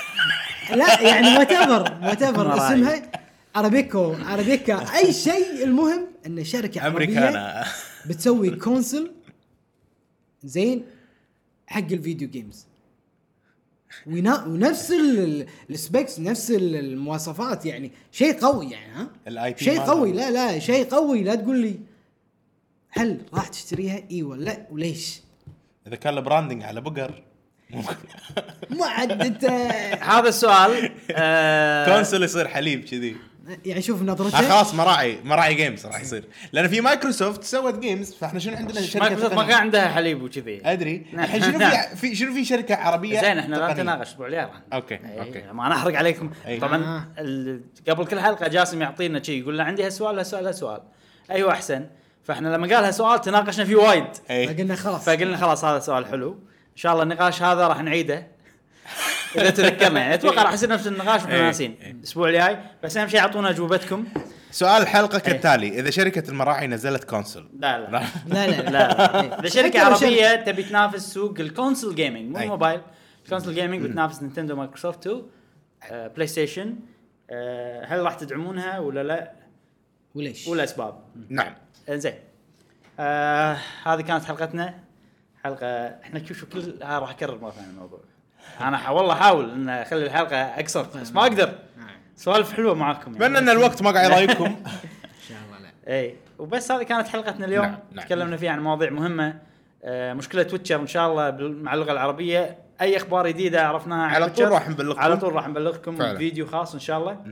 لا يعني وات ايفر وات ايفر
مراعي.
اسمها ارابيكو ارابيكا اي شيء المهم ان شركه عربيه
امريكانا.
بتسوي كونسل زين حق الفيديو جيمز ونا- ونفس ال- السبيكس نفس ال- المواصفات يعني شيء قوي يعني ها
الاي بي
شيء قوي لا لا شيء قوي لا تقول لي هل راح تشتريها اي ولا لا وليش
اذا كان البراندنج على بقر
ما عاد انت
هذا السؤال آه
كونسول يصير حليب كذي.
يعني شوف
آه
نظرته
خلاص مراعي مراعي جيمز راح يصير لان في مايكروسوفت سوت جيمز فاحنا شنو عندنا شركه
مايكروسوفت ما
تقنية.
كان عندها حليب وكذي.
ادري الحين شنو في في شنو في شركه عربيه
زين احنا لا
تقنية.
نتناقش الاسبوع الجاي راح.
اوكي
إيه،
اوكي
ما نحرق عليكم.
أي.
طبعا
آه.
ال- قبل كل حلقه جاسم يعطينا شيء يقول لنا عندي هالسؤال هالسؤال هالسؤال ايوه احسن. فاحنا لما قال هالسؤال تناقشنا فيه وايد
اي
فقلنا خلاص
فقلنا خلاص هذا سؤال حلو ان شاء الله النقاش هذا راح نعيده اذا تذكرنا يعني اتوقع راح يصير نفس النقاش واحنا
إيه.
ناسين الاسبوع الجاي بس اهم شيء اعطونا اجوبتكم.
سؤال الحلقه كالتالي اذا شركه المراعي نزلت كونسول
لا لا
لا لا
لا لا اذا شركه
حتى لو
عربيه تبي تنافس سوق الكونسول جيمنج مو
أي.
الموبايل الكونسول جيمنج بتنافس نينتندو مايكروسوفت تو آه، بلاي ستيشن آه، هل راح تدعمونها ولا لا
وليش
ولا اسباب؟
نعم
زين آه هذه كانت حلقتنا حلقه احنا شوف شو كل آه راح اكرر مره ثانيه الموضوع انا ح- والله احاول ان اخلي الحلقه اقصر بس ما اقدر سوالف حلوه معاكم
اتمنى ان الوقت ما قاعد يضايقكم.
ان شاء الله لا
اي وبس هذه كانت حلقتنا اليوم.
نعم، نعم.
تكلمنا فيها عن مواضيع مهمه آه مشكله تويتشر ان شاء الله بال- مع اللغه العربيه اي اخبار جديده عرفناها عن
على طول
تويتشر،
راح نبلغكم.
على طول راح نبلغكم
فعلا.
فيديو خاص ان شاء الله.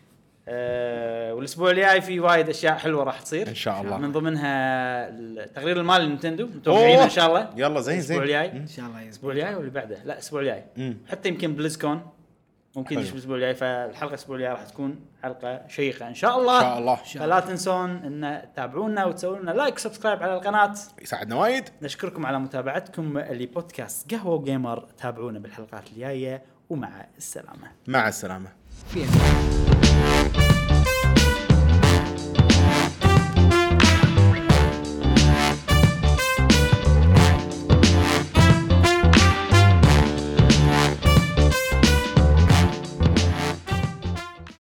آه والاسبوع الجاي في وايد اشياء حلوه راح تصير
إن شاء الله.
من ضمنها التقرير المالي لنينتندو متوقعين ان شاء الله
يلا زين زين
الاسبوع الجاي
ان شاء الله يزبط.
الاسبوع الجاي واللي بعده لا الاسبوع الجاي
مم.
حتى يمكن بليزكون ممكن
حلو.
يجي الاسبوع الجاي فالحلقه الاسبوع الجاي راح تكون حلقه شيقه ان شاء الله
ان شاء الله
فلا تنسون ان تتابعونا وتسوون لنا لايك سبسكرايب على القناه.
يساعدنا وايد.
نشكركم على متابعتكم لبودكاست قهوه وجيمر تابعونا بالحلقات الجايه ومع السلامه.
مع السلامه.
فيها